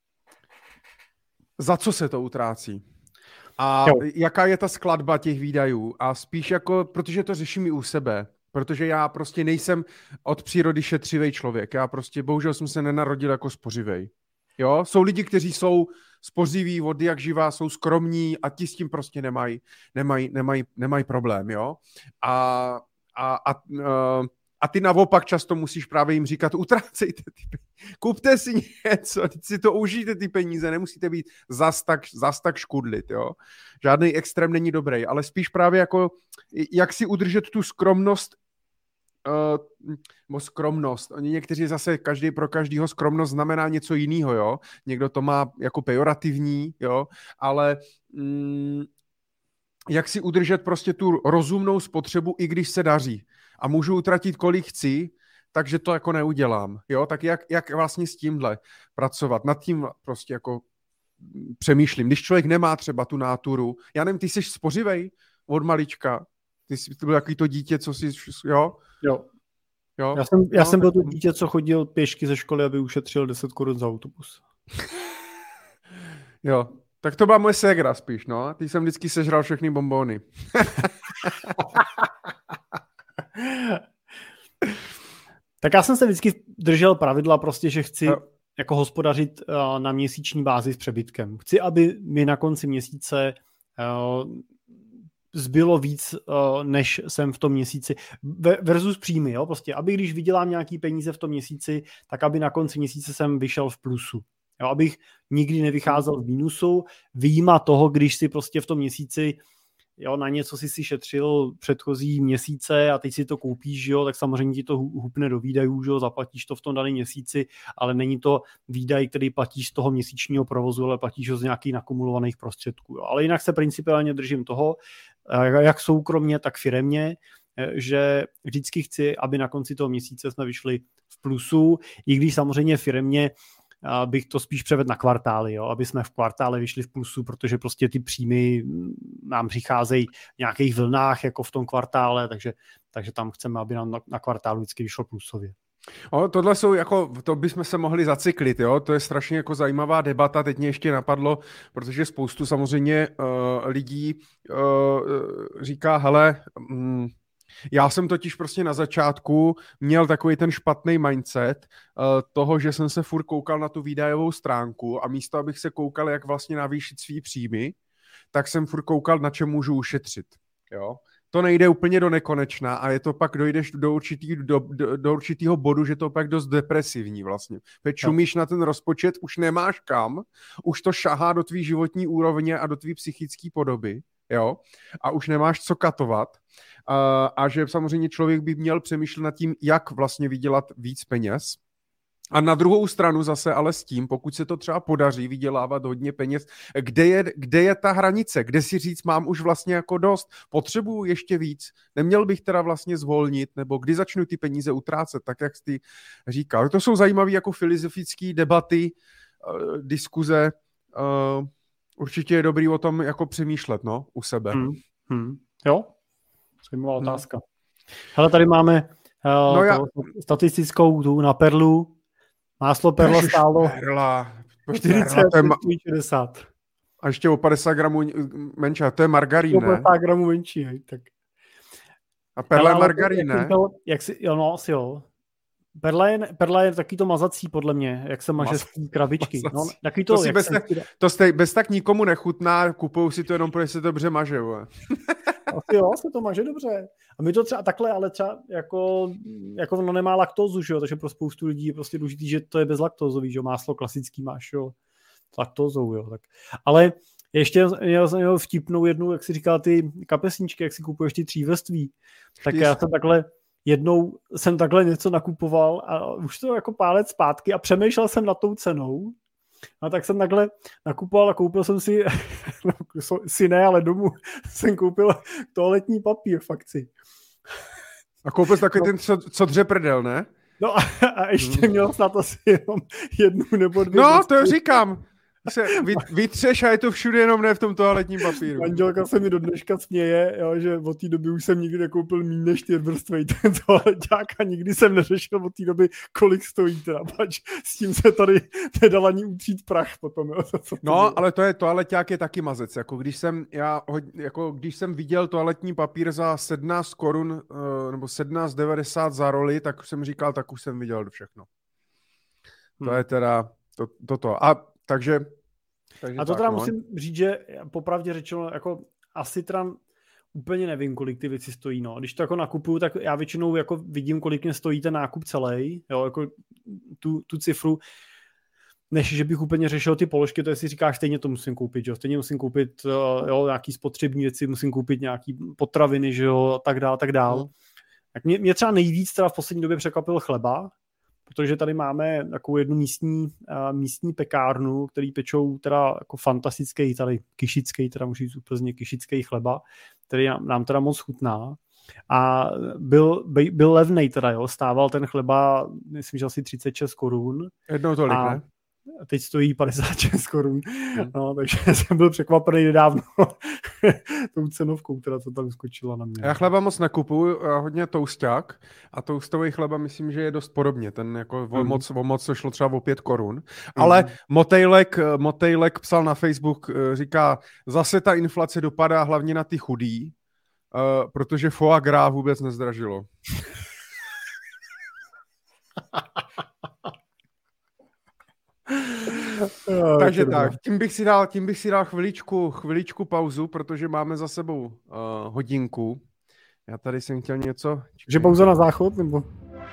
za co se to utrácí a jo. Jaká je ta skladba těch výdajů a spíš jako, protože to řeším i u sebe, protože já prostě nejsem od přírody šetřivej člověk, já prostě bohužel jsem se nenarodil jako spořivej. Jo, jsou lidi, kteří jsou spořiví, od jak živá, jsou skromní a ti s tím prostě nemají, nemají, nemají, nemají problém, jo. A, a, a, a ty naopak často musíš právě jim říkat, utrácejte ty peníze, kupte si něco, teď si to užijte ty peníze, nemusíte být zas tak, zas tak škudlit, jo. Žádný extrém není dobrý, ale spíš právě jako, jak si udržet tu skromnost, Uh, skromnost. Oni někteří zase, každý pro každýho skromnost znamená něco jiného, jo. Někdo to má jako pejorativní, jo, ale mm, jak si udržet prostě tu rozumnou spotřebu, i když se daří. A můžu utratit, kolik chci, takže to jako neudělám, jo. Tak jak, jak vlastně s tímhle pracovat? Nad tím prostě jako přemýšlím. Když člověk nemá třeba tu náturu, já nevím, ty jsi spořivej od malička, ty jsi byl takový to dítě, co jsi, jo? Jo. jo. Já jsem, já no, jsem byl to dítě, co chodil pěšky ze školy, aby ušetřil deset korun za autobus. Jo, tak to byla moje ségra spíš, no. Ty jsem vždycky sežral všechny bonbony. Tak já jsem se vždycky držel pravidla prostě, že chci no. jako hospodařit uh, na měsíční bázi s přebytkem. Chci, aby mi na konci měsíce uh, zbylo víc, uh, než jsem v tom měsíci. Versus příjmy, jo, prostě, aby když vydělám nějaký peníze v tom měsíci, tak aby na konci měsíce jsem vyšel v plusu. Jo, abych nikdy nevycházel v mínusu, vyjma toho, když si prostě v tom měsíci, jo, na něco si si šetřil předchozí měsíce a teď si to koupíš, jo, tak samozřejmě ti to hupne do výdajů, jo, zaplatíš to v tom daném měsíci, ale není to výdaj, který platíš z toho měsíčního provozu, ale platíš ho z nějakých nakumulovaných prostředků. Jo. Ale jinak se principiálně držím toho, jak soukromně, tak firemně, že vždycky chci, aby na konci toho měsíce jsme vyšli v plusu, i když samozřejmě firemně bych to spíš převedl na kvartály, jo, aby jsme v kvartále vyšli v plusu, protože prostě ty příjmy nám přicházejí v nějakých vlnách jako v tom kvartále, takže, takže tam chceme, aby nám na, na kvartálu vždycky vyšlo plusově. O, tohle jsou jako, to bychom se mohli zacyklit, jo, to je strašně jako zajímavá debata, teď mě ještě napadlo, protože spoustu samozřejmě uh, lidí uh, říká, hele, um, Já jsem totiž prostě na začátku měl takový ten špatný mindset uh, toho, že jsem se furt koukal na tu výdajovou stránku a místo, abych se koukal, jak vlastně navýšit svý příjmy, tak jsem furt koukal, na čem můžu ušetřit. Jo? To nejde úplně do nekonečna a je to pak dojdeš do, určitý, do, do, do určitýho bodu, že to pak dost depresivní vlastně. Teď čumíš na ten rozpočet, už nemáš kam, už to šahá do tvý životní úrovně a do tvý psychické podoby, jo, a už nemáš co katovat a, a že samozřejmě člověk by měl přemýšlet nad tím, jak vlastně vydělat víc peněz. A na druhou stranu zase ale s tím, pokud se to třeba podaří vydělávat hodně peněz, kde je, kde je ta hranice, kde si říct, mám už vlastně jako dost, potřebuju ještě víc, neměl bych teda vlastně zvolnit, nebo kdy začnu ty peníze utrácet, tak jak jsi říkal. To jsou zajímavé jako filozofické debaty, uh, diskuze, uh, určitě je dobrý o tom jako přemýšlet, no, u sebe. Hmm. Hmm. Jo, zajímavá otázka. Hmm. Hele, tady máme uh, no já... statistickou tu na Perlu. Máslo Perla stálo Perla. čtyřicet, šedesát. A ještě o padesát gramů menší, to je margarín, ne? O padesát gramů menší, hej, tak. A Perla je margarín, ne? Jak si, jo, no, asi jo. Perla je, perla je taky to mazací, podle mě, jak se maže z té krabičky. No, taky to, to, si bez, jsem... tak, to stej, bez tak nikomu nechutná, kupujou si to jenom, protože se to dobře maže. Asi jo, se to maže dobře. A my to třeba takhle, ale třeba jako, jako ono nemá laktózu, že jo, takže pro spoustu lidí je prostě důležitý, že to je bezlaktózový, že jo, máslo klasický máš, jo, s laktózou, jo, tak. Ale ještě měl jsem měl vtipnou jednu, jak si říkal, ty kapesníčky, jak si kupuješ ty třívrství, tak já jsem takhle jednou jsem takhle něco nakupoval a už to jako pár let zpátky a přemýšlel jsem nad tou cenou. A tak jsem takhle nakupoval a koupil jsem si, si ne, ale domů jsem koupil toaletní papír v akci. A koupil jsi takový no. ten, co, co dře prdel, ne? No a, a ještě měl snad asi jenom jednu nebo dvě. No, to říkám. Se vy, vytřeš a je to všude, jenom ne v tom toaletním papíru. Manželka se mi do dneška směje, jo, že od té doby už jsem nikdy nekoupil méně než čtyřvrstvej ten toaleťák a nikdy jsem neřešil od té doby, kolik stojí teda, pač s tím se tady nedal ani utřít prach potom. Jo, co, co no, bylo. Ale to je, toaleťák je taky mazec, jako když jsem, já, jako když jsem viděl toaletní papír za sedmnáct korun, nebo sedmnáct devadesát za roli, tak jsem říkal, tak už jsem viděl všechno. Hmm. To je teda to, toto. A takže, takže a to tak, teda no. musím říct, že popravdě řečeno, jako asi teda úplně nevím, kolik ty věci stojí, no. Když to jako nakupuju, tak já většinou jako vidím, kolik mě stojí ten nákup celý, jo, jako tu, tu cifru, než že bych úplně řešil ty položky, to je si říkáš, stejně to musím koupit, jo, stejně musím koupit, jo, nějaký spotřební věci, musím koupit nějaký potraviny, že jo, tak dál, tak dál. Hmm. Tak mě, mě třeba nejvíc teda v poslední době překvapil chleba, protože tady máme takovou jednu místní, uh, místní pekárnu, který pečou teda jako fantastický, tady kyšický, teda můžu říct úplně kyšický chleba, který nám, nám teda moc chutná. A byl, by, byl levnej teda, jo, stával ten chleba, myslím, že asi třicet šest korun. Jednou tolik, a ne? teď stojí padesát šest korun, hmm. no, takže jsem byl překvapený nedávno tou cenovkou, teda co tam skočila na mě. Já chleba moc nekupuju, já hodně tousták a toustový chleba myslím, že je dost podobně, ten jako hmm. o, moc, o moc to šlo třeba o pět korun, hmm. ale Motejlek, Motejlek psal na Facebook, říká, zase ta inflace dopadá hlavně na ty chudý, uh, protože foie gras vůbec nezdražilo. No, takže tak, tím bych si dal, tím bych si dal chviličku, chviličku pauzu, protože máme za sebou uh, hodinku. Já tady jsem chtěl něco... Že pauza na záchod, nebo?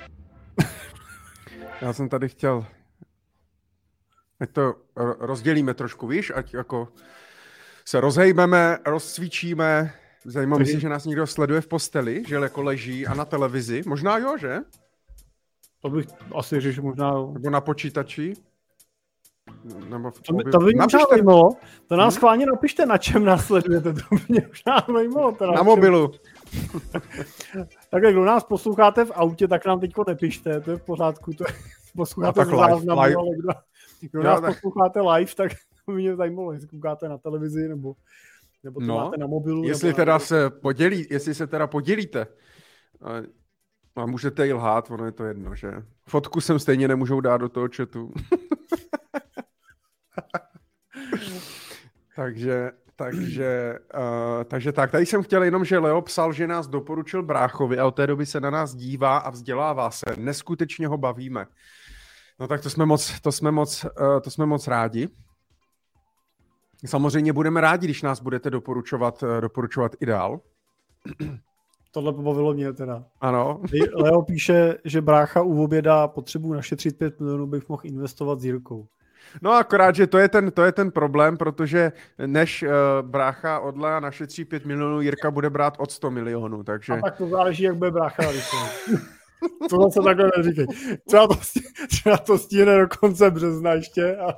Já jsem tady chtěl... Ať to rozdělíme trošku, víš? Ať jako se rozhejbeme, rozcvičíme. Zajímavé se, že nás někdo sleduje v posteli, že jako leží a na televizi. Možná jo, že? To bych asi řekl, možná jo. Nebo na počítači. Nebo v to, by, to by mě možná zajímalo. To nás hmm? chválně napište, na čem nás sledujete. To by mě možná zajímalo. Teda na mobilu. Tak kdo nás posloucháte v autě, tak nám teďko nepište. To je v pořádku. To je, posloucháte z záznamu, ale kdo, kdo nás tak... posloucháte live, tak to by mě zajímalo, jestli koukáte na televizi, nebo, nebo to no, máte na mobilu. Jestli teda na... se podělí, jestli se teda podělíte. A můžete i lhát, ono je to jedno, že? Fotku sem stejně nemůžou dát do toho chatu. takže, takže, uh, takže tak. Tady jsem chtěl jenom, že Leo psal, že nás doporučil bráchovi a od té doby se na nás dívá a vzdělává se. Neskutečně ho bavíme. No tak to jsme moc, to jsme moc, uh, to jsme moc rádi. Samozřejmě budeme rádi, když nás budete doporučovat, uh, doporučovat i dál. Tohle pobavilo mě teda. Ano. Leo píše, že brácha u oběda potřebuji našetřit pět milionů, bych mohl investovat s Jirkou. No akorát, že to je ten, to je ten problém, protože než uh, brácha od Lea našetří pět milionů, Jirka bude brát od sto milionů, takže... A tak to záleží, jak bude brácha naličovat. To zase takhle neříkej. Třeba to, třeba to stíhne do konce března ještě. A...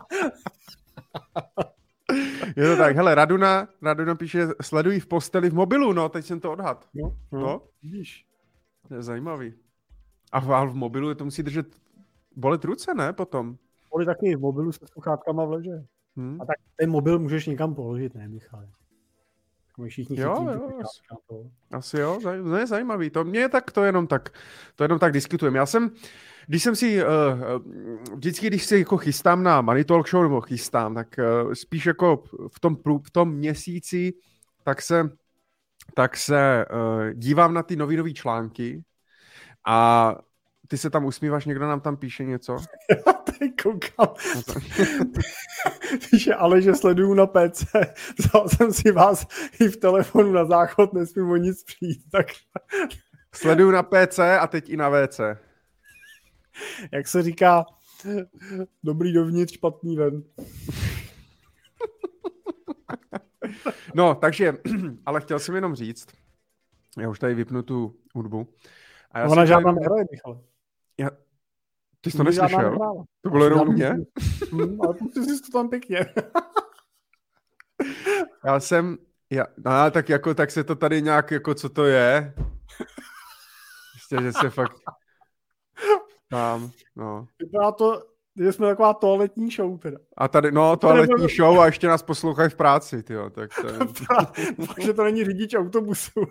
Je to tak, hele, Raduna, Raduna píše, sledují v posteli v mobilu, no, teď jsem to odhad. No, no, no. Vidíš. To je zajímavý. A v, v mobilu to musí držet bolet ruce, ne, potom? Oli taky v mobilu se sluchátkama vleže. Hmm. A tak ten mobil můžeš někam položit, ne, Michale? Všichni jo, chytí, jo, asi, asi jo, to je zajímavý. To mě tak, to jenom tak, to jenom tak diskutujeme. Já jsem, když jsem si, uh, vždycky, když si jako chystám na Money Talk Show, nebo chystám, tak uh, spíš jako v tom, v tom měsíci, tak se, tak se uh, dívám na ty novinové články a ty se tam usmíváš, někdo nám tam píše něco? Já tady koukám. Píše, ale že sleduju na P C. Vzal jsem si vás i v telefonu na záchod, nesmím o nic přijít. Tak... Sleduju na P C a teď i na V C. Jak se říká, dobrý dovnitř, špatný ven. No, takže, ale chtěl jsem jenom říct, já už tady vypnu tu hudbu. A já Ona žádná nehraje, Michale. Já... Ty jsi to neslyšel? To bylo jenom u mě? Hmm, ale ty jsi to tam pěkně. Já jsem, já, no, tak jako, tak se to tady nějak, jako co to je? Ještě, že se fakt tam, no. Vypadá to, že jsme taková toaletní show teda. A tady, no, toaletní show a ještě nás poslouchají v práci, tyjo, tak to je... Takže to není řidič autobusu.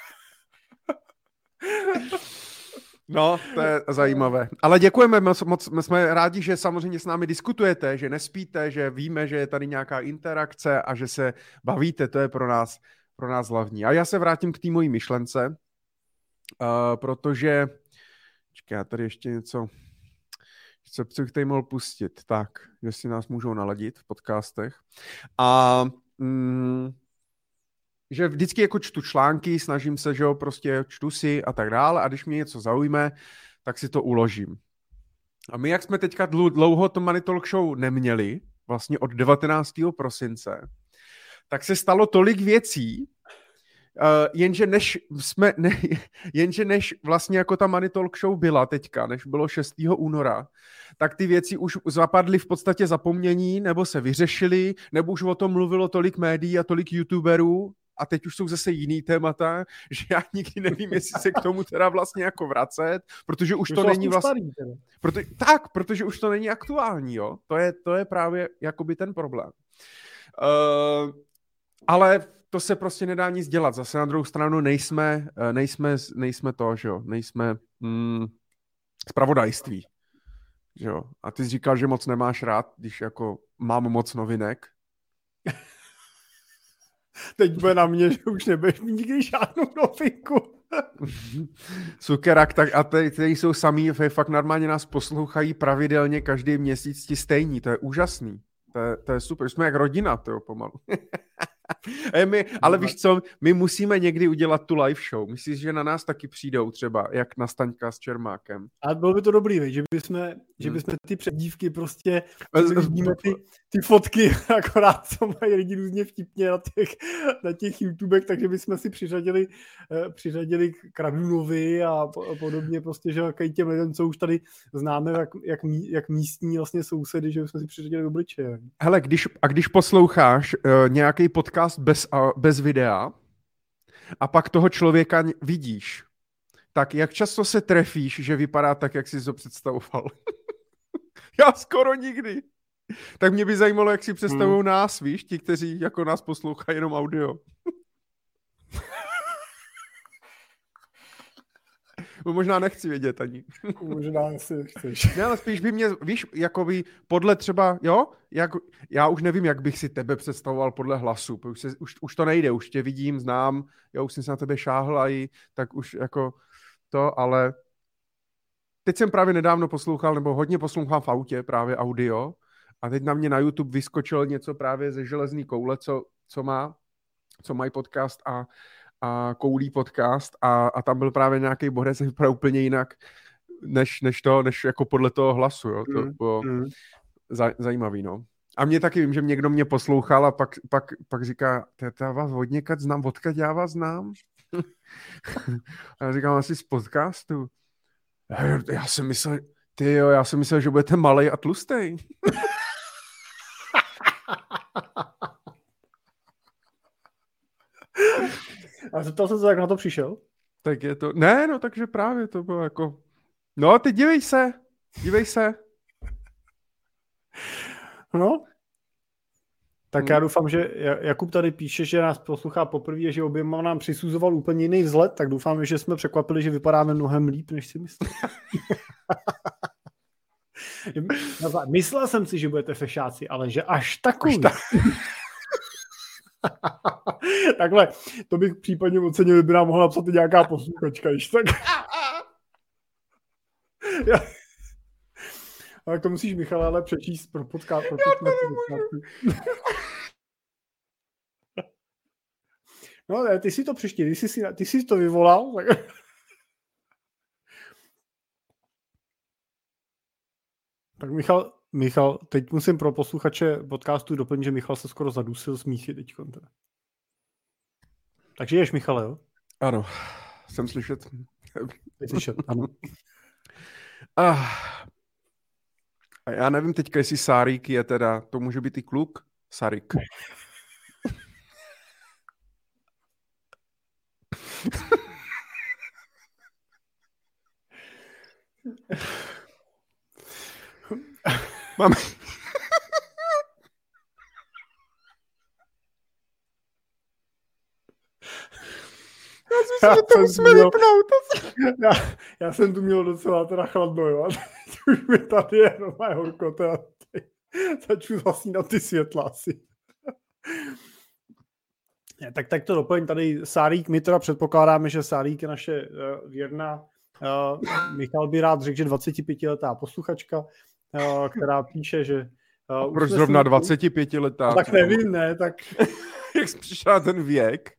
No, to je zajímavé. Ale děkujeme moc, moc, jsme rádi, že samozřejmě s námi diskutujete, že nespíte, že víme, že je tady nějaká interakce a že se bavíte, to je pro nás, pro nás hlavní. A já se vrátím k té mojí myšlence, uh, protože, čekaj, já tady ještě něco, co bych tady mohl pustit, tak, že si nás můžou naladit v podcastech. A... Mm, že vždycky jako čtu články, snažím se, že jo, prostě čtu si a tak dále a když mě něco zaujme, tak si to uložím. A my, jak jsme teďka dlouho to Money Talk Show neměli, vlastně od devatenáctého prosince, tak se stalo tolik věcí, uh, jenže než jsme, ne, jenže než vlastně jako ta Money Talk Show byla teďka, než bylo šestého února, tak ty věci už zapadly v podstatě zapomnění, nebo se vyřešily, nebo už o tom mluvilo tolik médií a tolik youtuberů, a teď už jsou zase jiný témata, že já nikdy nevím, jestli se k tomu teda vlastně jako vracet, protože už, už to není vlastně... Proto, tak, protože už to není aktuální, jo. To je, to je právě jakoby ten problém. Uh, ale to se prostě nedá nic dělat. Zase na druhou stranu nejsme, nejsme, nejsme to, že jo. Nejsme mm, zpravodajství. Že jo. A ty jsi říkal, že moc nemáš rád, když jako mám moc novinek. Teď bude na mě, že už nebudeš mít nikdy žádnou novinku. Cukerak, tak a ty, ty jsou samý, fakt normálně nás poslouchají pravidelně každý měsíc ti stejní, to je úžasný. To je, to je super, jsme jak rodina, to jo, pomalu. my, ale víš co, my musíme někdy udělat tu live show. Myslíš, že na nás taky přijdou třeba, jak na Staňka s Čermákem? A bylo by to dobrý, víc, že bychom, hmm. že bychom ty předdívky prostě, vidíme ty, ty fotky, akorát co mají lidi různě vtipně na těch, na těch YouTubech, takže bychom si přiřadili, přiřadili k Radunovi a podobně prostě, že jaký těm lidem, co už tady známe, jak, jak, jak místní vlastně sousedy, že bychom si přiřadili obličeje. Hele, když, a když posloucháš uh, nějaký podcast bez, uh, bez videa a pak toho člověka vidíš, tak jak často se trefíš, že vypadá tak, jak jsi to představoval? Já skoro nikdy. Tak mě by zajímalo, jak si představují hmm. nás, víš, ti, kteří jako nás poslouchají jenom audio. Možná nechci vědět ani. Možná si chceš. Ne, ale spíš by mě, víš, jakoby podle třeba, jo, jak, já už nevím, jak bych si tebe představoval podle hlasu, už, se, už, už to nejde, už tě vidím, znám, já už jsem se na tebe šáhl a i, tak už jako to, ale teď jsem právě nedávno poslouchal, nebo hodně poslouchám v autě, právě audio, a teď na mě na YouTube vyskočilo něco právě ze Železný koule, co, co má, co mají podcast a, a Koulí podcast a, a tam byl právě nějaký borec, vypadal úplně jinak, než, než to, než jako podle toho hlasu, jo. To bylo mm. zaj, zajímavý, no. A mě taky vím, že někdo mě poslouchal a pak, pak, pak říká, já vás hodněkat znám, odkud já vás znám? A já říkám, asi z podcastu. Já, já jsem myslel, ty jo, já jsem myslel, že budete malej a tlustej. A zeptal jsem se, jak na to přišel? Tak je to, ne, no takže právě to bylo jako, no ty dívej se, dívej se. No, tak hmm. já doufám, že Jakub tady píše, že nás poslouchá poprvé, že oběma nám přisuzoval úplně jiný vzhled, tak doufám, že jsme překvapili, že vypadáme mnohem líp, než si myslel. Myslel jsem si, že budete fešáci, ale že až takový. Až ta... Takhle, to bych případně ocenil, kdyby nám mohla napsat i nějaká posluchačka, již tak. Já... Ale to musíš, Michale, ale přečíst pro podcast. Pro no, ty si to přišti, ty jsi, ty jsi to vyvolal. Tak... tak Michal, Michal, teď musím pro posluchače podcastu doplnit, že Michal se skoro zadusil smíchy teďko. Takže ješ, Michale, jo? Ano, jsem slyšet. Jsi slyšet, ano. Ah. A já nevím teďka, jestli Sárik je teda, to může být i kluk? Sárik. Máme... Já jsem si, že to musíme měl... vypnout. Já, já jsem tu měl docela teda chladno, jo. Teď už mi tady je normálně horko, teda začnu zasínat ty světla asi. tak, tak to doplň tady Sárík, my teda předpokládáme, že Sárík je naše uh, věrná, uh, Michal by rád řekl, že dvacetipětiletá posluchačka, uh, která píše, že... Uh, proč zrovna dvacetipětiletá? Tak nevím, ne, tak... Jak jsi přišel na ten věk?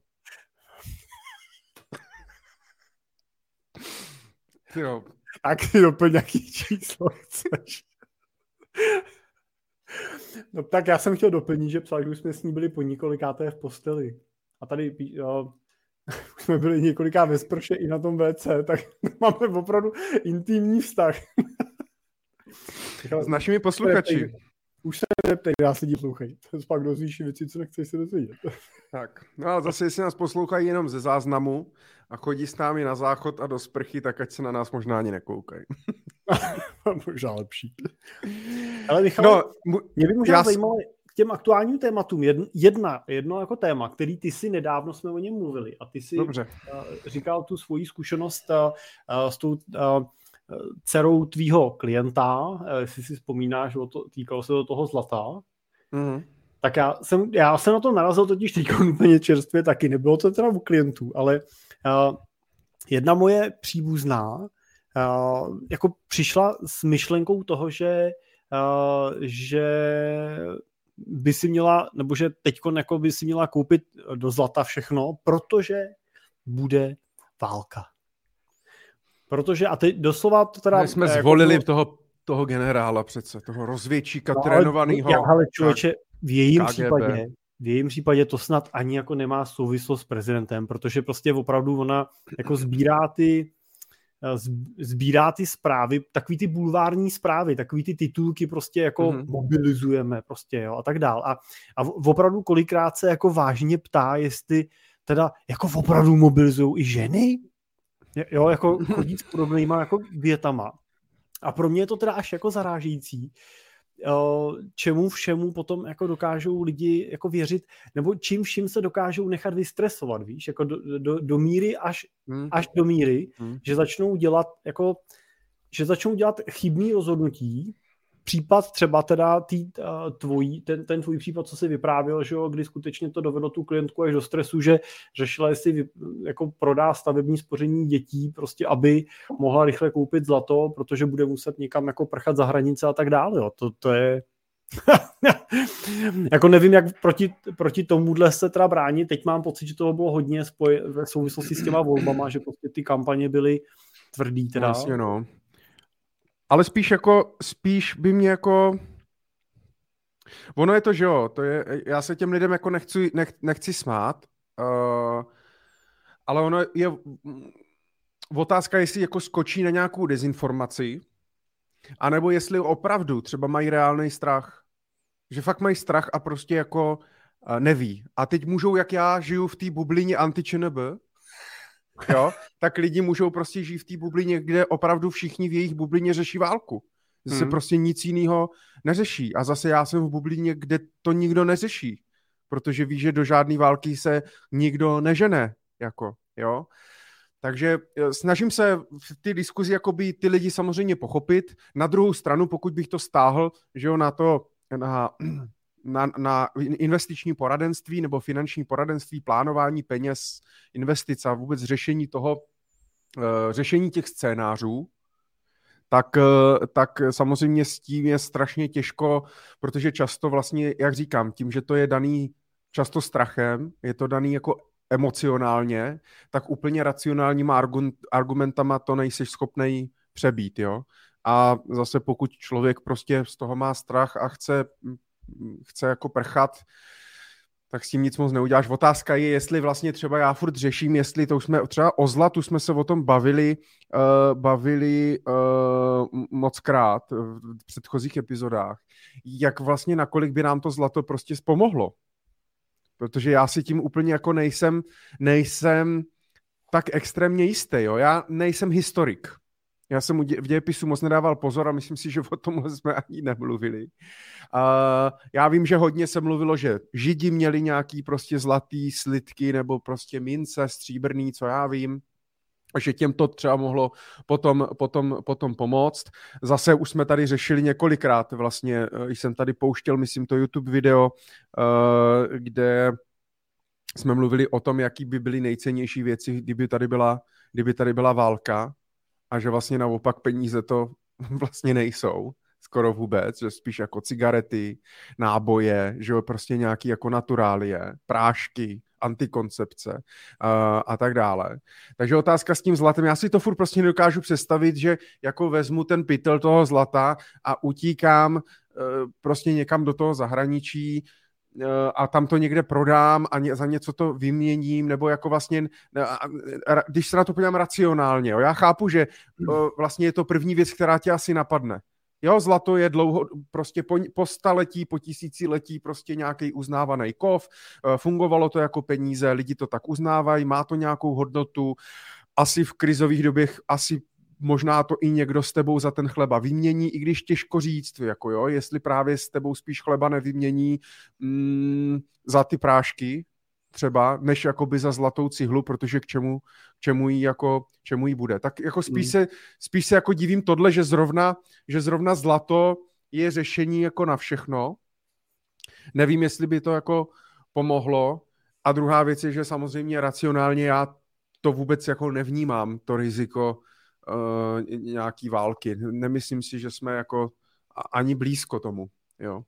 Jo. Tak si doplň nějaký číslo chceš. No tak já jsem chtěl doplnit, že psal, že už jsme s ní byli po několikáté v posteli. A tady jo, už jsme byli několiká ve sprše i na tom vé cé, tak máme opravdu intimní vztah. S našimi posluchači. Už se neptej, já se poslouchají. To pak dozvíš věci, co nechceš se dozvědět. Tak, no a zase, jestli nás poslouchají jenom ze záznamu a chodí s námi na záchod a do sprchy, tak ať se na nás možná ani nekoukají. Možná lepší. Ale Michal, no, mě by možná já... zajímalo k těm aktuálním tématům. Jedna, jedno jako téma, který ty si nedávno jsme o něm mluvili a ty si Dobře. říkal tu svoji zkušenost s tou dcerou tvýho klienta, jestli si vzpomínáš, to, týkalo se do toho zlata, mm-hmm. tak já jsem, já jsem na to narazil totiž teď úplně čerstvě taky, nebylo to teda u klientů, ale uh, jedna moje příbuzná uh, jako přišla s myšlenkou toho, že, uh, že by si měla, nebo že teďkon jako by si měla koupit do zlata všechno, protože bude válka. Protože, a teď doslova to teda... My jsme jako zvolili to, toho, toho generála přece, toho rozvědčíka no, trénovanýho. Já, ale člověče, v jejím případě, v jejím případě to snad ani jako nemá souvislost s prezidentem, protože prostě opravdu ona jako sbírá ty, sbírá ty zprávy, takový ty bulvární zprávy, takový ty titulky prostě jako mm-hmm. mobilizujeme prostě, jo, a tak dál. A, a opravdu kolikrát se jako vážně ptá, jestli teda jako opravdu mobilizujou i ženy? Jo, jako chodit s podobnýma jako větama. A pro mě je to teda až jako zarážející, čemu všemu potom jako dokážou lidi jako věřit, nebo čím vším se dokážou nechat vystresovat, víš, jako do, do, do míry až, hmm. až do míry, hmm. že začnou dělat jako, že začnou dělat chybný rozhodnutí. Případ třeba teda tý, tvojí, ten, ten tvůj případ, co jsi vyprávěl, že jo, kdy skutečně to dovedlo tu klientku až do stresu, že řešila, jestli vy, jako prodá stavební spoření dětí, prostě aby mohla rychle koupit zlato, protože bude muset někam jako prchat za hranice a tak dále. Jo. To, to je... jako nevím, jak proti, proti tomuhle se teda bránit. Teď mám pocit, že toho bylo hodně spoje, v souvislosti s těma volbama, že prostě ty kampaně byly tvrdý. Teda. Vlastně no. Ale spíš jako, spíš by mě jako, ono je to, že jo, to je, já se těm lidem jako nechci, nech, nechci smát, uh, ale ono je otázka, jestli jako skočí na nějakou dezinformaci, anebo jestli opravdu třeba mají reálný strach, že fakt mají strach a prostě jako uh, neví. A teď můžou, jak já žiju v té bublině anti-ČNB, jo, tak lidi můžou prostě žít v té bublině, kde opravdu všichni v jejich bublině řeší válku. Zase hmm. prostě nic jiného neřeší. A zase já jsem v bublině, kde to nikdo neřeší. Protože ví, že do žádné války se nikdo nežene. Jako, jo. Takže snažím se v té diskuzi jakoby ty lidi samozřejmě pochopit. Na druhou stranu, pokud bych to stáhl, že jo, na to, na... Na, na investiční poradenství nebo finanční poradenství, plánování peněz, investic a vůbec řešení toho, řešení těch scénářů, tak, tak samozřejmě s tím je strašně těžko, protože často vlastně, jak říkám, tím, že to je daný často strachem, je to daný jako emocionálně, tak úplně racionálníma argumentama to nejseš schopnej přebít, jo. A zase pokud člověk prostě z toho má strach a chce chce jako prchat, tak s tím nic moc neuděláš. Otázka je, jestli vlastně třeba já furt řeším, jestli to už jsme, třeba o zlatu jsme se o tom bavili, uh, bavili uh, mockrát v předchozích epizodách, jak vlastně nakolik by nám to zlato prostě pomohlo. Protože já si tím úplně jako nejsem, nejsem tak extrémně jistý, jo. Já nejsem historik. Já jsem v dějepisu moc nedával pozor a myslím si, že o tom jsme ani nemluvili. Uh, já vím, že hodně se mluvilo, že Židi měli nějaký prostě zlatý slitky nebo prostě mince, stříbrný, co já vím, že těm to třeba mohlo potom, potom, potom pomoct. Zase už jsme tady řešili několikrát vlastně, jsem tady pouštěl, myslím, to YouTube video, uh, kde jsme mluvili o tom, jaký by byly nejcennější věci, kdyby tady byla, kdyby tady byla válka. A že vlastně naopak peníze to vlastně nejsou skoro vůbec, že spíš jako cigarety, náboje, že jo, prostě nějaký jako naturálie, prášky, antikoncepce uh, a tak dále. Takže otázka s tím zlatem, já si to furt prostě nedokážu představit, že jako vezmu ten pytel toho zlata a utíkám uh, prostě někam do toho zahraničí a tam to někde prodám a ně, za něco to vyměním, nebo jako vlastně, když se na to podívám racionálně, jo, já chápu, že o, vlastně je to první věc, která tě asi napadne. Jo, zlato je dlouho, prostě po, po staletí, po tisíciletí prostě nějaký uznávaný kov, fungovalo to jako peníze, lidi to tak uznávají, má to nějakou hodnotu, asi v krizových dobách, asi možná to i někdo s tebou za ten chleba vymění, i když těžko říct, jako jo, jestli právě s tebou spíš chleba nevymění mm, za ty prášky třeba, než jakoby za zlatou cihlu, protože k čemu, k čemu jí jako, čemu jí bude. Tak jako spíš, mm. se, spíš se jako divím tohle, že zrovna, že zrovna zlato je řešení jako na všechno. Nevím, jestli by to jako pomohlo. A druhá věc je, že samozřejmě racionálně já to vůbec jako nevnímám, to riziko Uh, nějaký války. Nemyslím si, že jsme jako ani blízko tomu. Jo.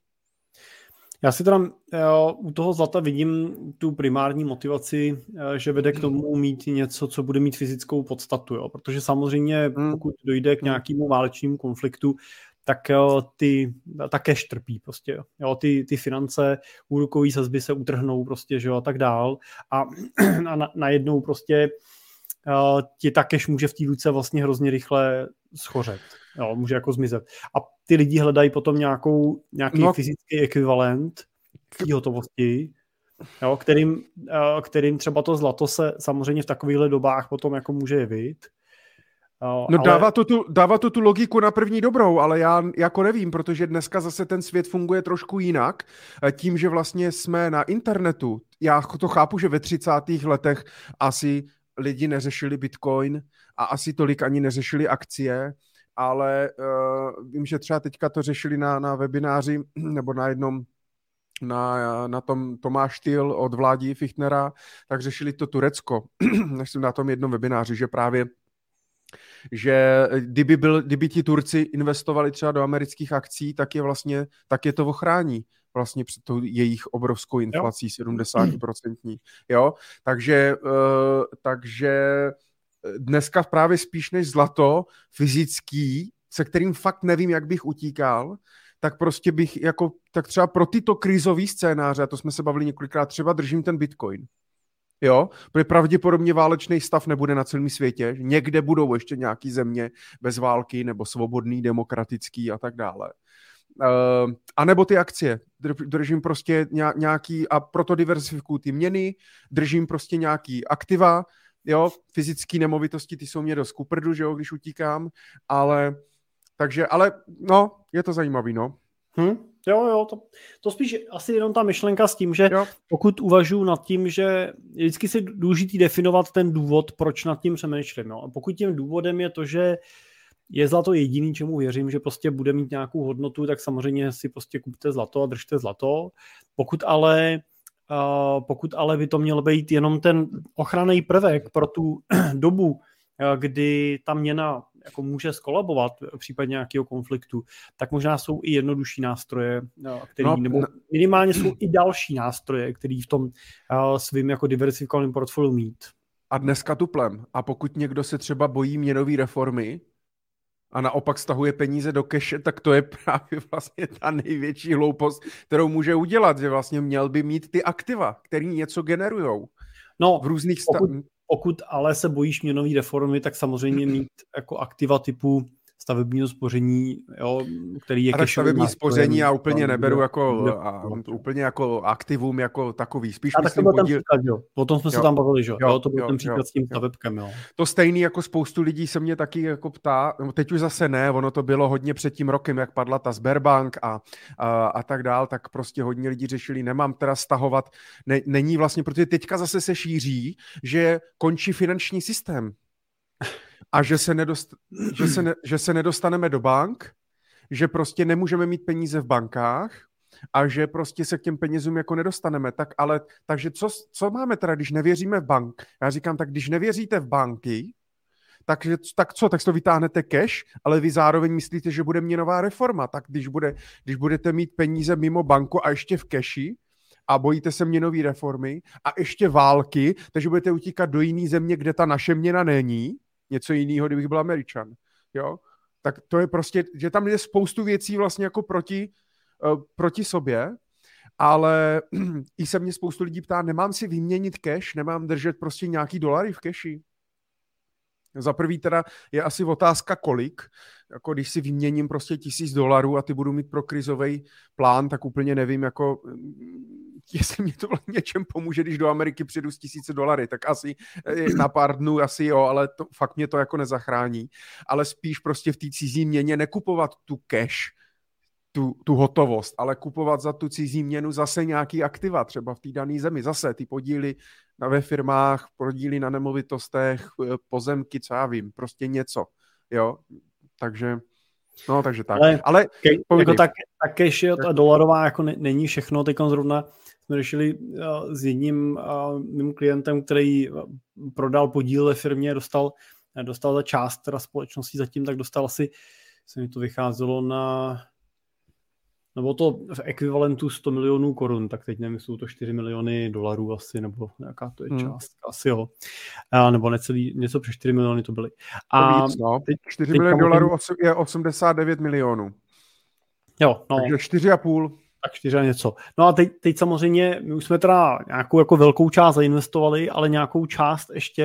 Já si teda jo, u toho zlata vidím tu primární motivaci, že vede k tomu mít něco, co bude mít fyzickou podstatu. Jo. Protože samozřejmě, hmm. pokud dojde k nějakému válečnému konfliktu, tak jo, ty, ta cash trpí prostě. Jo. Ty, ty finance, úrokový sazby se utrhnou prostě, že jo, a tak dál. A, a na, najednou prostě Uh, ti ta cash může v té ruce vlastně hrozně rychle schořet. Jo, může jako zmizet. A ty lidi hledají potom nějakou, nějaký no. fyzický ekvivalent té hotovosti, jo, kterým, uh, kterým třeba to zlato se samozřejmě v takovýchhle dobách potom jako může jevit. No ale... dává, to tu, dává to tu logiku na první dobrou, ale já jako nevím, protože dneska zase ten svět funguje trošku jinak. Tím, že vlastně jsme na internetu, já to chápu, že ve třicátých letech asi lidi neřešili Bitcoin a asi tolik ani neřešili akcie, ale uh, vím, že třeba teďka to řešili na, na webináři nebo na jednom na, na tom Tomáš Tyl od Vládi Fichtnera, tak řešili to Turecko, než jsem na tom jednom webináři, že právě že kdyby, byl, kdyby ti Turci investovali třeba do amerických akcí, tak je vlastně, tak je to ochrání vlastně před tou jejich obrovskou inflací sedmdesát procent. Jo, takže, uh, takže dneska právě spíš než zlato fyzický, se kterým fakt nevím, jak bych utíkal, tak prostě bych jako, tak třeba pro tyto krizový scénáře, a to jsme se bavili několikrát, třeba držím ten Bitcoin. Jo, protože pravděpodobně válečný stav nebude na celém světě. Někde budou ještě nějaký země bez války nebo svobodný, demokratický a tak dále. Uh, a nebo ty akcie. Držím prostě nějaký, a proto diversifikuju ty měny, držím prostě nějaký aktiva, jo, fyzické nemovitosti, ty jsou mě dost ku prdu, že jo, když utíkám, ale, takže, ale, no, je to zajímavý, no. Hm? Jo, jo, to, to spíš asi jenom ta myšlenka s tím, že jo. Pokud uvažuji nad tím, že vždycky si důležitý definovat ten důvod, proč nad tím přemýšlím. Jo. A pokud tím důvodem je to, že je zlato jediný, čemu věřím, že prostě bude mít nějakou hodnotu, tak samozřejmě si prostě kupte zlato a držte zlato. Pokud ale, uh, pokud ale by to mělo být jenom ten ochranný prvek pro tu dobu, uh, kdy ta měna jako může skolabovat v případě nějakého konfliktu, tak možná jsou i jednodušší nástroje, který, no, nebo minimálně jsou i další nástroje, který v tom uh, svým jako diversifikovaném portfoliu mít. A dneska tuplem. A pokud někdo se třeba bojí měnové reformy a naopak stahuje peníze do keše, tak to je právě vlastně ta největší hloupost, kterou může udělat, že vlastně měl by mít ty aktiva, který něco generujou. No, v různých pokud, pokud ale se bojíš měnové reformy, tak samozřejmě mít jako aktiva typu stavebního spoření, jo, který je a stavební spoření já úplně neberu bude, jako, bude, a, úplně jako aktivum, jako takový. Spíš a myslím, tak to byl podíl... ten příklad, jo. O tom jsme jo. se tam bavili, že? Jo, to byl jo, ten příklad jo, s tím jo. stavebkem, jo. To stejný jako spoustu lidí se mě taky jako ptá, teď už zase ne, ono to bylo hodně před tím rokem, jak padla ta Sberbank a, a, a tak dál, tak prostě hodně lidí řešili, nemám teda stahovat, ne, není vlastně, protože teďka zase se šíří, že končí finanční systém. A že se, nedost, že, se ne, že se nedostaneme do bank, že prostě nemůžeme mít peníze v bankách a že prostě se k těm penězům jako nedostaneme. Tak ale, takže co, co máme teda, když nevěříme v bank? Já říkám, tak když nevěříte v banky, tak, tak co, tak to vytáhnete cash, ale vy zároveň myslíte, že bude měnová reforma. Tak když, bude, když budete mít peníze mimo banku a ještě v cashi, a bojíte se měnové reformy a ještě války, takže budete utíkat do jiné země, kde ta naše měna není, něco jiného, kdybych byl Američan, jo, tak to je prostě, že tam je spoustu věcí vlastně jako proti, uh, proti sobě, ale i se mě spoustu lidí ptá, nemám si vyměnit cash, nemám držet prostě nějaký dolary v cashi. Za prvý teda je asi otázka kolik, jako když si vyměním prostě tisíc dolarů a ty budu mít pro krizový plán, tak úplně nevím, jako jestli mě to něčem pomůže, když do Ameriky přijedu s tisíce dolary, tak asi na pár dnů asi jo, ale to, fakt mě to jako nezachrání. Ale spíš prostě v té cizí měně nekupovat tu cash, tu, tu hotovost, ale kupovat za tu cizí měnu zase nějaký aktiva, třeba v té dané zemi, zase ty podíly ve firmách, podíly na nemovitostech, pozemky, co já vím, prostě něco, jo, takže, no, takže tak. Ale, ale ke, jako tak, tak cash, ta dolarová jako ne, není všechno, teď zrovna jsme řešili uh, s jedním uh, mým klientem, který prodal podíl ve firmě, dostal, dostal za část teda společností zatím, tak dostal asi, se mi to vycházelo na nebo to v ekvivalentu sto milionů korun, tak teď nevím, jsou to čtyři miliony dolarů asi, nebo nějaká to je část, hmm. asi jo. A, nebo necelý, něco přes čtyři miliony to byly. A víc, no. teď, čtyři miliony dolarů je osmdesát devět milionů. Jo, no. Takže čtyři a půl. Tak čtyři a něco. No a teď, teď samozřejmě, my už jsme teda nějakou jako velkou část zainvestovali, ale nějakou část ještě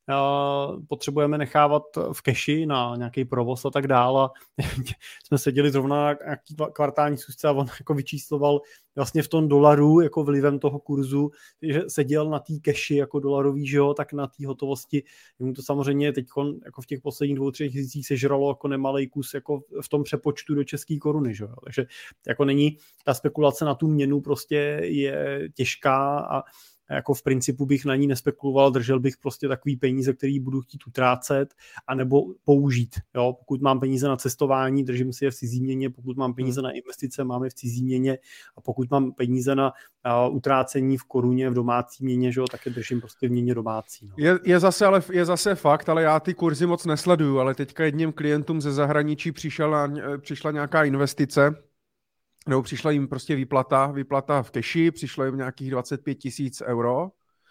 potřebujeme nechávat v keši na nějaký provoz a tak dále. Jsme seděli zrovna na nějaký kvartální schůzce a on jako vyčísloval vlastně v tom dolaru, jako vlivem toho kurzu, že seděl na té keši jako dolarový, že jo, tak na té hotovosti. Mu to samozřejmě teď jako v těch posledních dvou, třech měsících sežralo jako nemalej kus jako v tom přepočtu do české koruny, že jo. Takže jako není, ta spekulace na tu měnu prostě je těžká a jako v principu bych na ní nespekuloval, držel bych prostě takový peníze, který budu chtít utrácet, anebo použít. Jo? Pokud mám peníze na cestování, držím si je v cizí měně, pokud mám peníze na investice, máme v cizí měně a pokud mám peníze na uh, utrácení v koruně, v domácí měně, že jo, tak je držím prostě v měně domácí. No. Je, je, zase, ale, je zase fakt, ale já ty kurzy moc nesleduju, ale teďka jedním klientům ze zahraničí přišla, přišla nějaká investice, nebo přišla jim prostě výplata, výplata v keši, přišlo jim nějakých dvacet pět tisíc euro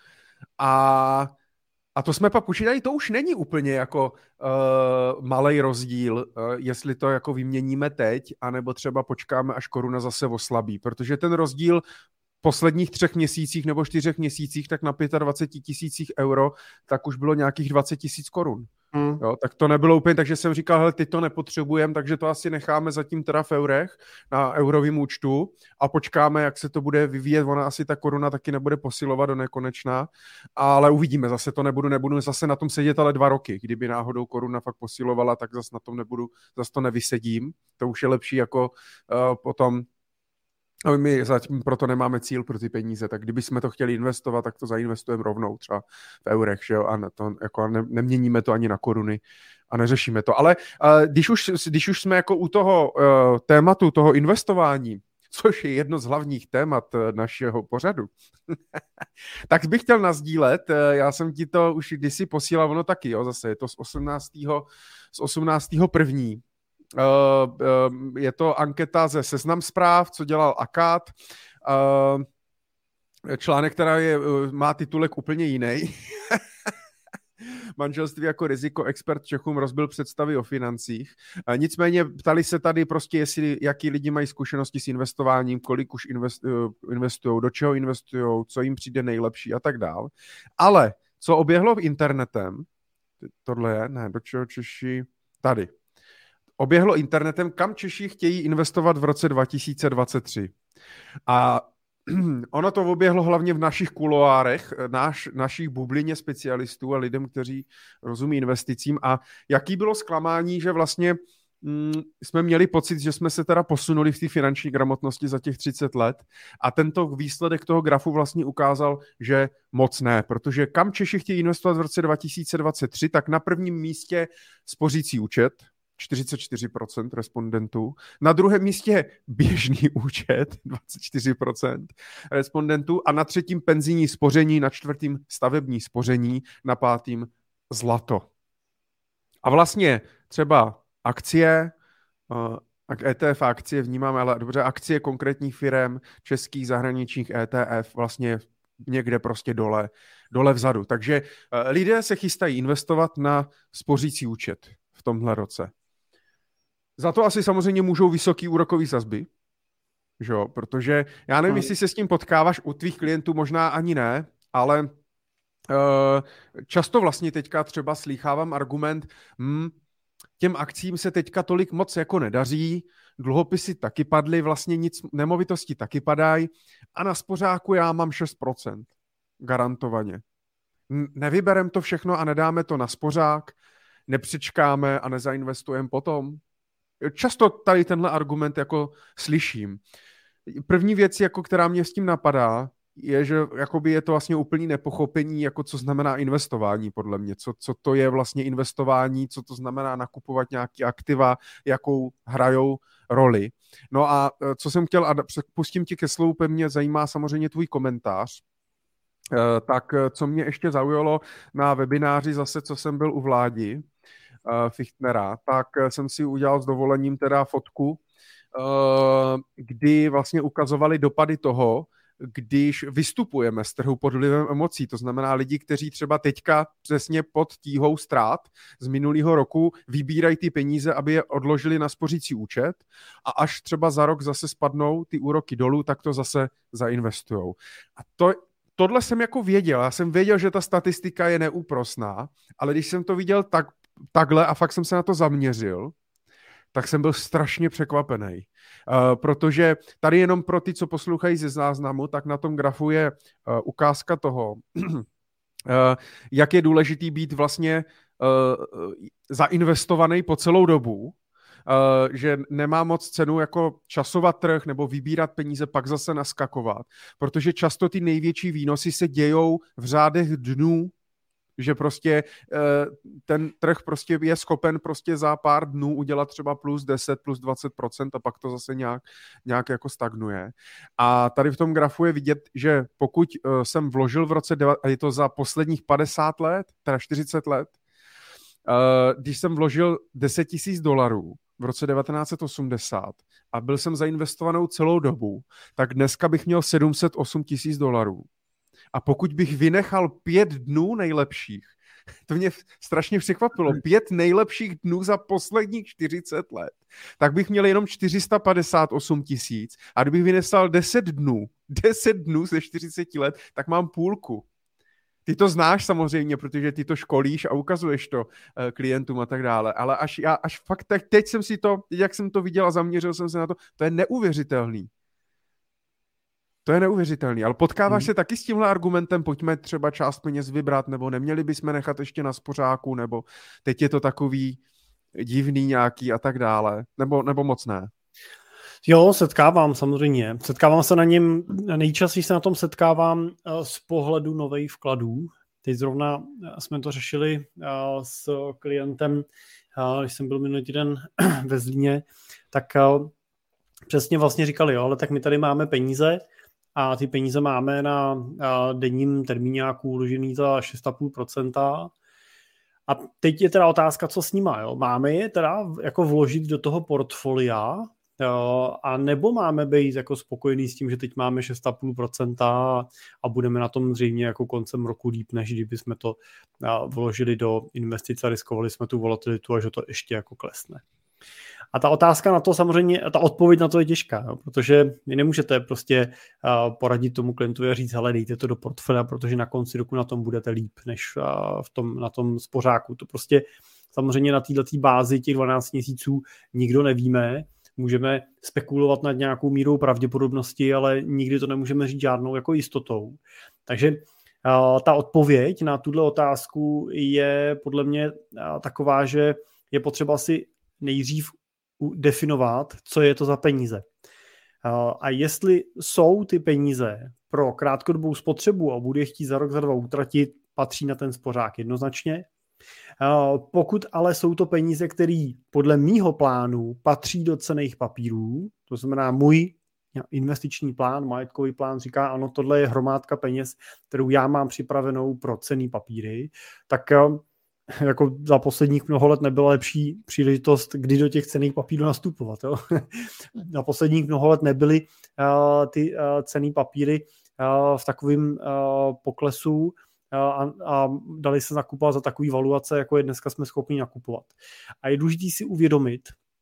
a, a to jsme pak počítali, to už není úplně jako uh, malej rozdíl, uh, jestli to jako vyměníme teď, anebo třeba počkáme, až koruna zase oslabí, protože ten rozdíl v posledních třech měsících nebo čtyřech měsících, tak na dvacet pět tisících euro, tak už bylo nějakých dvacet tisíc korun. Hmm. Jo, tak to nebylo úplně, takže jsem říkal, hele, ty to nepotřebujeme, takže to asi necháme zatím teda v eurech na eurovém účtu a počkáme, jak se to bude vyvíjet. Ona asi ta koruna taky nebude posilovat do nekonečna, ale uvidíme, zase to nebudu, nebudu zase na tom sedět ale dva roky. Kdyby náhodou koruna fakt posilovala, tak zase na tom nebudu, zase to nevysedím. To už je lepší jako uh, potom. A my zatím proto nemáme cíl pro ty peníze, tak kdyby jsme to chtěli investovat, tak to zainvestujeme rovnou třeba v eurech, že jo, a ne, to, jako ne, neměníme to ani na koruny a neřešíme to. Ale uh, když, už, když už jsme jako u toho uh, tématu, toho investování, což je jedno z hlavních témat uh, našeho pořadu, tak bych chtěl nasdílet, uh, já jsem ti to už kdysi posílal, ono taky, jo, zase je to z osmnáctého z osmnáctého první Uh, uh, je to anketa ze Seznam Zpráv, co dělal Akad. Uh, článek, která je, uh, má titulek úplně jiný. Manželství jako riziko, expert Čechům rozbil představy o financích. Uh, nicméně ptali se tady prostě, jestli, jaký lidi mají zkušenosti s investováním, kolik už invest, uh, investují, do čeho investují, co jim přijde nejlepší a tak dál. Ale co oběhlo internetem, tohle je, ne, do čeho Češi, tady. Oběhlo internetem, kam Češi chtějí investovat v roce dva tisíce dvacet tři. A ono to oběhlo hlavně v našich kuloárech, naš, našich bublině specialistů a lidem, kteří rozumí investicím. A jaký bylo zklamání, že vlastně mm, jsme měli pocit, že jsme se teda posunuli v té finanční gramotnosti za těch třicet let. A tento výsledek toho grafu vlastně ukázal, že moc ne, protože kam Češi chtějí investovat v roce dva tisíce dvacet tři, tak na prvním místě spořící účet, čtyřicet čtyři procent respondentů. Na druhém místě běžný účet, dvacet čtyři procent respondentů. A na třetím penzijní spoření, na čtvrtým stavební spoření, na pátým zlato. A vlastně třeba akcie, E T F akcie vnímáme, ale dobře, akcie konkrétních firem, českých, zahraničních E T F vlastně někde prostě dole, dole vzadu. Takže lidé se chystají investovat na spořící účet v tomhle roce. Za to asi samozřejmě můžou vysoký úrokový sazby, že jo? Protože já nevím, jestli se s tím potkáváš u tvých klientů, možná ani ne, ale uh, často vlastně teďka třeba slýchávám argument, hm, těm akcím se teďka tolik moc jako nedaří, dluhopisy taky padly, vlastně nic, nemovitosti taky padají a na spořáku já mám šest procent garantovaně. Nevybereme to všechno a nedáme to na spořák, nepřečkáme a nezainvestujeme potom. Často tady tenhle argument jako slyším. První věc, jako která mě s tím napadá, je, že jakoby je to vlastně úplný nepochopení, jako co znamená investování podle mě. Co, co to je vlastně investování, co to znamená nakupovat nějaký aktiva, jakou hrajou roli. No a co jsem chtěl, a pustím ti ke slovu, mě zajímá samozřejmě tvůj komentář. Tak co mě ještě zaujalo na webináři zase, co jsem byl u Vládi Fichtnera, tak jsem si udělal s dovolením teda fotku, kdy vlastně ukazovali dopady toho, když vystupujeme z trhu pod vlivem emocí. To znamená lidi, kteří třeba teďka přesně pod tíhou ztrát z minulého roku vybírají ty peníze, aby je odložili na spořící účet a až třeba za rok zase spadnou ty úroky dolů, tak to zase zainvestujou. A to tohle jsem jako věděl. Já jsem věděl, že ta statistika je neúprosná, ale když jsem to viděl tak, takhle a fakt jsem se na to zaměřil, tak jsem byl strašně překvapený. Uh, protože tady jenom pro ty, co poslouchají ze záznamu, tak na tom grafu je uh, ukázka toho, uh, jak je důležitý být vlastně uh, zainvestovaný po celou dobu, Uh, že nemá moc cenu jako časovat trh nebo vybírat peníze, pak zase naskakovat, protože často ty největší výnosy se dějou v řádech dnů, že prostě uh, ten trh prostě je schopen prostě za pár dnů udělat třeba plus deset, plus dvacet procent a pak to zase nějak, nějak jako stagnuje. A tady v tom grafu je vidět, že pokud uh, jsem vložil v roce, a je to za posledních padesát let, teda čtyřicet let, uh, když jsem vložil deset tisíc dolarů v roce devatenáct set osmdesát a byl jsem zainvestovanou celou dobu, tak dneska bych měl sedm set osm tisíc dolarů. A pokud bych vynechal pět dnů nejlepších, to mě strašně překvapilo, pět nejlepších dnů za posledních čtyřicet let, tak bych měl jenom čtyři sta padesát osm tisíc a kdybych vynesal deset dnů, deset dnů ze čtyřiceti let, tak mám půlku. Ty to znáš samozřejmě, protože ty to školíš a ukazuješ to uh, klientům a tak dále, ale až, já, až fakt teď, teď jsem si to, teď jak jsem to viděl a zaměřil jsem se na to, to je neuvěřitelný. To je neuvěřitelný, ale potkáváš hmm. se taky s tímhle argumentem, pojďme třeba část peněz vybrat, nebo neměli bychom nechat ještě na spořáku, nebo teď je to takový divný nějaký a tak dále, nebo, nebo moc ne. Jo, setkávám samozřejmě. Setkávám se na něm, nejčastěji se na tom setkávám z pohledu nových vkladů. Teď zrovna jsme to řešili s klientem, když jsem byl minulý týden ve Zlíně, tak přesně vlastně říkali, jo, ale tak my tady máme peníze a ty peníze máme na denním termíňáku uložený za šest celá pět procenta. A teď je teda otázka, co s nima, jo? Máme je teda jako vložit do toho portfolia, jo, a nebo máme být jako spokojený s tím, že teď máme šest celá pět procenta a budeme na tom zřejmě jako koncem roku líp, než kdyby jsme to vložili do investice a riskovali jsme tu volatilitu a že to ještě jako klesne. A ta otázka na to samozřejmě, ta odpověď na to je těžká, jo, protože vy nemůžete prostě uh, poradit tomu klientovi a říct, hele, dejte to do portfolia, protože na konci roku na tom budete líp, než uh, v tom, na tom spořáku. To prostě samozřejmě na této bázi těch dvanáct měsíců nikdo nevíme, můžeme spekulovat nad nějakou mírou pravděpodobnosti, ale nikdy to nemůžeme říct žádnou jako jistotou. Takže uh, ta odpověď na tuto otázku je podle mě uh, taková, že je potřeba si nejdřív definovat, co je to za peníze. A jestli jsou ty peníze pro krátkodobou spotřebu a bude je chtít za rok, za dva utratit, patří na ten spořák jednoznačně. Pokud ale jsou to peníze, které podle mýho plánu patří do cenných papírů, to znamená můj investiční plán, majetkový plán říká, ano, tohle je hromádka peněz, kterou já mám připravenou pro cenné papíry, tak jako za posledních mnoho let nebyla lepší příležitost, kdy do těch cenných papírů nastupovat. Jo? Na posledních mnoho let nebyly uh, ty uh, cenné papíry uh, v takovém uh, poklesu uh, a, a dali se nakupovat za takový valuace, jako je dneska jsme schopni nakupovat. A je důležité si uvědomit,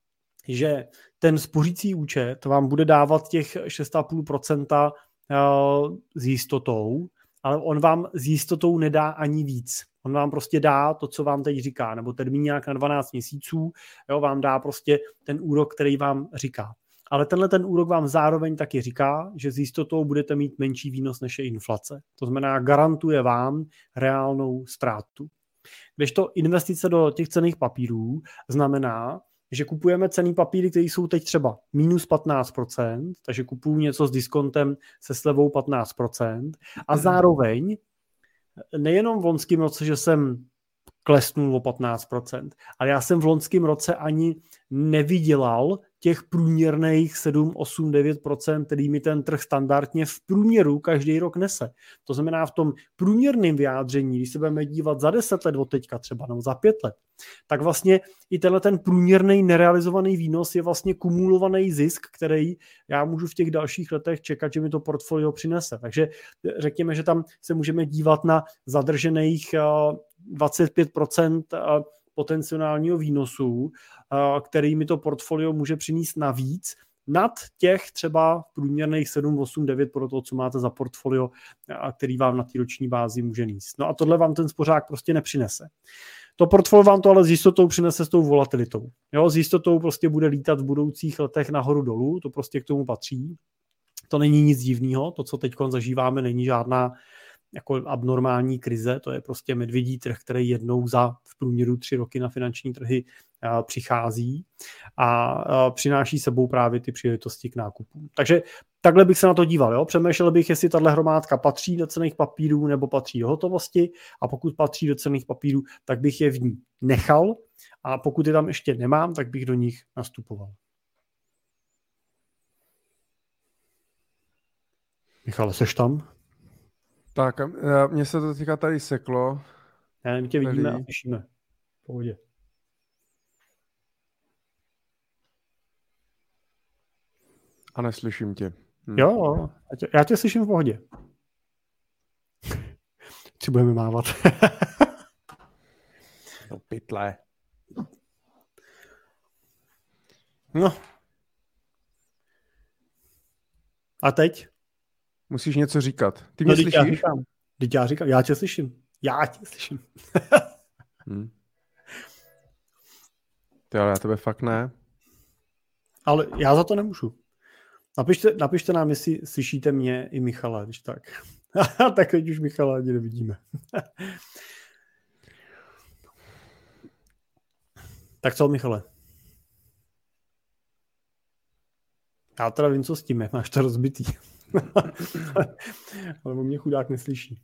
že ten spořící účet vám bude dávat těch šest celá pět procenta uh, s jistotou, ale on vám s jistotou nedá ani víc. On vám prostě dá to, co vám teď říká, nebo termín nějak na dvanáct měsíců, jo, vám dá prostě ten úrok, který vám říká. Ale tenhle ten úrok vám zároveň taky říká, že s jistotou budete mít menší výnos než je inflace. To znamená, garantuje vám reálnou ztrátu. Kdežto investice do těch cenných papírů znamená, že kupujeme cenný papíry, které jsou teď třeba minus patnáct procent, takže kupuju něco s diskontem se slevou patnáct procent a zároveň nejenom v loňském roce, že jsem klesnul o patnáct procent, ale já jsem v loňském roce ani nevydělal těch průměrných sedm, osm, devět procent, který mi ten trh standardně v průměru každý rok nese. To znamená v tom průměrném vyjádření, když se budeme dívat za deset let od teďka třeba, nebo za pět let, tak vlastně i tenhle ten průměrný nerealizovaný výnos je vlastně kumulovaný zisk, který já můžu v těch dalších letech čekat, že mi to portfolio přinese. Takže řekněme, že tam se můžeme dívat na zadržených dvacet pět procent potenciálního výnosu, který mi to portfolio může přinést navíc nad těch třeba průměrných sedm, osm, devět pro to, co máte za portfolio a který vám na té roční bázi může níst. No a tohle vám ten spořák prostě nepřinese. To portfolio vám to ale s jistotou přinese s tou volatilitou. Jo, s jistotou prostě bude lítat v budoucích letech nahoru dolů, to prostě k tomu patří. To není nic divného, to, co teď zažíváme, není žádná jako abnormální krize, to je prostě medvědí trh, který jednou za v průměru tři roky na finanční trhy a, přichází a, a přináší sebou právě ty příležitosti k nákupu. Takže takhle bych se na to díval. Jo? Přemýšlel bych, jestli tahle hromádka patří do cenných papírů nebo patří do hotovosti a pokud patří do cenných papírů, tak bych je v ní nechal a pokud je tam ještě nemám, tak bych do nich nastupoval. Michale, seš tam? Tak, mně se to teďka tady seklo. Já my tě vidíme a slyšíme. V pohodě. A neslyším tě. Hm. Jo, já tě, já tě slyším v pohodě. Co budeme mávat? No pytle. No. A teď? Musíš něco říkat. Ty mě no, slyšíš? Já říkám. Teď já říkám, já tě slyším. Já tě slyším. hmm. Ty, ale já tebe fakt ne. Ale já za to nemůžu. Napište, napište nám, jestli slyšíte mě i Michala, když tak. Tak teď už Michala ani nevidíme. Tak co, Michale? Já teda vím, co s tím je. Máš to rozbitý. Ale mě chudák neslyší.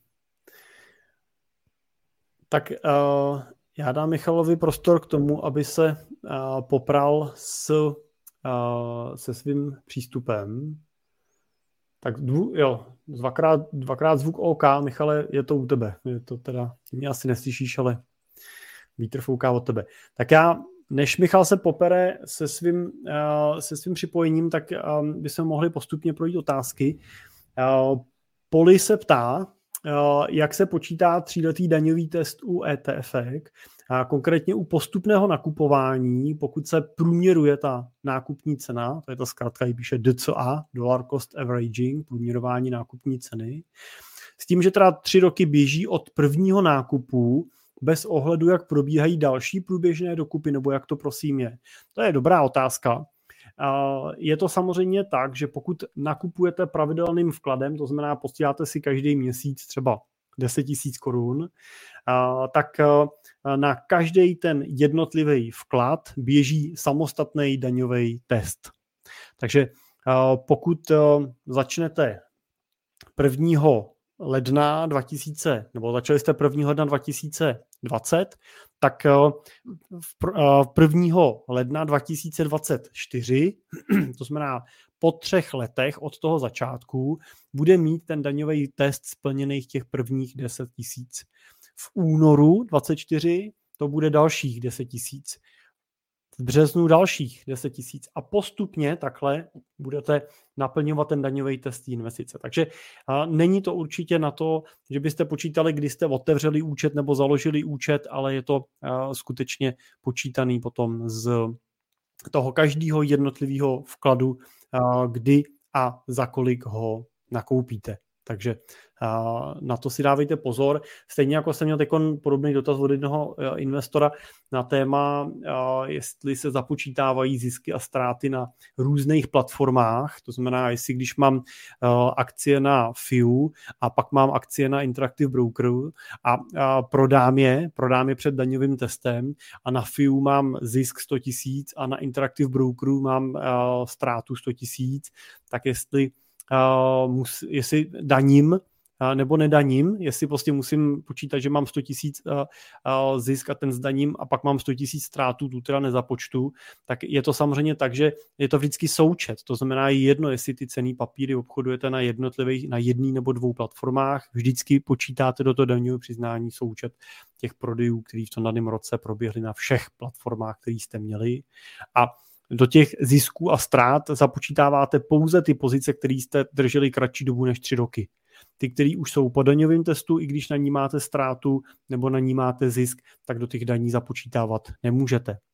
Tak uh, já dám Michalovi prostor k tomu, aby se uh, popral s, uh, se svým přístupem. Tak dvů, jo, dvakrát, dvakrát zvuk OK, Michale, je to u tebe. Je to teda, mě asi neslyšíš, ale vítr fouká od tebe. Tak já, než Michal se popere se svým, uh, se svým připojením, tak um, bychom mohli postupně projít otázky. Uh, Poli se ptá, uh, jak se počítá tříletý daňový test u E T F ek, a konkrétně u postupného nakupování, pokud se průměruje ta nákupní cena, to je ta zkrátka, ji píše D C A, Dollar Cost Averaging, průměrování nákupní ceny, s tím, že teda tři roky běží od prvního nákupu bez ohledu, jak probíhají další průběžné dokupy, nebo jak to prosím je. To je dobrá otázka. Je to samozřejmě tak, že pokud nakupujete pravidelným vkladem, to znamená posíláte si každý měsíc třeba deset tisíc korun, tak na každý ten jednotlivý vklad běží samostatný daňový test. Takže pokud začnete prvního ledna dva tisíce, nebo začali jste prvního ledna dva tisíce dvacet, tak prvního ledna dva tisíce dvacet čtyři, to znamená po třech letech od toho začátku, bude mít ten daňový test splněných těch prvních deset tisíc. V únoru dvacet čtyři to bude dalších deset tisíc. V březnu dalších deset tisíc a postupně takhle budete naplňovat ten daňový test investice. Takže a, není to určitě na to, že byste počítali, kdy jste otevřeli účet nebo založili účet, ale je to a, skutečně počítaný potom z toho každého jednotlivého vkladu, a, kdy a za kolik ho nakoupíte. Takže uh, na to si dávejte pozor. Stejně jako jsem měl takový podobný dotaz od jednoho uh, investora na téma, uh, jestli se započítávají zisky a ztráty na různých platformách. To znamená, jestli když mám uh, akcie na F I U a pak mám akcie na Interactive Brokeru a uh, prodám je, prodám je před daňovým testem a na F I U mám zisk sto tisíc a na Interactive Brokeru mám uh, ztrátu sto tisíc, tak jestli Uh, mus, jestli daním uh, nebo nedaním, jestli prostě musím počítat, že mám sto tisíc uh, uh, zisk a ten zdaním a pak mám sto tisíc ztrátu, tu teda nezapočtu, tak je to samozřejmě tak, že je to vždycky součet. To znamená jedno, jestli ty cenný papíry obchodujete na jednotlivých, na jedný nebo dvou platformách, vždycky počítáte do toho daňového přiznání součet těch prodejů, který v tom daném roce proběhly na všech platformách, které jste měli. A do těch zisků a ztrát započítáváte pouze ty pozice, které jste drželi kratší dobu než tři roky. Ty, které už jsou po daňovém testu, i když na ní máte ztrátu nebo na ní máte zisk, tak do těch daní započítávat nemůžete.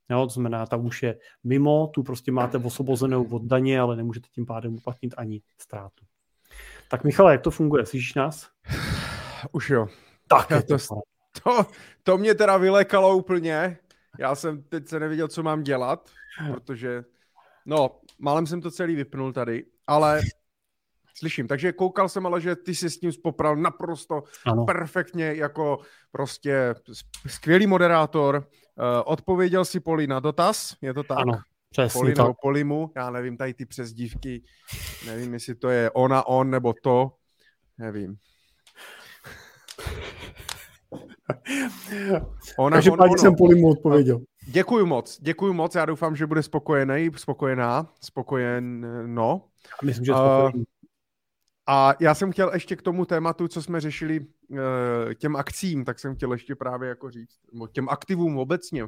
Jo, to znamená, ta už je mimo, tu prostě máte osvobozenou od daně, ale nemůžete tím pádem uplatnit ani ztrátu. Tak Michale, jak to funguje? Slyšíš nás? Už jo. Tak to, to, to, to mě teda vylékalo úplně. Já jsem teď se nevěděl, co mám dělat, protože no, málem jsem to celý vypnul tady, ale slyším. Takže koukal jsem, ale že ty jsi s tím popral naprosto ano. perfektně, jako prostě skvělý moderátor. Uh, odpověděl si Poli na dotaz, je to tak? Ano, přesně Poli tak. nebo Polimu, já nevím, tady ty přezdívky, nevím, jestli to je ona, on, nebo to, nevím. Ona, Takže páč jsem Polimu odpověděl. Děkuju moc, děkuju moc, já doufám, že bude spokojený, spokojená, spokojen, no. Myslím, že spokojený. Uh, A já jsem chtěl ještě k tomu tématu, co jsme řešili těm akcím, tak jsem chtěl ještě právě jako říct, těm aktivům obecně,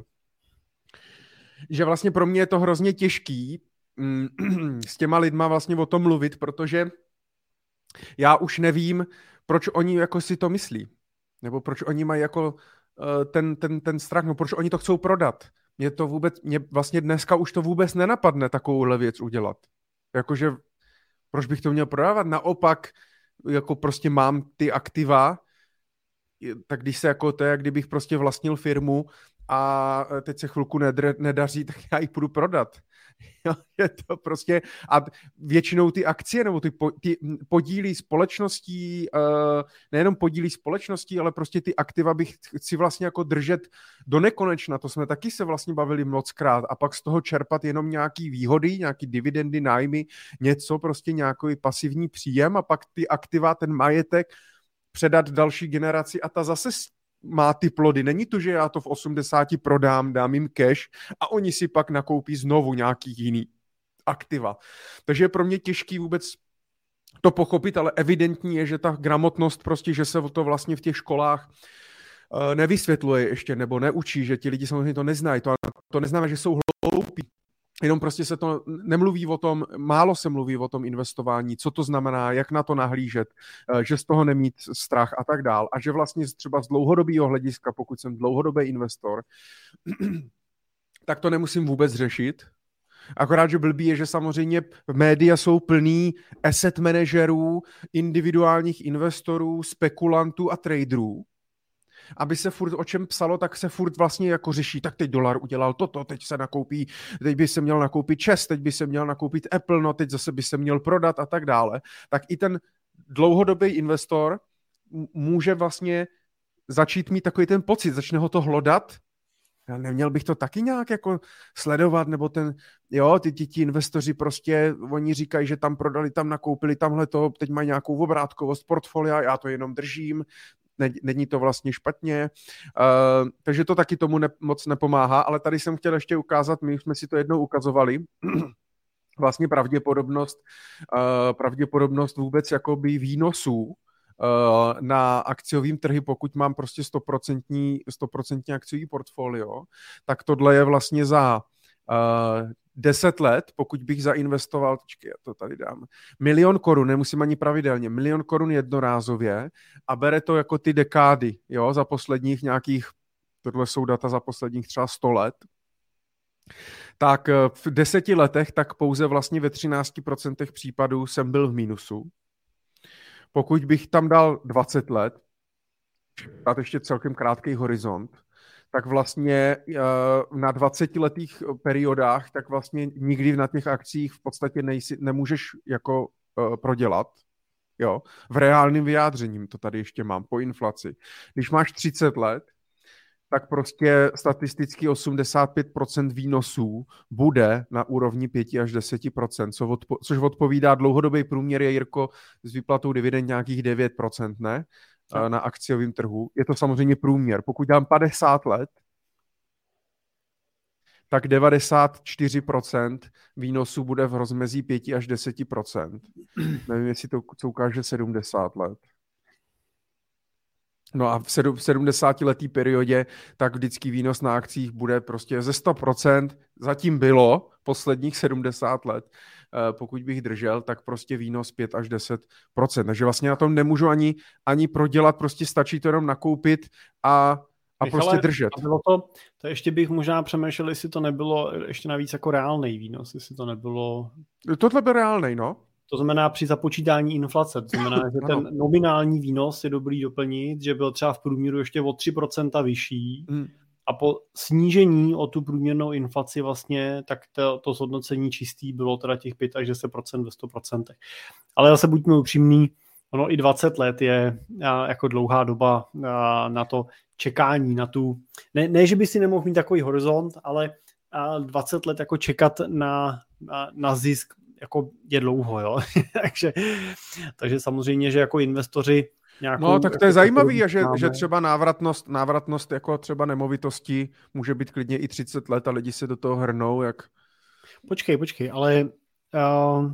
že vlastně pro mě je to hrozně těžký mm, s těma lidma vlastně o tom mluvit, protože já už nevím, proč oni jako si to myslí, nebo proč oni mají jako ten, ten, ten strach, no proč oni to chcou prodat. Mě to vůbec, mě vlastně dneska už to vůbec nenapadne takovouhle věc udělat. Jakože proč bych to měl prodávat? Naopak, jako prostě mám ty aktiva, tak když se jako to je, jak kdybych prostě vlastnil firmu a teď se chvilku nedr, nedaří, tak já ji půjdu prodat. Je to prostě, a většinou ty akcie nebo ty, po, ty podíly společností, nejenom podíly společností, ale prostě ty aktiva bych chci vlastně jako držet do nekonečna, to jsme taky se vlastně bavili mockrát a pak z toho čerpat jenom nějaký výhody, nějaký dividendy, nájmy, něco, prostě nějaký pasivní příjem a pak ty aktiva, ten majetek předat další generaci a ta zase má ty plody. Není to, že já to v osmdesáti prodám, dám jim cash a oni si pak nakoupí znovu nějaký jiný aktiva. Takže je pro mě těžký vůbec to pochopit, ale evidentní je, že ta gramotnost prostě, že se to vlastně v těch školách uh, nevysvětluje ještě nebo neučí, že ti lidi samozřejmě to neznají. To, to neznamená, že jsou hloupí. Jenom prostě se to nemluví o tom, málo se mluví o tom investování, co to znamená, jak na to nahlížet, že z toho nemít strach a tak dál. A že vlastně třeba z dlouhodobého hlediska, pokud jsem dlouhodobý investor, tak to nemusím vůbec řešit. Akorát, že blbý je, že samozřejmě média jsou plný asset manažerů, individuálních investorů, spekulantů a traderů. Aby se furt o čem psalo, tak se furt vlastně jako řeší, tak teď dolar udělal toto, teď se nakoupí, teď by se měl nakoupit ČEZ, teď by se měl nakoupit Apple, no teď zase by se měl prodat a tak dále. Tak i ten dlouhodobý investor může vlastně začít mít takový ten pocit, začne ho to hlodat. Já neměl bych to taky nějak jako sledovat, nebo ten, jo, ty, ty, ty investoři prostě, oni říkají, že tam prodali, tam nakoupili, tamhle to, teď mají nějakou obrátkovost portfolia, já to jenom držím, není to vlastně špatně, uh, takže to taky tomu ne, moc nepomáhá, ale tady jsem chtěl ještě ukázat, my jsme si to jednou ukazovali, vlastně pravděpodobnost, uh, pravděpodobnost vůbec jakoby výnosů uh, na akciovým trhy, pokud mám prostě sto procent akciový portfolio, tak tohle je vlastně za uh, deset let, pokud bych zainvestoval, počkej, já to tady dám, milion korun, nemusím ani pravidelně, milion korun jednorázově a bere to jako ty dekády, jo, za posledních nějakých, tohle jsou data za posledních třeba sto let, tak v deseti letech, tak pouze vlastně ve třinácti procentech případů jsem byl v mínusu. Pokud bych tam dal dvacet let, dát ještě celkem krátký horizont, tak vlastně na dvacetiletých periodách, tak vlastně nikdy na těch akcích v podstatě nejsi, nemůžeš jako uh, prodělat. Jo? V reálném vyjádřením to tady ještě mám, po inflaci. Když máš třicet let, tak prostě statisticky osmdesát pět procent výnosů bude na úrovni pět až deset procent, co odpo- což odpovídá dlouhodobý průměr, je, Jirko, s výplatou dividend nějakých devět procent, ne? Na akciovém trhu. Je to samozřejmě průměr. Pokud dám padesát let, tak devadesát čtyři procent výnosů bude v rozmezí pět až deset procent. Nevím, jestli to co ukáže sedmdesát let. No a v sedmdesátiletý periodě tak vždycky výnos na akcích bude prostě ze sto procent. Zatím bylo posledních sedmdesát let. Pokud bych držel, tak prostě výnos pět až deset procent. Takže vlastně na tom nemůžu ani, ani prodělat, prostě stačí to jenom nakoupit a, a Michale, prostě držet. A bylo to, to ještě bych možná přemýšlel, jestli to nebylo ještě navíc jako reálnej výnos, jestli to nebylo... Tohle byl reálnej, no. To znamená při započítání inflace, to znamená, že ten nominální výnos je dobrý doplnit, že byl třeba v průměru ještě o tři procenta vyšší hmm. a po snížení o tu průměrnou inflaci vlastně, tak to, to zhodnocení čistý bylo teda těch pět až deset procent ve sto procent. Ale zase buďme upřímní, ono i dvacet let je jako dlouhá doba na to čekání, na tu, ne, ne že by si nemohl mít takový horizont, ale dvacet let jako čekat na, na, na zisk jako je dlouho, jo. takže, takže samozřejmě, že jako investoři nějakou... No, tak to je zajímavý, že, že třeba návratnost, návratnost jako třeba nemovitosti může být klidně i třicet let a lidi se do toho hrnou, jak... Počkej, počkej, ale uh,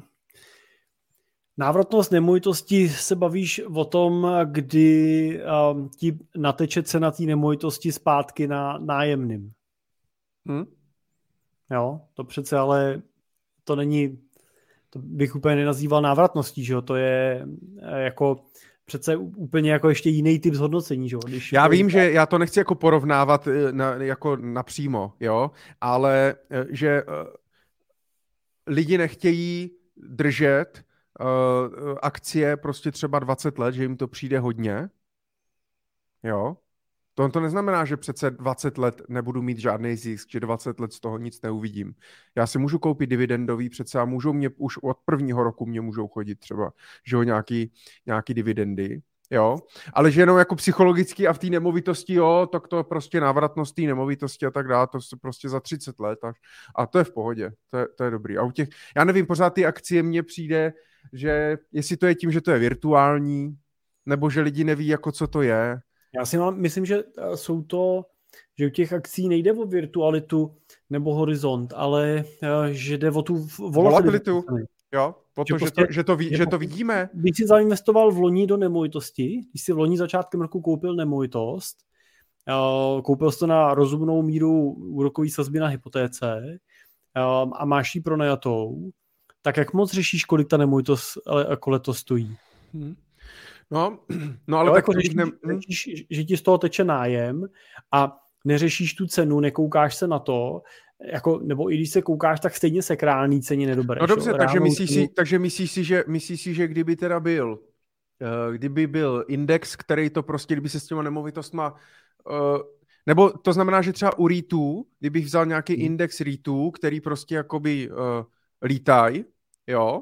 návratnost nemovitosti se bavíš o tom, kdy uh, ti nateče cena té nemovitosti zpátky na nájemným. Hmm? Jo, to přece ale to není... To bych úplně nenazýval návratností, že jo, to je jako přece úplně jako ještě jiný typ zhodnocení, že jo. Když já vím, že já to nechci jako porovnávat na, jako napřímo, jo, ale že uh, lidi nechtějí držet uh, akcie prostě třeba dvacet let, že jim to přijde hodně, jo. To, to neznamená, že přece dvacet let nebudu mít žádný zisk, že dvacet let z toho nic neuvidím. Já si můžu koupit dividendový přece a můžou mě už od prvního roku mě můžou chodit třeba, že jo, nějaký, nějaký dividendy, jo. Ale že jenom jako psychologicky a v té nemovitosti, jo, tak to prostě návratnost té nemovitosti a tak dále, to se prostě za třicet let až, a to je v pohodě, to je, to je dobrý. A u těch, já nevím, pořád ty akcie mně přijde, že jestli to je tím, že to je virtuální, nebo že lidi neví, jako co to je. Já si mám, myslím, že jsou to, že u těch akcí nejde o virtualitu nebo horizont, ale že jde o tu volatilitu. Jo, o to, že, prostě, že, to, že, to, ví, že to vidíme. Když jsi zainvestoval v loni do nemovitosti, když jsi v loni začátkem roku koupil nemovitost, koupil jsi to na rozumnou míru úrokové sazby na hypotéce a máš ji pronajatou, tak jak moc řešíš, kolik ta nemovitost jako letos stojí? Hmm. No, no ale jo, tak jako řešíš, ne... řešíš, že ti z toho teče nájem a neřešíš tu cenu, nekoukáš se na to, jako, nebo i když se koukáš, tak stejně se k reální ceně nedobereš. No dobře, jo, takže myslíš, cenu... si, takže myslíš si, že myslíš si, že kdyby teda byl, uh, kdyby byl index, který to prostě, kdyby se s těma nemovitostma, uh, nebo to znamená, že třeba u REITů, kdybych vzal nějaký hmm. index REITů, který prostě jakoby uh, lítaj, jo,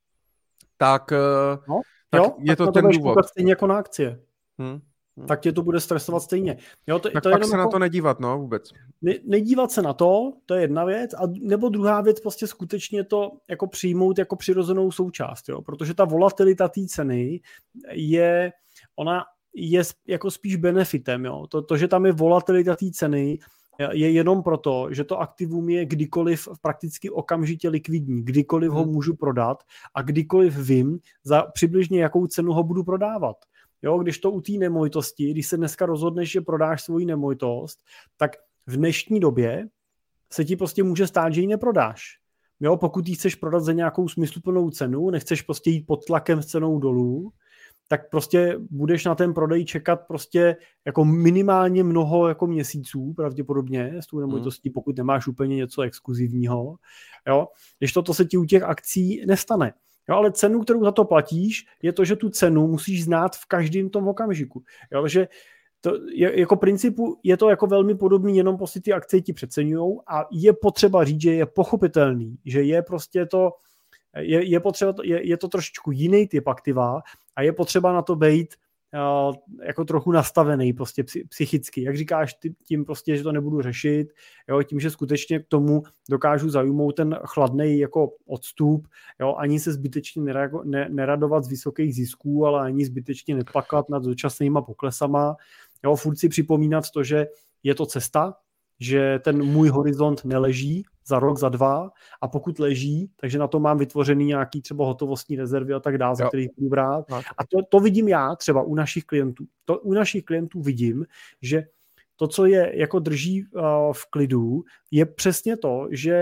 tak... Uh, no. Tak jo, je tak to ten důvod. Stejně jako na akcie. Hmm. Hmm. Tak tě to bude stresovat stejně. Jo, to, tak to pak se jako... na to nedívat, no, vůbec. Ne, nedívat se na to, to je jedna věc, a nebo druhá věc, prostě skutečně to jako přijmout jako přirozenou součást, jo, protože ta volatilita té ceny je, ona je jako spíš benefitem, jo, to, to že tam je volatilita té ceny, je jenom proto, že to aktivum je kdykoliv prakticky okamžitě likvidní, kdykoliv ho můžu prodat a kdykoliv vím, za přibližně jakou cenu ho budu prodávat. Jo, když to u té nemovitosti, když se dneska rozhodneš, že prodáš svoji nemovitost, tak v dnešní době se ti prostě může stát, že ji neprodáš. Jo, pokud ji chceš prodat za nějakou smysluplnou cenu, nechceš prostě jít pod tlakem s cenou dolů, tak prostě budeš na ten prodej čekat prostě jako minimálně mnoho jako měsíců pravděpodobně s tou nemovitostí, pokud nemáš úplně něco exkluzivního. Jo? Když to, to se ti u těch akcí nestane. Jo, ale cenu, kterou za to platíš, je to, že tu cenu musíš znát v každém tom okamžiku. Jo, že to je, jako principu je to jako velmi podobný, jenom prostě ty akcie ti přeceňujou a je potřeba říct, že je pochopitelný, že je prostě to, je, je potřeba, je, je to trošičku jiný typ aktiva a je potřeba na to být uh, jako trochu nastavený prostě psychicky. Jak říkáš, ty, tím prostě, že to nebudu řešit, jo, tím, že skutečně k tomu dokážu zaujmout ten chladnej jako odstup, jo, ani se zbytečně nerago, ne, neradovat z vysokých zisků, ale ani zbytečně neplakat nad dočasnýma poklesama. Jo, furt si připomínat to, že je to cesta, že ten můj horizont neleží za rok, za dva a pokud leží, takže na to mám vytvořený nějaký třeba hotovostní rezervy a tak dále, za kterých budu brát. A to, to vidím já třeba u našich klientů. To u našich klientů vidím, že to, co je jako drží uh, v klidu, je přesně to, že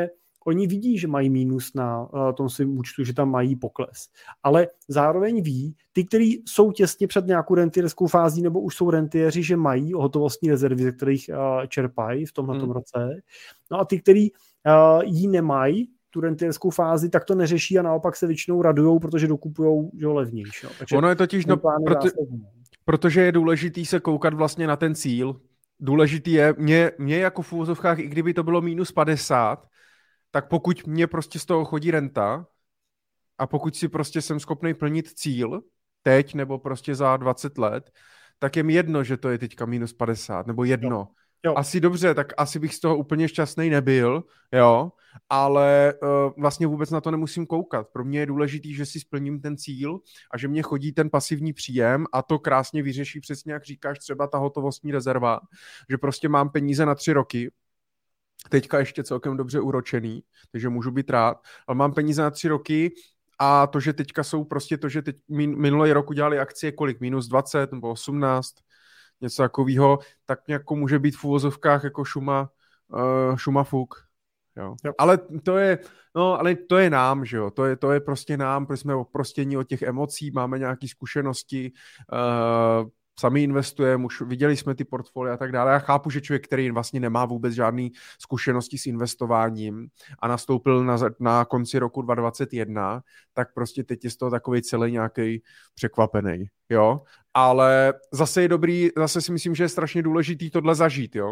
oni vidí, že mají mínus na uh, tom svém účtu, že tam mají pokles. Ale zároveň ví, ty, kteří jsou těsně před nějakou rentierskou fází nebo už jsou rentieři, že mají hotovostní rezervy, ze kterých uh, čerpají v tomhletom hmm. roce. No a ty, kteří uh, ji nemají, tu rentierskou fázi, tak to neřeší a naopak se většinou radujou, protože dokupujou že levnější. No. Takže ono je totiž, no, proto, protože je důležitý se koukat vlastně na ten cíl. Důležitý je, mě, mě jako v úvozovkách, i kdyby to bylo minus padesát, tak pokud mě prostě z toho chodí renta a pokud si prostě jsem schopný plnit cíl teď nebo prostě za dvacet let, tak je mi jedno, že to je teďka minus padesát nebo jedno. Jo. Jo. Asi dobře, tak asi bych z toho úplně šťastný nebyl, jo, ale uh, vlastně vůbec na to nemusím koukat. Pro mě je důležitý, že si splním ten cíl a že mě chodí ten pasivní příjem a to krásně vyřeší přesně, jak říkáš, třeba ta hotovostní rezerva, že prostě mám peníze na tři roky, teďka ještě celkem dobře úročený, takže můžu být rád, ale mám peníze na tři roky a to, že teďka jsou prostě to, že teď min, minulý rok udělali akcie kolik, minus dvacet nebo osmnáct, něco takového, tak jako může být v úvozovkách jako šuma, uh, šuma fuk. Jo. Jo. Ale to je, no, ale to je nám, že jo, to je, to je prostě nám, protože jsme oprostění od těch emocí, máme nějaké zkušenosti, uh, sami investujeme, už viděli jsme ty portfolia a tak dále. Já chápu, že člověk, který vlastně nemá vůbec žádný zkušenosti s investováním a nastoupil na, na konci roku dva tisíce dvacet jedna, tak prostě teď je z toho takovej celý nějaký překvapený, jo. Ale zase je dobrý, zase si myslím, že je strašně důležitý tohle zažít, jo.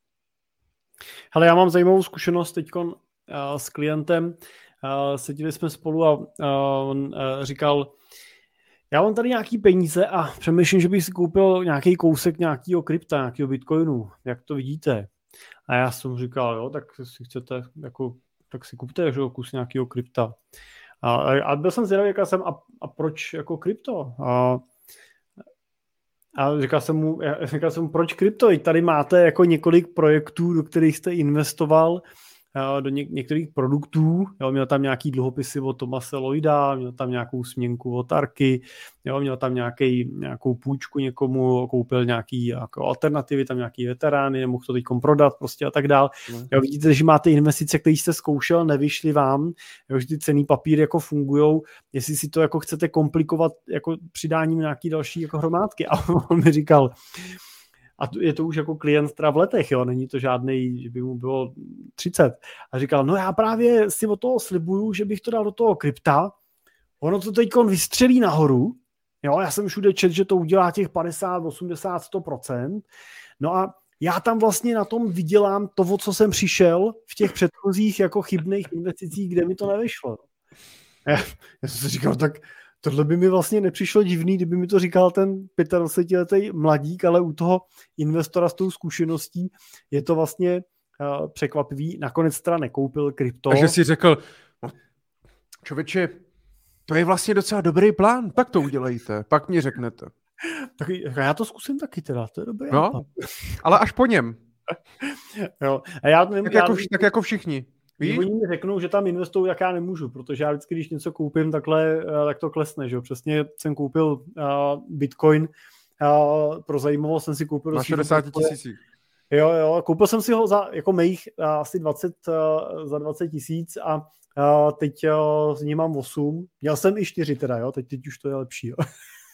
Hele, já mám zajímavou zkušenost teďkon uh, s klientem. Uh, seděli jsme spolu a uh, on uh, říkal, já mám tady nějaký peníze a přemýšlím, že bych si koupil nějaký kousek nějakého krypta, nějakého bitcoinu. Jak to vidíte? A já jsem říkal, jo, tak si chcete, jako, tak si kupte že, kus nějakého krypta. A, a byl jsem zvědavý, říkal jsem, a, a proč jako krypto? A, a říkal jsem mu, říkal jsem mu, proč krypto? Tady máte jako několik projektů, do kterých jste investoval, do něk- některých produktů, jo, měl tam nějaký dluhopisy od Thomase Lloyda, měl tam nějakou směnku od Arky, jo, měl tam nějaký, nějakou půjčku někomu, koupil nějaký jako alternativy, tam nějaký veterány, nemohl to teďkom prodat prostě a tak dál. Mm. Jo, vidíte, že máte investice, které jste zkoušel, nevyšly vám, jo, že ty cenný papíry jako fungujou, jestli si to jako chcete komplikovat jako přidáním nějaký další jako hromádky. A on mi říkal, a je to už jako klient teda v letech, jo, není to žádnej, že by mu bylo třicet. A říkal, no já právě si od toho slibuju, že bych to dal do toho krypta, ono to teďkon vystřelí nahoru, jo, já jsem všude čet, že to udělá těch padesát, osmdesát, sto procent, no a já tam vlastně na tom vydělám to, o co jsem přišel v těch předchozích jako chybných investicích, kde mi to nevyšlo. Já, já jsem si říkal, tak tohle by mi vlastně nepřišlo divný, kdyby mi to říkal ten dvacetiletý mladík, ale u toho investora s tou zkušeností je to vlastně uh, překvapivý. Nakonec teda nekoupil krypto. Takže si řekl, člověče, to je vlastně docela dobrý plán, tak to udělejte, pak mi řeknete. Tak já to zkusím taky teda, to je dobrý. No, ale až po něm. Jo. A já nevím, tak, já jako, nevím, tak jako všichni. Víš? Oni mi řeknou, že tam investují, jak já nemůžu, protože já vždycky, když něco koupím, takhle, tak to klesne, že jo. Přesně jsem koupil uh, Bitcoin, uh, pro zajímavost jsem si koupil... Na šedesát tisíc. Jo, jo, koupil jsem si ho za jako mých uh, asi dvacet, uh, za dvacet tisíc a uh, teď uh, z ní mám osm. Měl jsem i čtyři teda, jo, teď, teď už to je lepší, jo.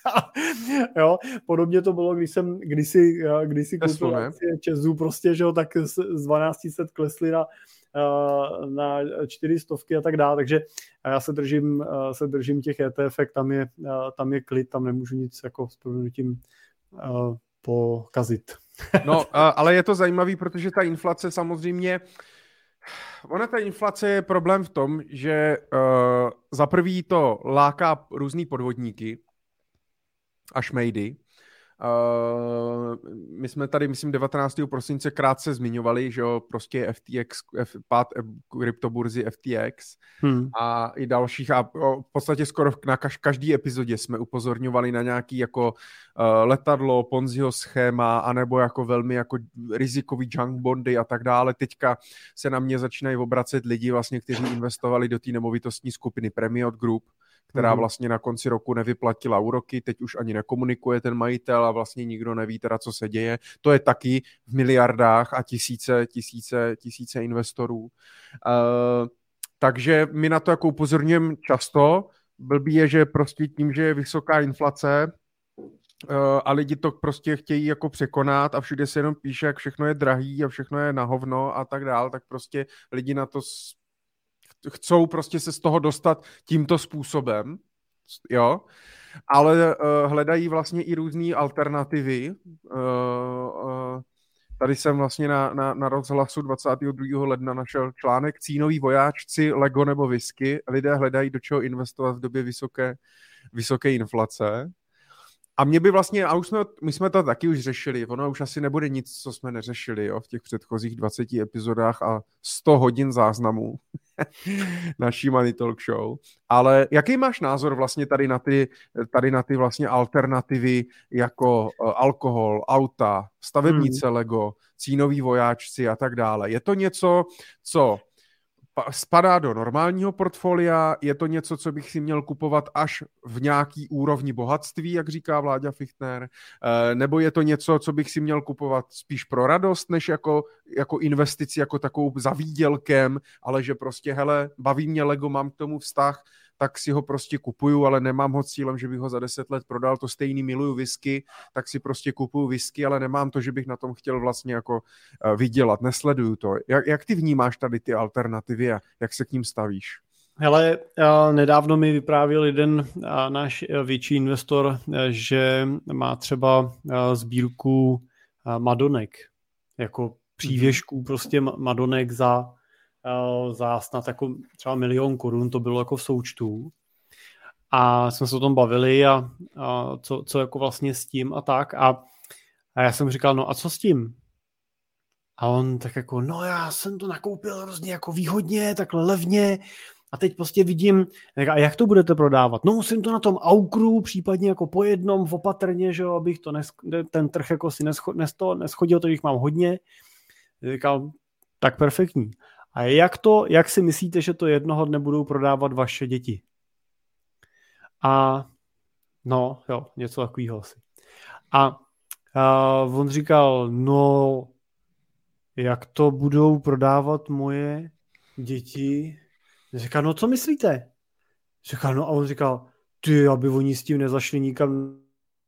Jo, podobně to bylo, když jsem kdysi, když si koupil akcie Česu prostě, že jo, tak z dvanáct set klesly na na čtyři stovky a tak dále, takže já se držím, se držím těch E T F, tam je, tam je klid, tam nemůžu nic jako s prominutím pokazit. No, ale je to zajímavý, protože ta inflace samozřejmě, ona ta inflace je problém v tom, že uh, za prvý to láká různý podvodníky a šmejdy. Uh, my jsme tady, myslím, devatenáctého prosince krátce zmiňovali, že jo, prostě F T X, F, pád kryptoburzy F T X hmm. a i dalších a o, v podstatě skoro na kaž, každý epizodě jsme upozorňovali na nějaký jako uh, letadlo, Ponziho schéma, anebo jako velmi jako rizikový junk bondy a tak dále. Teďka se na mě začínají obracet lidi vlastně, kteří investovali do té nemovitostní skupiny Premiot Group, která vlastně na konci roku nevyplatila úroky, teď už ani nekomunikuje ten majitel a vlastně nikdo neví teda, co se děje. To je taky v miliardách a tisíce, tisíce, tisíce investorů. Uh, takže my na to jako upozorňujeme často. Blbý je, že prostě tím, že je vysoká inflace a lidi to prostě chtějí jako překonat a všude se jenom píše, jak všechno je drahý a všechno je na hovno a tak dál, tak prostě lidi na to chcou prostě se z toho dostat tímto způsobem, jo, ale uh, hledají vlastně i různé alternativy. Uh, uh, tady jsem vlastně na, na, na rozhlasu dvacátého druhého ledna našel článek Cínoví vojáčci, Lego nebo whisky. Lidé hledají, do čeho investovat v době vysoké, vysoké inflace. A mě by vlastně, a už jsme, my jsme to taky už řešili, ono už asi nebude nic, co jsme neřešili, jo, v těch předchozích dvaceti epizodách a sto hodin záznamů naší Money Talk Show. Ale jaký máš názor vlastně tady na ty, tady na ty vlastně alternativy jako uh, alkohol, auta, stavebnice hmm. Lego, cínoví vojáčci a tak dále? Je to něco, co spadá do normálního portfolia, je to něco, co bych si měl kupovat až v nějaký úrovni bohatství, jak říká Vláďa Fichtner, nebo je to něco, co bych si měl kupovat spíš pro radost, než jako, jako investici, jako takovou za výdělkem, ale že prostě, hele, baví mě Lego, mám k tomu vztah, tak si ho prostě kupuju, ale nemám ho cílem, že bych ho za deset let prodal, to stejný, miluju whisky, tak si prostě kupuju whisky, ale nemám to, že bych na tom chtěl vlastně jako vydělat, nesleduju to. Jak, jak ty vnímáš tady ty alternativy a jak se k ním stavíš? Hele, nedávno mi vyprávěl jeden náš větší investor, že má třeba sbírku Madonek, jako přívěšků prostě Madonek za za snad jako třeba milion korun, to bylo jako v součtu. A jsme se o tom bavili a, a co, co jako vlastně s tím a tak. A, a já jsem říkal, no a co s tím? A on tak jako, no já jsem to nakoupil hrozně jako výhodně, takhle levně a teď prostě vidím, a jak to budete prodávat? No musím to na tom aukru, případně jako po jednom, opatrně, že jo, abych to nes, ten trh jako si nescho, nesto, neschodil, to jich mám hodně. Říkal, tak perfektní. A jak to, jak si myslíte, že to jednoho dne budou prodávat vaše děti? A no, jo, něco takového asi. A, a on říkal, no, jak to budou prodávat moje děti? Říkal, no co myslíte? Říkal, no a on říkal, ty, aby oni s tím nezašli nikam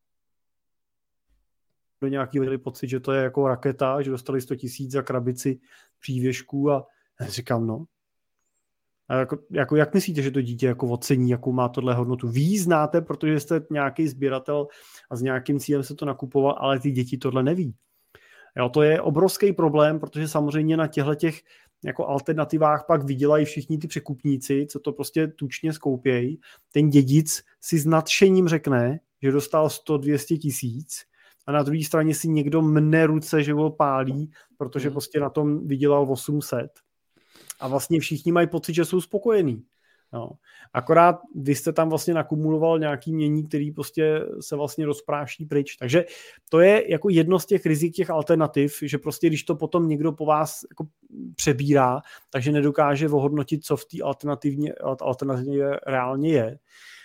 do nějaký měli pocit, že to je jako raketa, že dostali sto tisíc za krabici přívěšků a říkám, no. A jako, jako, jak myslíte, že to dítě jako ocení, jakou má tohle hodnotu? Vy ji znáte, protože jste nějaký sběratel a s nějakým cílem se to nakupoval, ale ty děti tohle neví. Jo, to je obrovský problém, protože samozřejmě na těchto těch jako alternativách pak vydělají všichni ty překupníci, co to prostě tučně skoupějí. Ten dědic si s nadšením řekne, že dostal sto dvě stě tisíc a na druhé straně si někdo mne ruce, že ho pálí, protože prostě na tom vydělal osm set. A vlastně všichni mají pocit, že jsou spokojení. No. Akorát vy jste tam vlastně nakumuloval nějaký mění, který prostě se vlastně rozpráší pryč. Takže to je jako jedno z těch rizik těch alternativ, že prostě když to potom někdo po vás jako přebírá, takže nedokáže ohodnotit, co v té alternativně, alternativně reálně je.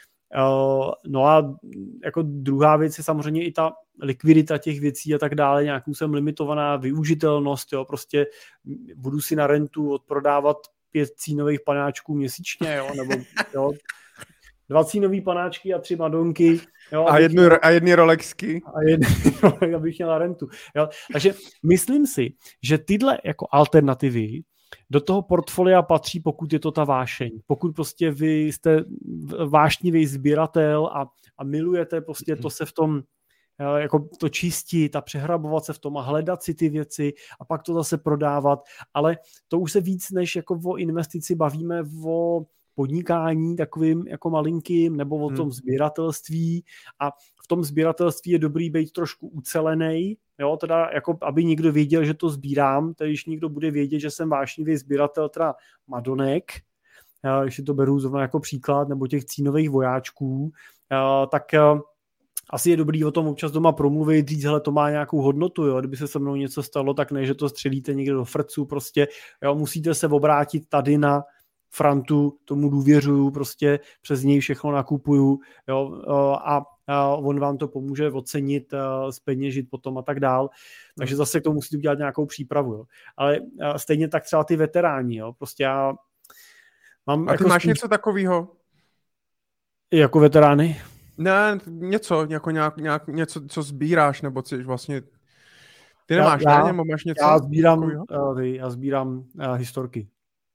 No a jako druhá věc je samozřejmě i ta likvidita těch věcí a tak dále, nějakou jsem limitovaná využitelnost, jo, prostě budu si na rentu odprodávat pět cínových panáčků měsíčně, jo, nebo jo, dva cínový panáčky a tři madonky. Jo, a, jednu, měl, a jedny Rolexky. A jedny, abych měl na rentu. Jo. Takže myslím si, že tyhle jako alternativy do toho portfolia patří, pokud je to ta vášeň. Pokud prostě vy jste vášnivý sběratel a, a milujete prostě to se v tom jako to čistit a přehrabovat se v tom a hledat si ty věci a pak to zase prodávat, ale to už se víc než jako o investici bavíme o podnikání takovým jako malinkým nebo o tom sběratelství a v tom sběratelství je dobrý být trošku ucelenej, jo, teda jako aby někdo věděl, že to sbírám, tedy když někdo bude vědět, že jsem vášnivý sběratel teda Madonek, když si to beru zrovna jako příklad, nebo těch cínových vojáčků, tak asi je dobrý o tom občas doma promluvit, říct, hele, to má nějakou hodnotu, jo, kdyby se se mnou něco stalo, tak ne, že to střelíte někde do frcu, prostě, jo, musíte se obrátit tady na Frantu, tomu důvěřuju, prostě přes něj všechno nakupuju, jo, a, a on vám to pomůže ocenit, zpeněžit potom a tak dál, takže zase k tomu musíte udělat nějakou přípravu, jo. Ale stejně tak třeba ty veteráni, jo, prostě já Mám a ty jako máš spíš... něco takového? Jako veterány? Ne, něco, jako nějak, nějak, něco, co sbíráš, nebo co vlastně... Ty Já, nemáš, já, ne? Nebo máš něco? Já sbírám, uh, já sbírám uh, historky.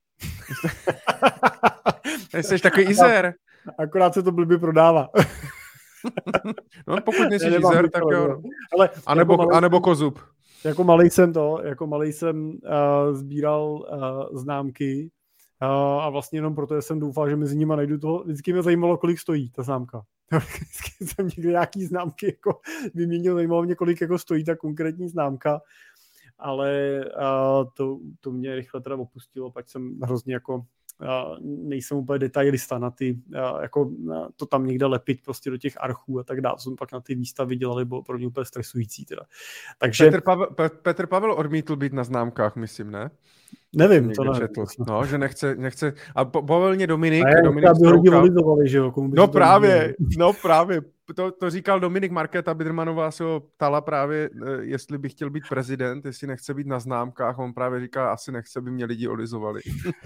Jsi takový izér. Akorát se to blbě prodává. No pokud nejsi izér, tak jo. Ale a nebo, jako a nebo kozub. Jako malej jsem to, jako malej jsem uh, sbíral uh, známky uh, a vlastně jenom proto jsem doufal, že mezi nimi najdu toho. Vždycky mě zajímalo, kolik stojí ta známka. Vždycky jsem někde nějaký známky jako vyměnil, zajímalo mě, kolik jako stojí ta konkrétní známka, ale uh, to, to mě rychle teda opustilo, pak jsem hrozně jako uh, nejsem úplně detailista na ty, uh, jako uh, to tam někde lepit prostě do těch archů a tak dále, jsem pak na ty výstavy dělali, bylo pro mě úplně stresující teda. Takže... Petr Pavel, Petr Pavel odmítl být na známkách, myslím, ne? Nevím, to nevím. No, že nechce, nechce, a bavil mě Dominik, a Dominik Strouka. Že jo? No právě, no právě, to, to říkal Dominik Markéta Bidermanová, se ho ptala právě, jestli by chtěl být prezident, jestli nechce být na známkách, on právě říká, asi nechce, by mě lidi olizovali.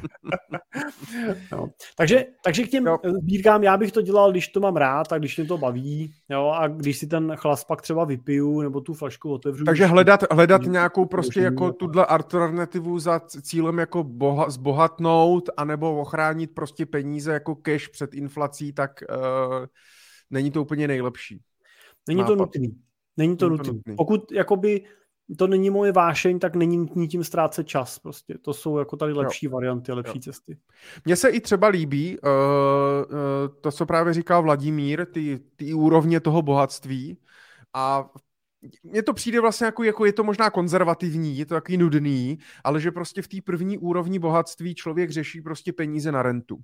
No. Takže, takže k těm no. sbírkám, já bych to dělal, když to mám rád a když mě to baví, jo, a když si ten chlas pak třeba vypiju, nebo tu flašku otevřu. Takže hledat, hledat nějakou prostě jako tuhle alternativu za cílem jako boha, zbohatnout, anebo ochránit prostě peníze jako cash před inflací, tak uh, není to úplně nejlepší. Není nápad. to nutný. Není to, není nutný. to nutný. Pokud jakoby to není moje vášeň, tak není nutný tím ztrácet čas. Prostě. To jsou jako tady lepší jo. varianty a lepší jo. cesty. Mně se i třeba líbí uh, uh, to, co právě říkal Vladimír, ty, ty úrovně toho bohatství a mně to přijde vlastně jako, jako je to možná konzervativní, je to takový nudný, ale že prostě v té první úrovni bohatství člověk řeší prostě peníze na rentu.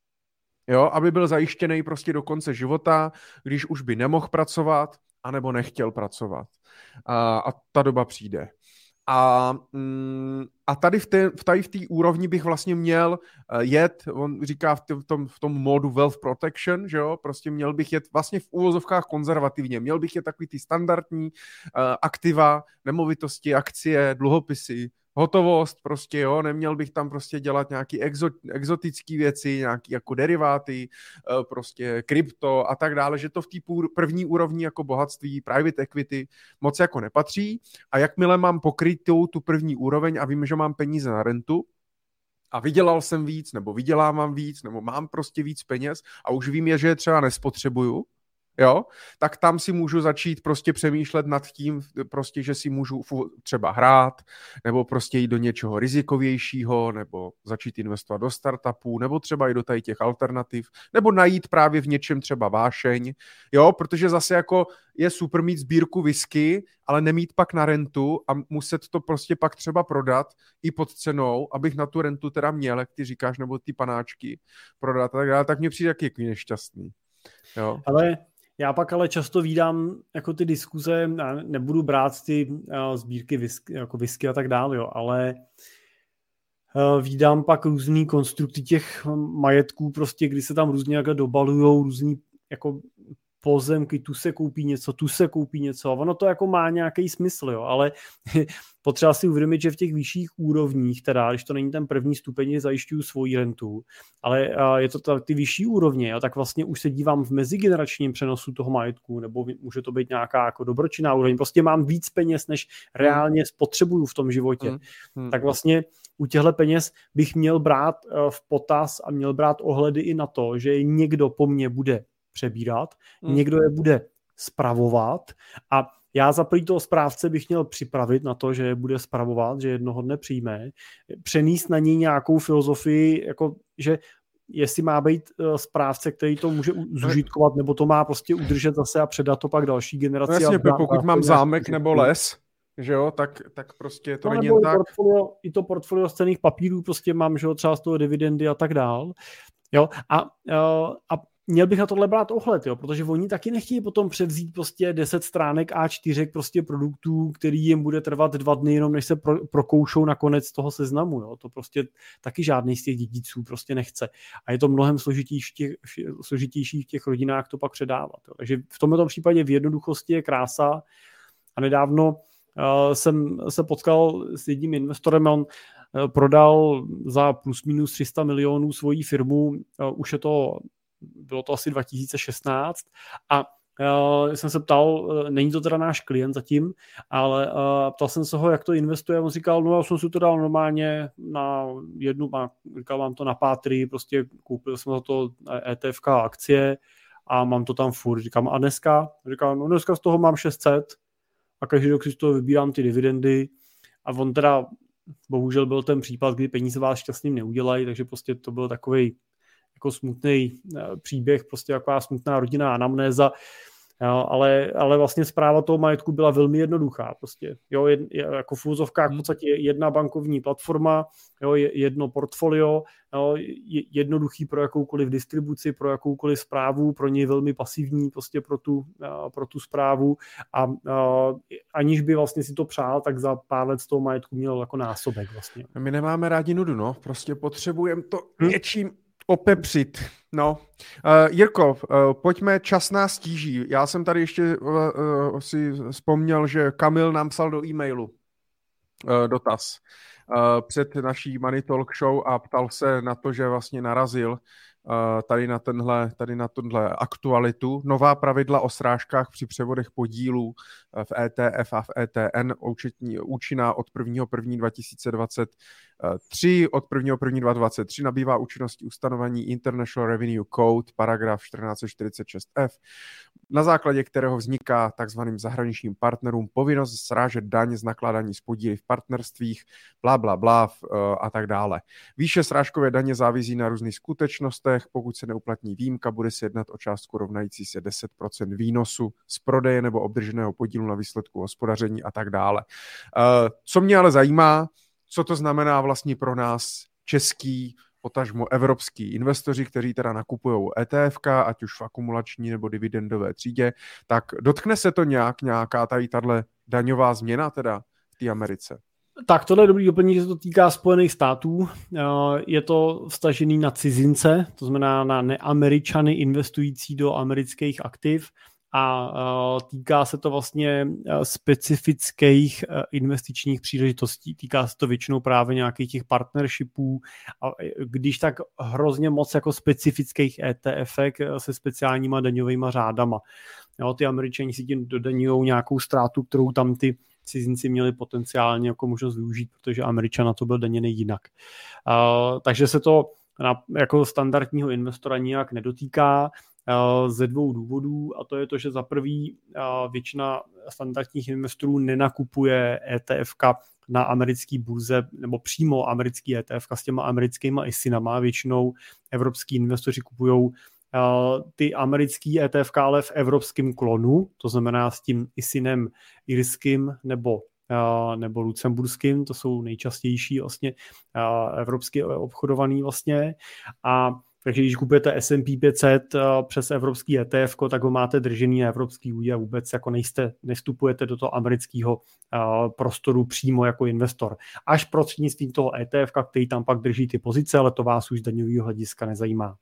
Jo, aby byl zajištěný prostě do konce života, když už by nemohl pracovat, anebo nechtěl pracovat. A, a ta doba přijde. A, mm, a tady v té tady v té úrovni bych vlastně měl jet, on říká v tom, v tom módu wealth protection, že jo, prostě měl bych jet vlastně v úvozovkách konzervativně, měl bych jet takový ty standardní uh, aktiva, nemovitosti, akcie, dluhopisy, hotovost prostě, jo, neměl bych tam prostě dělat nějaký exo, exotický věci, nějaký jako deriváty, prostě krypto a tak dále, že to v té první úrovni jako bohatství, private equity moc jako nepatří a jakmile mám pokrytou tu první úroveň a vím, že mám peníze na rentu a vydělal jsem víc, nebo vydělávám víc, nebo mám prostě víc peněz a už vím, že je třeba nespotřebuju, jo, tak tam si můžu začít prostě přemýšlet nad tím, prostě, že si můžu třeba hrát, nebo prostě jít do něčeho rizikovějšího, nebo začít investovat do startupů, nebo třeba i do tady těch alternativ, nebo najít právě v něčem třeba vášeň, jo, protože zase jako je super mít sbírku whisky, ale nemít pak na rentu a muset to prostě pak třeba prodat i pod cenou, abych na tu rentu teda měl, jak ty říkáš, nebo ty panáčky prodat a tak dále, tak mně přijde jaký nešťastný. Jo. Ale já pak ale často vídám jako ty diskuze, nebudu brát ty uh, sbírky whisky, jako whisky a tak dále, jo, ale uh, vídám pak různý konstrukty těch majetků, prostě, kdy se tam různě jako dobalujou různý jako pozemky, tu se koupí něco, tu se koupí něco a ono to jako má nějaký smysl, jo, ale potřeba si uvědomit, že v těch vyšších úrovních, teda, když to není ten první stupeň, zajišťuju svoji rentu, ale uh, je to ta, ty vyšší úrovně, jo, tak vlastně už se dívám v mezigeneračním přenosu toho majetku, nebo může to být nějaká jako dobročinná úroveň, prostě mám víc peněz, než reálně spotřebuju v tom životě. Hmm. Hmm. Tak vlastně u těchto peněz bych měl brát uh, v potaz a měl brát ohledy i na to, že někdo po mně bude přebírat, hmm. někdo je bude spravovat a já za první toho správce bych měl připravit na to, že je bude spravovat, že jednoho dne přijme, přenést na něj nějakou filozofii, jako, že jestli má být uh, správce, který to může zužitkovat, nebo to má prostě udržet zase a předat to pak další generaci. No jasně, a pokud mám zámek nebo les, že jo, tak, tak prostě to no, není jen tak. Portfolio, i to portfolio z cenných papírů prostě mám, že jo, třeba z toho dividendy a tak dál. Jo, a, uh, a měl bych na tohle brát ohled, jo, protože oni taky nechtějí potom převzít prostě deset stránek á čtyři prostě produktů, který jim bude trvat dva dny, jenom než se pro, prokoušou na konec toho seznamu, jo. To prostě taky žádný z těch dědiců prostě nechce. A je to mnohem složitější, těch, složitější v těch rodinách to pak předávat. Jo. Takže v tomto případě v jednoduchosti je krása a nedávno uh, jsem se potkal s jedním investorem a on prodal za plus minus tři sta milionů svoji firmu, už je to, bylo to asi dva tisíce šestnáct a Uh, jsem se ptal, uh, není to teda náš klient zatím, ale uh, ptal jsem se ho, jak to investuje, on říkal, no já jsem si to dal normálně na jednu, má, říkal, mám to na Pátry, prostě koupil jsem za to E T F K akcie a mám to tam furt, říkám, a dneska? Říkal, no dneska z toho mám šest set a každý rok si z toho vybírám ty dividendy a on teda, bohužel byl ten případ, kdy peníze vás šťastným neudělají, takže prostě to byl takovej jako smutný příběh, prostě taková smutná rodinná anamnéza, jo, ale, ale vlastně správa toho majetku byla velmi jednoduchá. Prostě, jo, jed, jako v úzovkách v podstatě jedna bankovní platforma, jo, jedno portfolio, jo, jednoduchý pro jakoukoliv distribuci, pro jakoukoliv správu, pro něj velmi pasivní prostě pro tu, pro tu správu a, a aniž by vlastně si to přál, tak za pár let z toho majetku měl jako násobek vlastně. My nemáme rádi nudu, no, prostě potřebujeme to hm? něčím opepřit. No, uh, Jirko, uh, pojďme, čas nás tíží. Já jsem tady ještě uh, uh, si vzpomněl, že Kamil nám psal do e-mailu uh, dotaz uh, před naší Money Talk Show a ptal se na to, že vlastně narazil uh, tady na tenhle, tady na tenhle aktualitu. Nová pravidla o srážkách při převodech podílů v E T F a v E T N účetní, účinná od prvního prvního dva tisíce dvacet tři, od prvního prvního dva tisíce dvacet tři nabývá účinnosti ustanovení International Revenue Code, paragraf čtrnáct set čtyřicet šest F, na základě kterého vzniká takzvaným zahraničním partnerům povinnost srážet daň z nakládání s podíly v partnerstvích, blá, blá, blá a tak dále. Výše srážkové daně závisí na různých skutečnostech, pokud se neuplatní výjimka, bude se jednat o částku rovnající se deset procent výnosu z prodeje nebo obdrženého podílu na výsledku hospodaření a tak dále. Co mě ale zajímá, co to znamená vlastně pro nás český, potažmo evropský investoři, kteří teda nakupují E T F K, ať už v akumulační nebo dividendové třídě, tak dotkne se to nějak, nějaká tady tahle daňová změna teda v té Americe? Tak tohle je dobrý doplnění, že se to týká Spojených států. Je to vztažený na cizince, to znamená na neameričany investující do amerických aktiv. A týká se to vlastně specifických investičních příležitostí. Týká se to většinou právě nějakých těch partnershipů a když tak hrozně moc jako specifických E T F se speciálníma daňovými řádama. Jo, ty Američani si tím dodaňují nějakou ztrátu, kterou tam ty cizinci měli potenciálně jako možnost využít, protože Američan na to byl daněný jinak. Uh, takže se to na, jako standardního investora nijak nedotýká, ze dvou důvodů, a to je to, že za prvý většina standardních investorů nenakupuje E T F K na americké burze nebo přímo americký E T F K s těma americkýma ISINama. Většinou evropský investoři kupují ty americký E T F K, ale v evropském klonu, to znamená s tím ISINem irským nebo nebo lucemburským, to jsou nejčastější vlastně evropsky obchodovaný vlastně. A takže když kupujete S and P pět set přes evropský E T F, tak ho máte držený na evropský údě a vůbec jako nejste, nevstupujete do toho amerického prostoru přímo jako investor. Až prostřednictvím toho E T F, který tam pak drží ty pozice, ale to vás už z daňového hlediska nezajímá.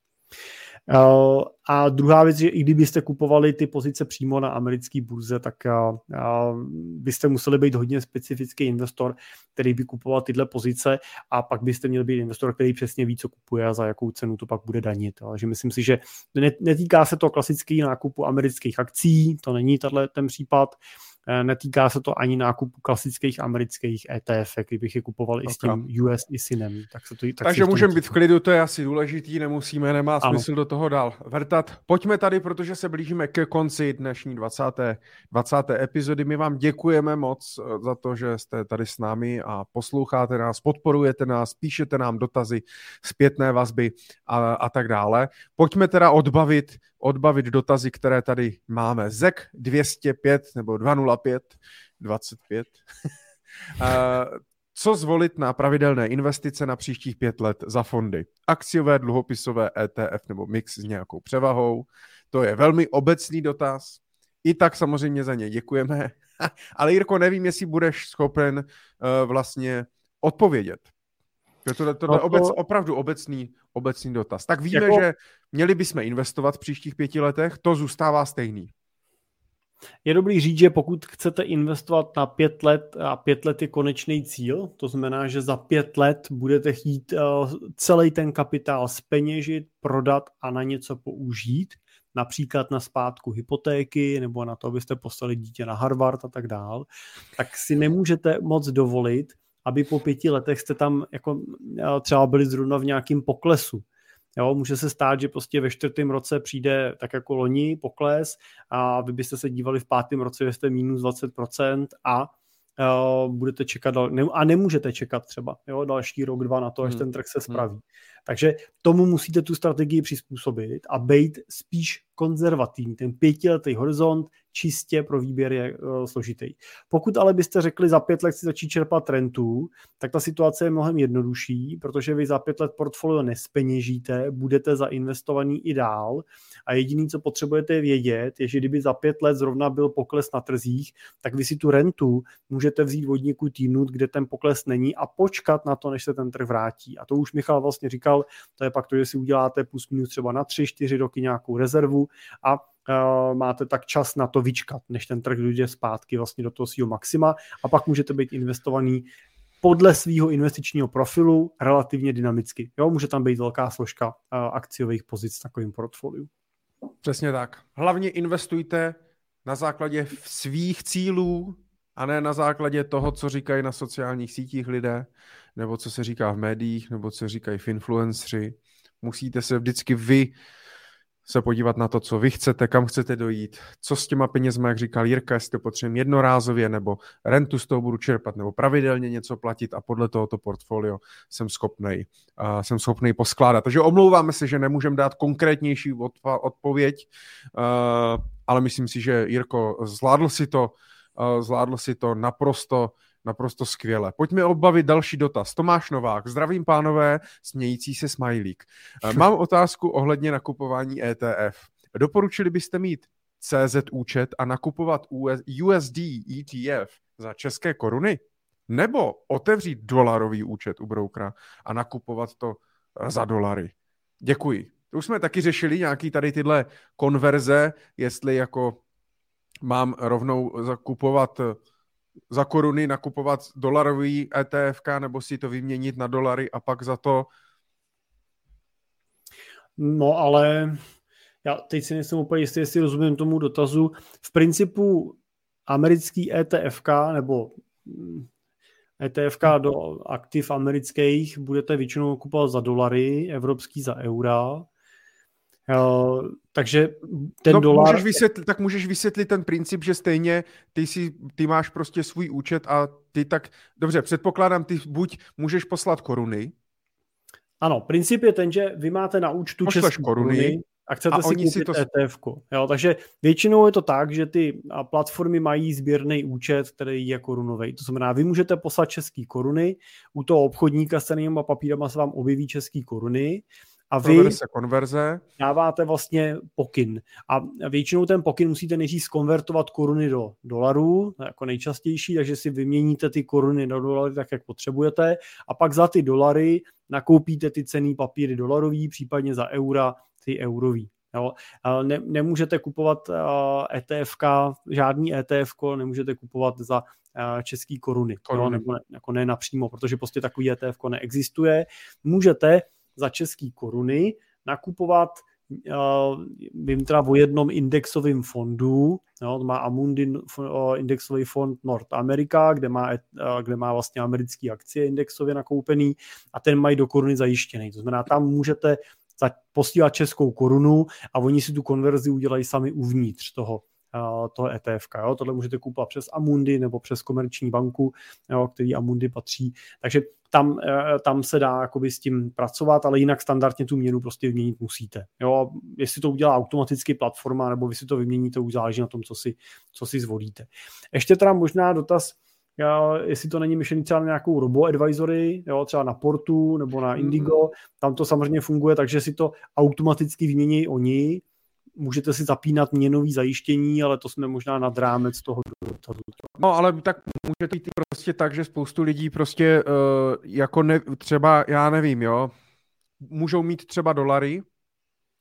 A druhá věc, že i kdybyste kupovali ty pozice přímo na americké burze, tak byste museli být hodně specifický investor, který by kupoval tyhle pozice a pak byste měli být investor, který přesně ví, co kupuje a za jakou cenu to pak bude danit. Takže myslím si, že netýká se to klasického nákupu amerických akcí, to není tato, ten případ, netýká se to ani nákupu klasických amerických E T F, kdybych je kupoval okay. i s tím U S ISINem. Tak se to, tak Takže můžeme být v klidu, to je asi důležitý, nemusíme, nemá smysl ano. do toho dál vrtat. Pojďme tady, protože se blížíme ke konci dnešní dvacáté dvacáté epizody. My vám děkujeme moc za to, že jste tady s námi a posloucháte nás, podporujete nás, píšete nám dotazy, zpětné vazby a, a tak dále. Pojďme teda odbavit odbavit dotazy, které tady máme. Z E K dvě stě pět nebo dvě nula pět, dvacet pět. Co zvolit na pravidelné investice na příštích pět let za fondy? Akciové, dluhopisové, E T F nebo mix s nějakou převahou? To je velmi obecný dotaz. I tak samozřejmě za ně děkujeme. Ale Jirko, nevím, jestli budeš schopen uh, vlastně odpovědět. To, to, to je obec, opravdu obecný, obecný dotaz. Tak víme, jako... že měli bychom investovat v příštích pěti letech, to zůstává stejný. Je dobrý říct, že pokud chcete investovat na pět let a pět let je konečný cíl, to znamená, že za pět let budete chtít uh, celý ten kapitál zpeněžit, prodat a na něco použít, například na spátku hypotéky nebo na to, abyste poslali dítě na Harvard a tak dál, tak si nemůžete moc dovolit, aby po pěti letech jste tam jako třeba byli zrovna v nějakém poklesu. Jo, může se stát, že prostě ve čtvrtém roce přijde tak jako loni pokles a vy byste se dívali v pátém roce, že jste minus dvacet procent a uh, budete čekat ne, a nemůžete čekat třeba jo, další rok, dva na to, až hmm. ten trh se spraví. Hmm. Takže tomu musíte tu strategii přizpůsobit a být spíš konzervativní. Ten pětiletý horizont čistě pro výběr je uh, složitý. Pokud ale byste řekli za pět let si začít čerpat rentu, tak ta situace je mnohem jednodušší, protože vy za pět let portfolio nespeněžíte, budete zainvestovaný i dál a jediný, co potřebujete vědět, je, že kdyby za pět let zrovna byl pokles na trzích, tak vy si tu rentu můžete vzít od někud jinut, kde ten pokles není a počkat na to, než se ten trh vrátí. A to už Michal vlastně říkal, to je pak to, že si uděláte plus minus třeba na tři, čtyři roky nějakou rezervu a Uh, máte tak čas na to vyčkat, než ten trh dojde zpátky vlastně do toho svého maxima a pak můžete být investovaný podle svého investičního profilu relativně dynamicky. Jo, může tam být velká složka uh, akciových pozic v takovém portfoliu. Přesně tak. Hlavně investujte na základě svých cílů a ne na základě toho, co říkají na sociálních sítích lidé, nebo co se říká v médiích, nebo co říkají v influenceri. Musíte se vždycky vy se podívat na to, co vy chcete, kam chcete dojít, co s těma penězma, jak říkal Jirka, jestli to potřebujeme jednorázově, nebo rentu z toho budu čerpat, nebo pravidelně něco platit a podle tohoto portfolio jsem schopnej, uh, jsem schopnej poskládat. Takže omlouváme se, že nemůžeme dát konkrétnější odpa- odpověď, uh, ale myslím si, že Jirko, zvládl si to, uh, zvládl si to naprosto Naprosto skvěle. Pojďme obavit další dotaz. Tomáš Novák. Zdravím, pánové, smějící se smajlík. Mám otázku ohledně nakupování E T F. Doporučili byste mít C Z účet a nakupovat U S D E T F za české koruny? Nebo otevřít dolarový účet u broukera a nakupovat to za dolary? Děkuji. Už jsme taky řešili nějaký tady tyhle konverze, jestli jako mám rovnou zakupovat za koruny, nakupovat dolarový E T F ka, nebo si to vyměnit na dolary a pak za to... No ale já teď si nejsem úplně jistý, jestli rozumím tomu dotazu. V principu americký E T F ka nebo E T F ka do aktiv amerických budete většinou kupovat za dolary, evropský za eura. Uh, takže ten no, dolar... Můžeš vysvětlit, tak můžeš vysvětlit ten princip, že stejně ty, si, ty máš prostě svůj účet a ty tak... Dobře, předpokládám, ty buď můžeš poslat koruny. Ano, princip je ten, že vy máte na účtu české koruny, koruny a chcete a si koupit si to... E T F ko. Jo, takže většinou je to tak, že ty platformy mají sběrný účet, který je korunový. To znamená, vy můžete poslat české koruny, u toho obchodníka s cenými papírama se vám objeví české koruny, a vy konverze. dáváte vlastně pokyn. A většinou ten pokyn musíte nejdřív zkonvertovat koruny do dolarů, jako nejčastější, takže si vyměníte ty koruny do dolary tak, jak potřebujete a pak za ty dolary nakoupíte ty cenný papíry dolarový, případně za eura ty eurový. Jo. Ne, nemůžete kupovat E T F ka, žádný E T F ko nemůžete kupovat za český koruny, koruny. Jo, nebo ne, jako ne napřímo, protože prostě takový E T F ko neexistuje. Můžete za české koruny nakupovat, uh, vím teda o jednom indexovém fondu, jo, to má Amundi uh, indexový fond North America, kde má, uh, kde má vlastně americké akcie indexově nakoupený a ten mají do koruny zajištěný. To znamená, tam můžete posílat českou korunu a oni si tu konverzi udělají sami uvnitř toho, uh, toho E T F ka. Jo. Tohle můžete kupovat přes Amundi nebo přes komerční banku, jo, který Amundi patří. Takže Tam, tam se dá jakoby s tím pracovat, ale jinak standardně tu měnu prostě vyměnit musíte. Jo? Jestli to udělá automaticky platforma, nebo vy si to vyměníte, už záleží na tom, co si, co si zvolíte. Ještě teda možná dotaz, jestli to není myšlený třeba na nějakou robo-advisory, jo? Třeba na Portu nebo na Indigo, tam to samozřejmě funguje, takže si to automaticky vymění oni, můžete si zapínat měnový zajištění, ale to jsme možná nad rámec toho dotazu. No, ale tak můžete jít prostě tak, že spoustu lidí prostě uh, jako ne, třeba, já nevím, jo, můžou mít třeba dolary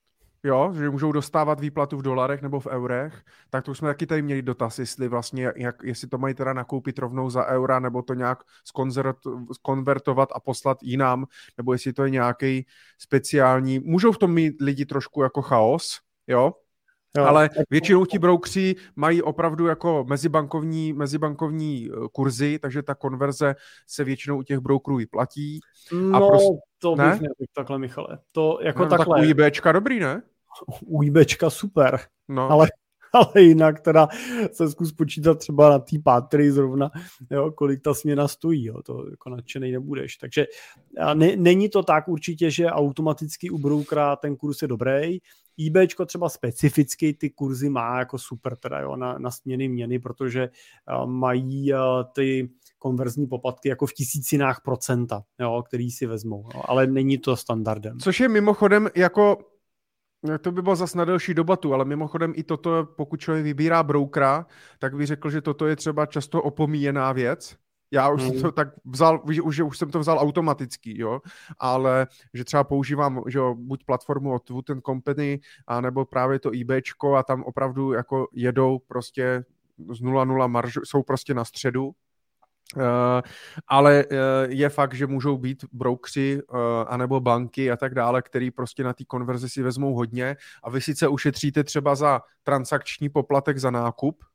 jo, že můžou dostávat výplatu v dolarech nebo v eurech, tak to už jsme taky tady měli dotaz, jestli vlastně, jak, jestli to mají teda nakoupit rovnou za eura, nebo to nějak skonvertovat a poslat jinam, nebo jestli to je nějaký speciální, můžou v tom mít lidi trošku jako chaos, jo, Jo, ale většinou ti broukři mají opravdu jako mezibankovní, mezibankovní kurzy, takže ta konverze se většinou u těch brokerů vyplatí. No, a prost... to bych nevěděl takhle, Michale. To jako no, takhle. Tak u IBčka dobrý, ne? U IBčka super, no. ale, ale jinak teda se zkus počítat třeba na té pátry zrovna, jo, kolik ta směna stojí, jo, to jako nadšenej nebudeš. Takže ne, není to tak určitě, že automaticky u brokera ten kurz je dobrý. IBčko třeba specificky ty kurzy má jako super teda, jo, na, na směny měny, protože uh, mají uh, ty konverzní poplatky jako v tisícinách procenta, jo, který si vezmou, jo, ale není to standardem. Což je mimochodem jako, to by bylo zas na delší debatu, ale mimochodem i toto, pokud člověk vybírá broukera, tak bych řekl, že toto je třeba často opomíjená věc. Já už, hmm. jsem to tak vzal, už, už jsem to vzal automaticky, jo, ale že třeba používám, že jo, buď platformu od Wood and Company, anebo právě to IBčko a tam opravdu jako jedou prostě z nula nula maržu, jsou prostě na středu. Uh, ale uh, je fakt, že můžou být broukři uh, anebo banky a tak dále, který prostě na té konverzi si vezmou hodně a vy sice ušetříte třeba za transakční poplatek za nákup,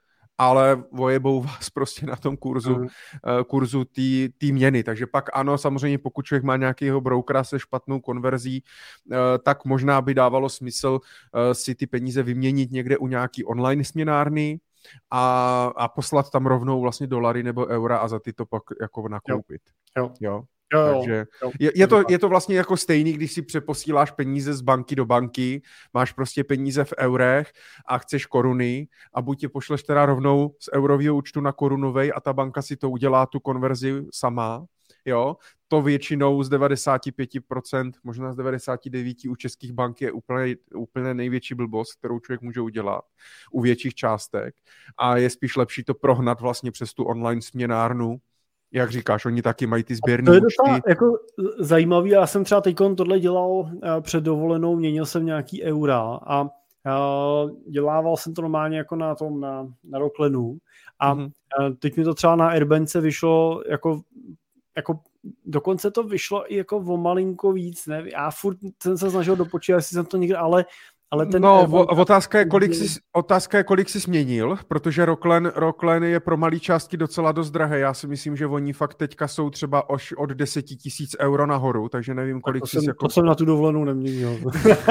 ale vojebou vás prostě na tom kurzu, mm. uh, kurzu té měny. Takže pak ano, samozřejmě pokud člověk má nějakého broukera se špatnou konverzí, uh, tak možná by dávalo smysl uh, si ty peníze vyměnit někde u nějaký online směnárny a, a poslat tam rovnou vlastně dolary nebo eura a za ty to pak jako nakoupit. Jo. jo. Jo, Takže jo. Je, je, to, je to vlastně jako stejný, když si přeposíláš peníze z banky do banky, máš prostě peníze v eurech a chceš koruny a buď je pošleš teda rovnou z eurového účtu na korunovej a ta banka si to udělá tu konverzi sama, jo, to většinou z devadesát pět procent, možná z devadesát devět procent u českých bank je úplně, úplně největší blbost, kterou člověk může udělat u větších částek a je spíš lepší to prohnat vlastně přes tu online směnárnu. Jak říkáš, oni taky mají ty sběrné účty. To je jako zajímavý, já jsem třeba teď tohle dělal před dovolenou, měnil jsem nějaký eura a uh, dělával jsem to normálně jako na tom, na, na Rocklenu a mm-hmm. uh, teď mi to třeba na Airbance vyšlo jako, jako dokonce to vyšlo i jako o malinko víc, ne? Já furt jsem se snažil dopočítat, jestli jsem to někde, ale Ale ten no, Airbnb... otázka je, kolik jsi, otázka je, kolik jsi změnil, protože Rocklen, Rocklen je pro malý částky docela dost drahé. Já si myslím, že oni fakt teďka jsou třeba až od deset tisíc euro nahoru, takže nevím, kolik to jsi... Jsem, jako... To jsem na tu dovolenou neměnil.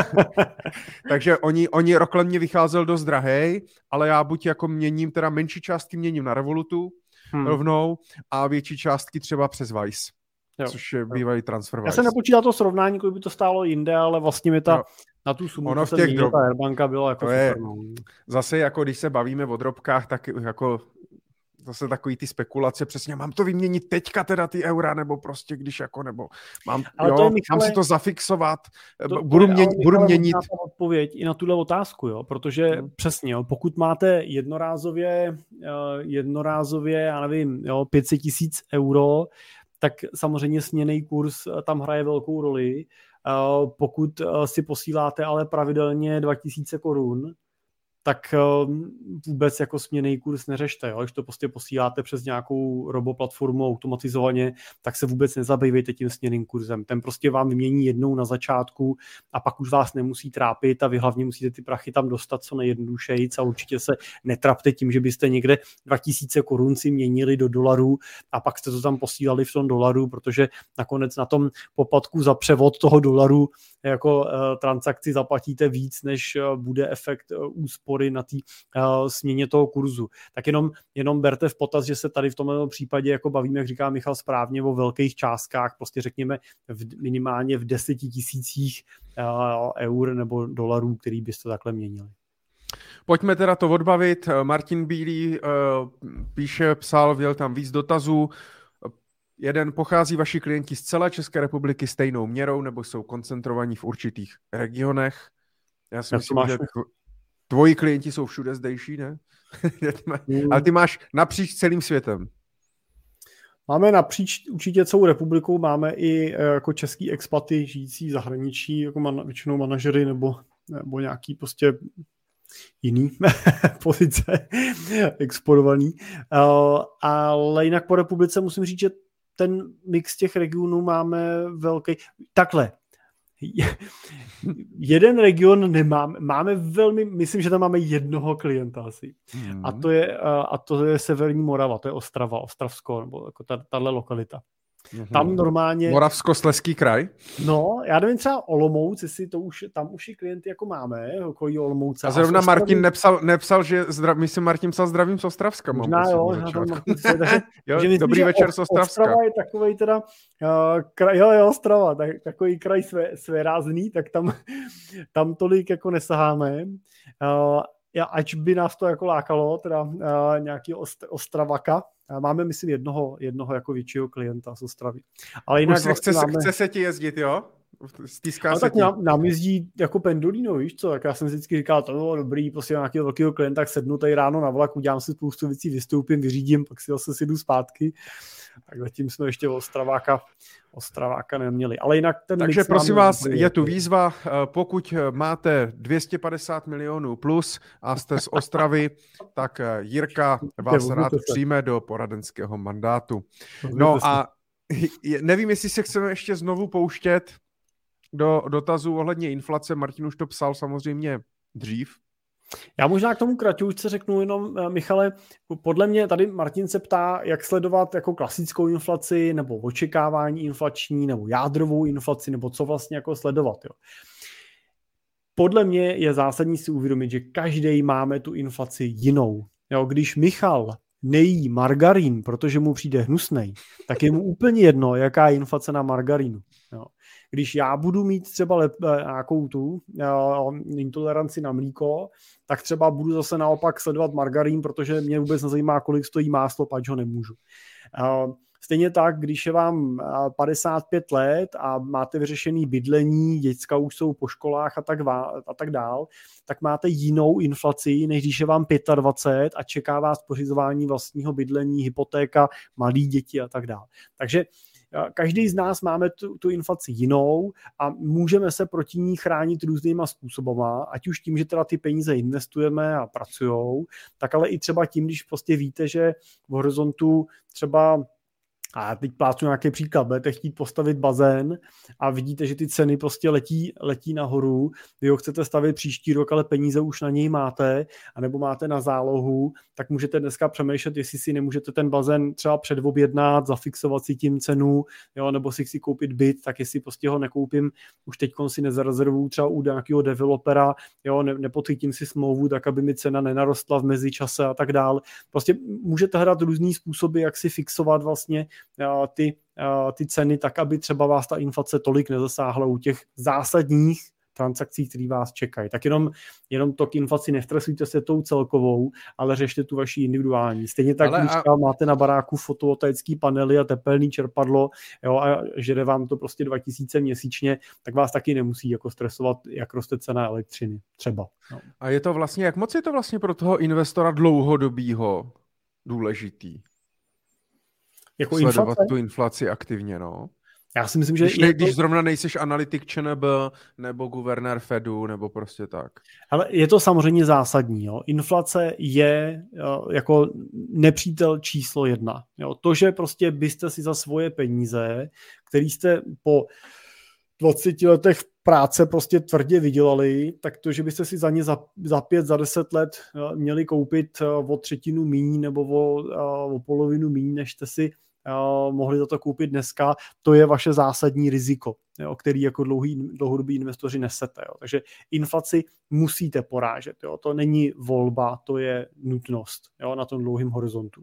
Takže oni, oni Rocklen mě vycházel dost drahej, ale já buď jako měním, teda menší částky měním na Revolutu hmm. rovnou a větší částky třeba přes Wise. Jo, což je bývalý transfer. Já jsem nepočítal to srovnání, kolik by to stálo jinde, ale vlastně mi ta jo. na tu sumu, ono co v těch jsem drob... ta Airbanka byla jako je, zase jako když se bavíme o drobkách, tak jako zase takový ty spekulace, přesně mám to vyměnit teďka teda ty eura, nebo prostě když jako, nebo mám, jo, to je, Michale, mám si to zafixovat, to, budu, to je, měn, budu měnit. Odpověď i na tuhle otázku, jo, protože hmm. přesně, jo, pokud máte jednorázově, jednorázově, já nevím, jo, pět set tisíc euro, tak samozřejmě směnný kurz tam hraje velkou roli. Pokud si posíláte ale pravidelně dva tisíce korun, tak vůbec jako směnný kurz neřešte. Jo? Když to prostě posíláte přes nějakou roboplatformu automatizovaně, tak se vůbec nezabývejte tím směnným kurzem. Ten prostě vám vymění jednou na začátku a pak už vás nemusí trápit a vy hlavně musíte ty prachy tam dostat co nejjednodušejc a určitě se netrapte tím, že byste někde dva tisíce korun si měnili do dolarů a pak jste to tam posílali v tom dolaru, protože nakonec na tom poplatku za převod toho dolaru jako uh, transakci zaplatíte víc, než uh, bude efekt uh, úspory na té uh, směně toho kurzu. Tak jenom, jenom berte v potaz, že se tady v tomto případě jako bavíme, jak říká Michal správně, o velkých částkách, prostě řekněme v, minimálně v deseti tisících uh, eur nebo dolarů, který byste takhle měnili. Pojďme teda to odbavit. Martin Bílý uh, píše, psal, věl tam víc dotazů. Jeden, pochází vaši klienti z celé České republiky stejnou měrou nebo jsou koncentrovaní v určitých regionech? Já si Já myslím, že tvoji klienti jsou všude zdejší, ne? mm. Ale ty máš napříč celým světem. Máme napříč určitě celou republikou, máme i jako český expaty žijící v zahraničí, jako man, většinou manažery nebo nebo nějaký prostě jiný pozice exponovaný. Uh, ale jinak po republice musím říct, že ten mix těch regionů máme velký. Takhle. Jeden region nemáme, máme velmi, myslím, že tam máme jednoho klienta asi. Hmm. A to je, a to je Severní Morava, to je Ostrava, Ostravsko, nebo jako tahle lokalita. Mm-hmm. Tam normálně... Moravskoslezský kraj? No, já nevím, třeba Olomouc, jestli to už, tam už i klienty jako máme, okolí Olomouce. A zrovna a Martin nepsal, nepsal, že zdrav, myslím, Martin psal zdravím z Ostravska. Možná jo, možná tam Martin, takže, jo, takže dobrý myslím, večer z Ostravska. Ostrava je takovej teda, uh, kraj, jo, jo, Ostrava, tak, takový kraj své, své rázný, tak tam, tam tolik jako nesaháme. Uh, já, ač by nás to jako lákalo, teda uh, nějaký ost, Ostravaka, máme, myslím, jednoho, jednoho jako většího klienta z Ostravy. Ale jinak vlastně chce, máme... chce se ti jezdit, jo? Stýská no, se tak ti. Nám, nám jezdí jako pendolino, víš co? Tak já jsem vždycky říkal, to bylo dobrý, prostě nějakého velkého klienta, tak sednu tady ráno na vlak, udělám si spoustu věcí, vystoupím, vyřídím, pak si zase si jdu zpátky. Tak zatím jsme ještě Ostraváka, Ostraváka neměli. Ale jinak ten Takže prosím vás, je tu výzva, pokud máte dvě stě padesát milionů plus a jste z Ostravy, tak Jirka vás rád přijme do poradenského mandátu. No a nevím, jestli se chceme ještě znovu pouštět do dotazů ohledně inflace. Martin už to psal samozřejmě dřív. Já možná k tomu kraťoučce řeknu jenom, Michale, podle mě tady Martin se ptá, jak sledovat jako klasickou inflaci, nebo očekávání inflační, nebo jádrovou inflaci, nebo co vlastně jako sledovat. Jo. Podle mě je zásadní si uvědomit, že každý máme tu inflaci jinou. Jo, když Michal nejí margarín, protože mu přijde hnusnej, tak je mu úplně jedno, jaká je inflace na margarínu. Jo. Když já budu mít třeba lep, nějakou tu intoleranci na mlíko, tak třeba budu zase naopak sledovat margarín, protože mě vůbec nezajímá, kolik stojí máslo, pač ho nemůžu. Stejně tak, když je vám padesát pět let a máte vyřešený bydlení, děcka už jsou po školách a tak, vá, a tak dál, tak máte jinou inflaci, než když je vám dvacet pět a čeká vás pořizování vlastního bydlení, hypotéka, malí děti a tak dál. Takže každý z nás máme tu, tu inflaci jinou a můžeme se proti ní chránit různýma způsobama, ať už tím, že teda ty peníze investujeme a pracujou, tak ale i třeba tím, když prostě víte, že v horizontu třeba, a teď plácnu nějaký příklad, budete chtít postavit bazén a vidíte, že ty ceny prostě letí, letí nahoru, vy ho chcete stavit příští rok, ale peníze už na něj máte, anebo máte na zálohu, tak můžete dneska přemýšlet, jestli si nemůžete ten bazén třeba předobjednat, zafixovat si tím cenu, jo, nebo si chci koupit byt, tak jestli prostě ho nekoupím, už teďkon si nezarezervuju třeba u nějakého developera, jo, ne, nepodchytím si smlouvu, tak aby mi cena nenarostla v mezičase a tak dál. Prostě můžete hledat různý způsoby, jak si fixovat vlastně Ty, ty ceny tak, aby třeba vás ta inflace tolik nezasáhla u těch zásadních transakcí, které vás čekají. Tak jenom, jenom to k inflaci nestresujte se tou celkovou, ale řešte tu vaši individuální. Stejně tak, ale když a... máte na baráku fotovoltaický panely a tepelný čerpadlo, jo, a žere vám to prostě dva tisíce měsíčně, tak vás taky nemusí jako stresovat, jak roste cena elektřiny. Třeba. No. A je to vlastně, jak moc je to vlastně pro toho investora dlouhodobýho důležitý? Jako sledovat inflace? tu inflaci aktivně, no. Já si myslím, že... Když, ne, když zrovna nejseš analytik ČNB, nebo guvernér Fedu, nebo prostě tak. Ale je to samozřejmě zásadní. Jo. Inflace je jako nepřítel číslo jedna. Jo. To, že prostě byste si za svoje peníze, který jste po dvaceti letech práce prostě tvrdě vydělali, tak to, že byste si za ně za, za pět, za deset let měli koupit o třetinu míň nebo o, o polovinu míň, než jste si uh, mohli za to koupit dneska, to je vaše zásadní riziko, jo, který jako dlouhý, dlouhodobí investoři nesete. Jo. Takže inflaci musíte porážet. Jo. To není volba, to je nutnost, jo, na tom dlouhém horizontu.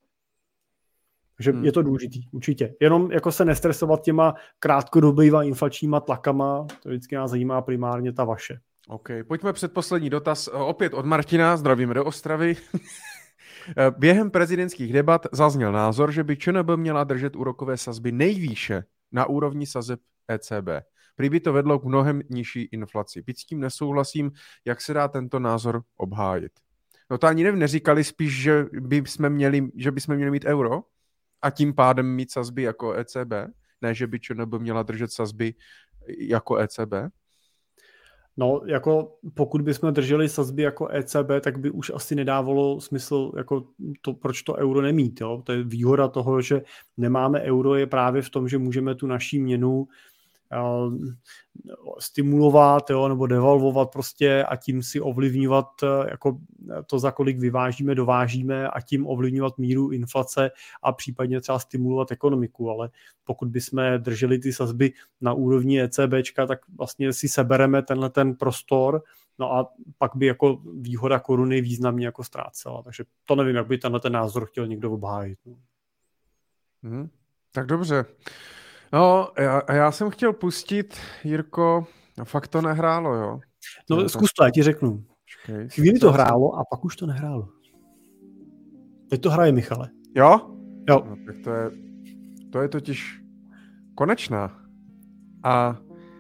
Takže hmm. je to důležitý, určitě. Jenom jako se nestresovat těma krátkodobýma inflačníma tlakama, to vždycky nás zajímá primárně ta vaše. OK, pojďme před poslední dotaz. Opět od Martina, zdravíme do Ostravy. Během prezidentských debat zazněl názor, že by ČNB měla držet úrokové sazby nejvýše na úrovni sazeb E C B. Prý by to vedlo k mnohem nižší inflaci. Byť s tím nesouhlasím, jak se dá tento názor obhájit. No to ani nevím, neříkali spíš, že bychom měli, že bychom měli mít euro a tím pádem mít sazby jako E C B? Ne, že by ČNB měla držet sazby jako E C B? No, jako pokud bychom drželi sazby jako E C B, tak by už asi nedávalo smysl, jako to, proč to euro nemít. Jo? To je výhoda toho, že nemáme euro, je právě v tom, že můžeme tu naší měnu uh, stimulovat, jo, nebo devalvovat prostě a tím si ovlivňovat jako to, za kolik vyvážíme, dovážíme a tím ovlivňovat míru inflace a případně třeba stimulovat ekonomiku, ale pokud bychom drželi ty sazby na úrovni ECBčka, tak vlastně si sebereme tenhle ten prostor, no a pak by jako výhoda koruny významně jako ztrácela, takže to nevím, jak by tenhle ten názor chtěl někdo obhájit. No. Hmm, tak dobře. No, já, já jsem chtěl pustit, Jirko, a fakt to nehrálo, jo? No, to zkus to, já ti řeknu. Počkej, chvíli to hrálo a pak už to nehrálo. Teď to hraje, Michale. Jo? Jo. No, tak to je, to je totiž konečná. A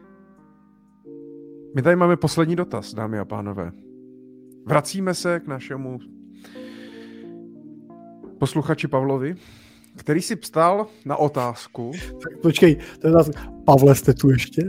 my tady máme poslední dotaz, dámy a pánové. Vracíme se k našemu posluchači Pavlovi, který si psal na otázku. Tak počkej, to je zase, Pavle, jste tu ještě?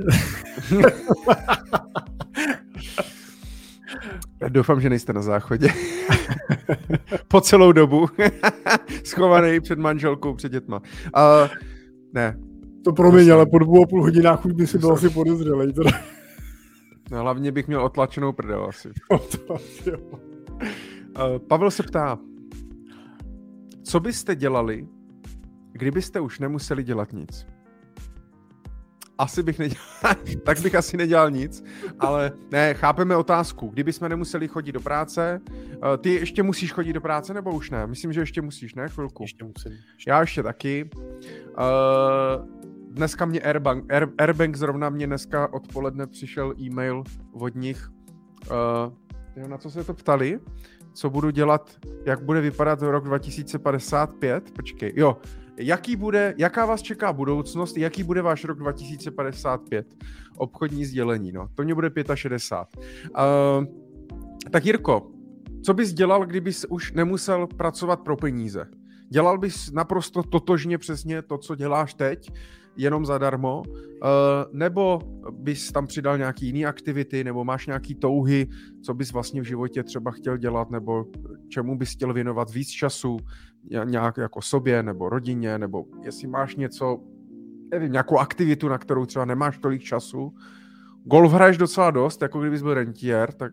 Doufám, že nejste na záchodě. Po celou dobu. Schovaný před manželkou, před dětma. Uh, ne. To promiň, ale po dvou a půl hodinách už by si byl asi podezřelej. Teda. No, hlavně bych měl otlačenou prdel asi. uh, Pavel se ptá, co byste dělali, kdybyste už nemuseli dělat nic? Asi bych nedělal, tak bych asi nedělal nic, ale ne, chápeme otázku. Kdyby jsme nemuseli chodit do práce, ty ještě musíš chodit do práce, nebo už ne? Myslím, že ještě musíš, ne? Chvilku. Ještě musím. Já ještě taky. Uh, dneska mě Airbank, Air, Airbank zrovna mě dneska odpoledne přišel e-mail od nich. Uh, na co se to ptali? Co budu dělat, jak bude vypadat rok dva tisíce padesát pět? Počkej, jo. Jaký bude, jaká vás čeká budoucnost, jaký bude váš rok dva tisíce padesát pět? Obchodní sdělení, no. To mě bude šedesát pět. Uh, tak Jirko, co bys dělal, kdybys už nemusel pracovat pro peníze? Dělal bys naprosto totožně přesně to, co děláš teď, jenom zadarmo, uh, nebo bys tam přidal nějaký jiný aktivity, nebo máš nějaký touhy, co bys vlastně v životě třeba chtěl dělat, nebo čemu bys chtěl věnovat víc času, nějak jako sobě, nebo rodině, nebo jestli máš něco, nevím, nějakou aktivitu, na kterou třeba nemáš tolik času. Golf hraješ docela dost, jako kdybys byl rentiér, tak...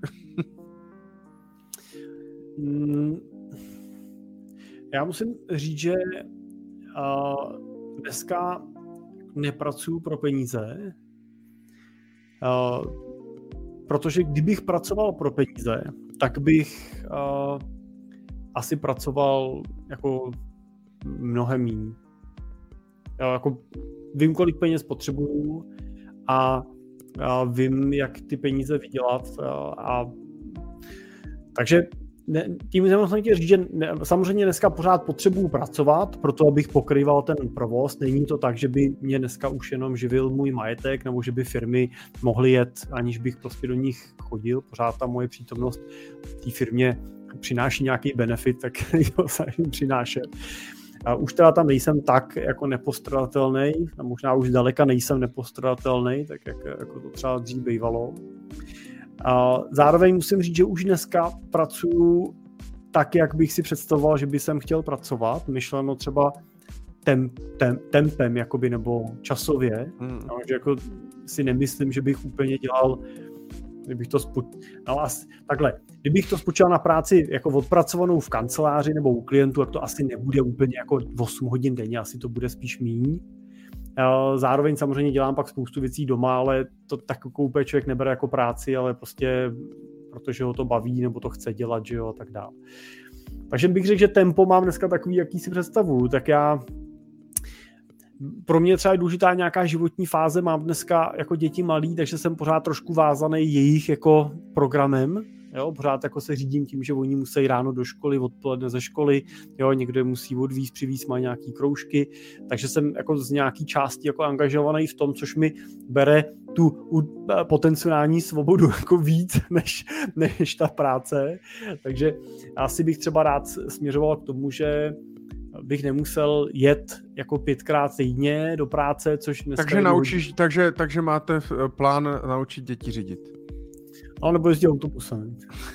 mm, já musím říct, že uh, dneska nepracuju pro peníze, uh, protože kdybych pracoval pro peníze, tak bych uh, asi pracoval jako mnohem méně. Jako vím, kolik peněz potřebuju a, a vím, jak ty peníze vydělat a, a takže ne, tím jsem chtěl říct, že ne, samozřejmě dneska pořád potřebuju pracovat, proto abych pokrýval ten provoz. Není to tak, že by mě dneska už jenom živil můj majetek, nebo že by firmy mohly jet, aniž bych prostě do nich chodil. Pořád ta moje přítomnost té firmě přináší nějaký benefit, tak to se jim přinášet. A už teda tam nejsem tak jako nepostradatelný, a možná už zdaleka nejsem nepostradatelný, tak jak jako to třeba dřív bývalo. A zároveň musím říct, že už dneska pracuju tak, jak bych si představoval, že bych jsem chtěl pracovat, myšleno třeba temp, temp, tempem jakoby, nebo časově, hmm. no, že jako si nemyslím, že bych úplně dělal, kdybych to spo... no, asi, takhle, kdybych to spočítal na práci jako odpracovanou v kanceláři nebo u klientů, tak to asi nebude úplně jako osm hodin denně, asi to bude spíš míň. Zároveň samozřejmě dělám pak spoustu věcí doma, ale to tak úplně člověk nebere jako práci, ale prostě protože ho to baví nebo to chce dělat, že jo, a tak dále. Takže bych řekl, že tempo mám dneska takový, jaký si představuju, tak já pro mě třeba je důležitá nějaká životní fáze, mám dneska jako děti malý, takže jsem pořád trošku vázaný jejich jako programem, jo, pořád jako se řídím tím, že oni musí ráno do školy, odpoledne ze školy, jo, někdo je musí odvízt, přivízt, má nějaký kroužky, takže jsem jako z nějaký části jako angažovaný v tom, což mi bere tu potenciální svobodu jako víc, než, než ta práce, takže asi bych třeba rád směřoval k tomu, že bych nemusel jet jako pětkrát týdně do práce, což dneska... Takže naučíš, takže, takže máte plán naučit děti řídit. Ale nebo jezdí autobusem.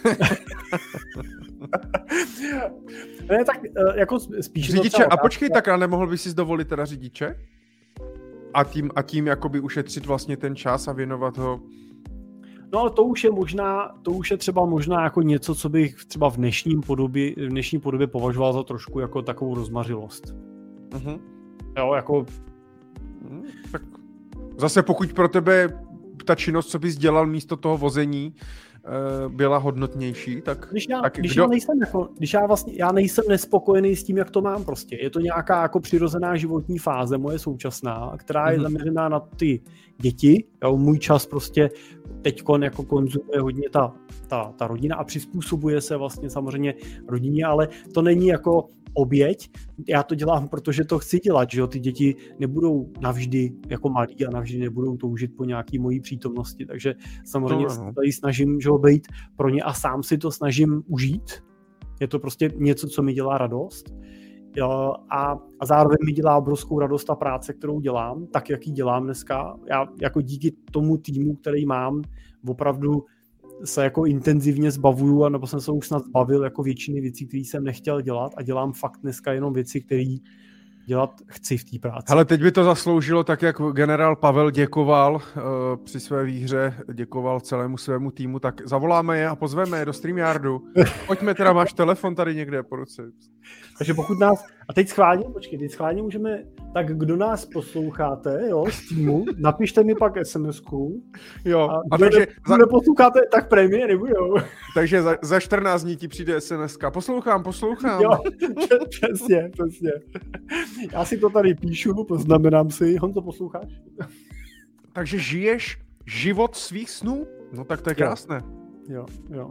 Ne, tak jako spíš... Řidiče, a počkej, tak a nemohl bys si dovolit teda řidiče? A tím, a tím jakoby ušetřit vlastně ten čas a věnovat ho... No ale to už je možná, to už je třeba možná jako něco, co bych třeba v dnešním podobě, v dnešní podobě považoval za trošku jako takovou rozmařilost. Uh-huh. Jo, jako... Hmm, tak zase pokud pro tebe ta činnost, co bys dělal místo toho vození, byla hodnotnější, tak... Když já, tak když kdo... já nejsem jako, když já vlastně, já nejsem nespokojený s tím, jak to mám prostě. Je to nějaká jako přirozená životní fáze, moje současná, která je mm-hmm. zaměřená na ty děti. Jo, můj čas prostě teďkon jako konzumuje hodně ta, ta, ta rodina a přizpůsobuje se vlastně samozřejmě rodině, ale to není jako oběť. Já to dělám, protože to chci dělat, že jo, ty děti nebudou navždy jako malí a navždy nebudou toužit po nějaký mojí přítomnosti, takže samozřejmě se tady snažím, že ho být pro ně a sám si to snažím užít. Je to prostě něco, co mi dělá radost. Jo, a, a zároveň mi dělá obrovskou radost ta práce, kterou dělám, tak, jak ji dělám dneska. Já jako díky tomu týmu, který mám, opravdu se jako intenzivně zbavuju, nebo jsem se už snad zbavil jako většiny věcí, které jsem nechtěl dělat a dělám fakt dneska jenom věci, které dělat chci v té práci. Hele, teď by to zasloužilo tak, jak generál Pavel děkoval uh, při své výhře, děkoval celému svému týmu, tak zavoláme je a pozveme je do StreamYardu. Pojďme teda, máš telefon tady někde po ruce. Takže pokud nás, a teď schválně, počkej, teď schválně můžeme, tak kdo nás posloucháte, jo, z týmu, napište mi pak es em esku. Jo, a, a kdo, takže... ne, za... neposloucháte, tak prémie nebudou. Takže za, za čtrnáct dní ti přijde es em eska. Poslouchám, poslouchám. Jo, přesně, přesně. Já si to tady píšu, poznamenám si. Honzo, posloucháš? Takže žiješ život svých snů? No tak to je krásné. Jo, jo.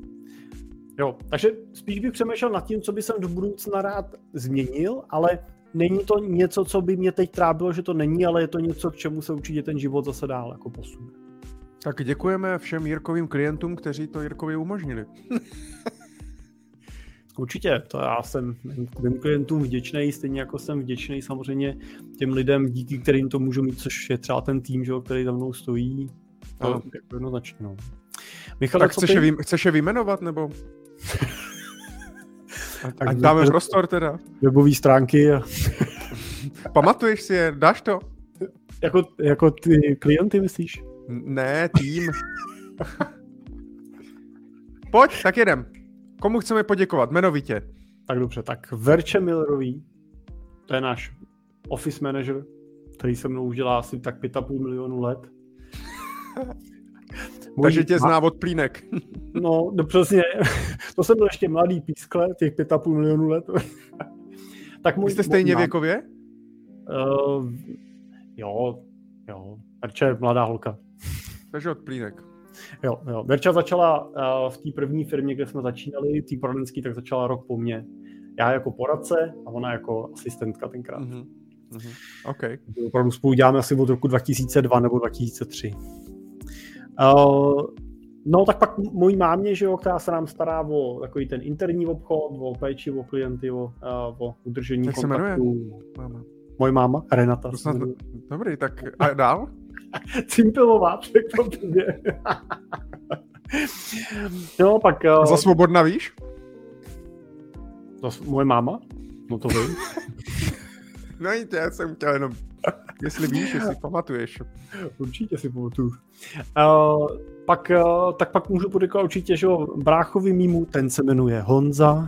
Jo, takže spíš bych přemýšlel nad tím, co by jsem do budoucna rád změnil, ale není to něco, co by mě teď trápilo, že to není, ale je to něco, k čemu se určitě ten život zase dál jako posune. Tak děkujeme všem Jirkovým klientům, kteří to Jirkovi umožnili. Určitě, to já jsem těm klientům vděčný, stejně jako jsem vděčný samozřejmě těm lidem, díky kterým to můžu mít, což je třeba ten tým, že, který za mnou stojí. To no. Jako jednoznačně. No. Michale, tak chceš, ty... je vý, chceš je vyjmenovat, nebo? tak Ať dáme prostor teda. Webové stránky. A... Pamatuješ si je, dáš to? Jako, jako ty klienty, myslíš? Ne, tým. Pojď, tak jedem. Komu chceme poděkovat? Jmenovitě. Tak dobře, tak Verče Millerový, to je náš office manager, který se mnou už dělá asi tak pět a půl milionu let. Můj... Takže tě zná od plínek. No, no přesně. To jsem byl ještě mladý pískle, těch pět a půl milionu let. Tak můj, Vy jste stejně věkově? Uh, jo, jo. Verče je mladá holka. Takže od plínek. Jo, jo. Verča začala uh, v té první firmě, kde jsme začínali, tý poradenský, tak začala rok po mně. Já jako poradce a ona jako asistentka tenkrát. Mm-hmm. Mm-hmm. Okay. Opravdu spolu děláme asi od roku dva tisíce dva nebo dva tisíce tři. Uh, no tak pak mojí mámě, že jo, která se nám stará o takový ten interní obchod, o péči, o klienty, o, uh, o udržení Jak kontaktu. Moje máma, Renata. Snad... Dobrý, tak a dál? Cimpelová, překvapivě. No, pak... Uh... Za svobodna víš? Za moje máma? No to vím. No já jsem chtěl jenom, jestli víš, jestli pamatuješ. Určitě si pamatuju. Uh, pak, uh, tak pak můžu poděkovat určitě, že jo, bráchovi mýmu, ten se jmenuje Honza.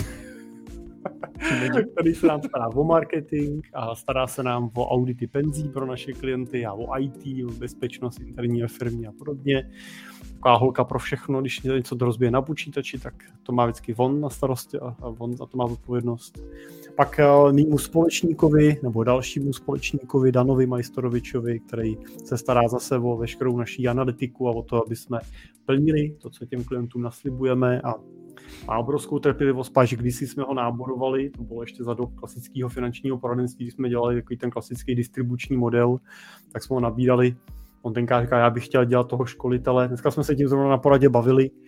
Tady se nám stará o marketing a stará se nám o audity penzí pro naše klienty a o í té, o bezpečnost interní ve firmě a podobně. Taková holka pro všechno, když něco rozbije na počítači, tak to má vždycky on na starosti a on za to má odpovědnost. Pak mýmu společníkovi, nebo dalšímu společníkovi Danovi Majstorovičovi, který se stará zase o veškerou naší analytiku a o to, aby jsme plnili to, co těm klientům naslibujeme a má obrovskou trpělivost, páč, když jsme ho náborovali, to bylo ještě za dob klasického finančního poradenství, když jsme dělali takový ten klasický distribuční model, tak jsme ho nabírali. On tenkrát říká, já bych chtěl dělat toho školitele. Dneska jsme se tím zrovna na poradě bavili.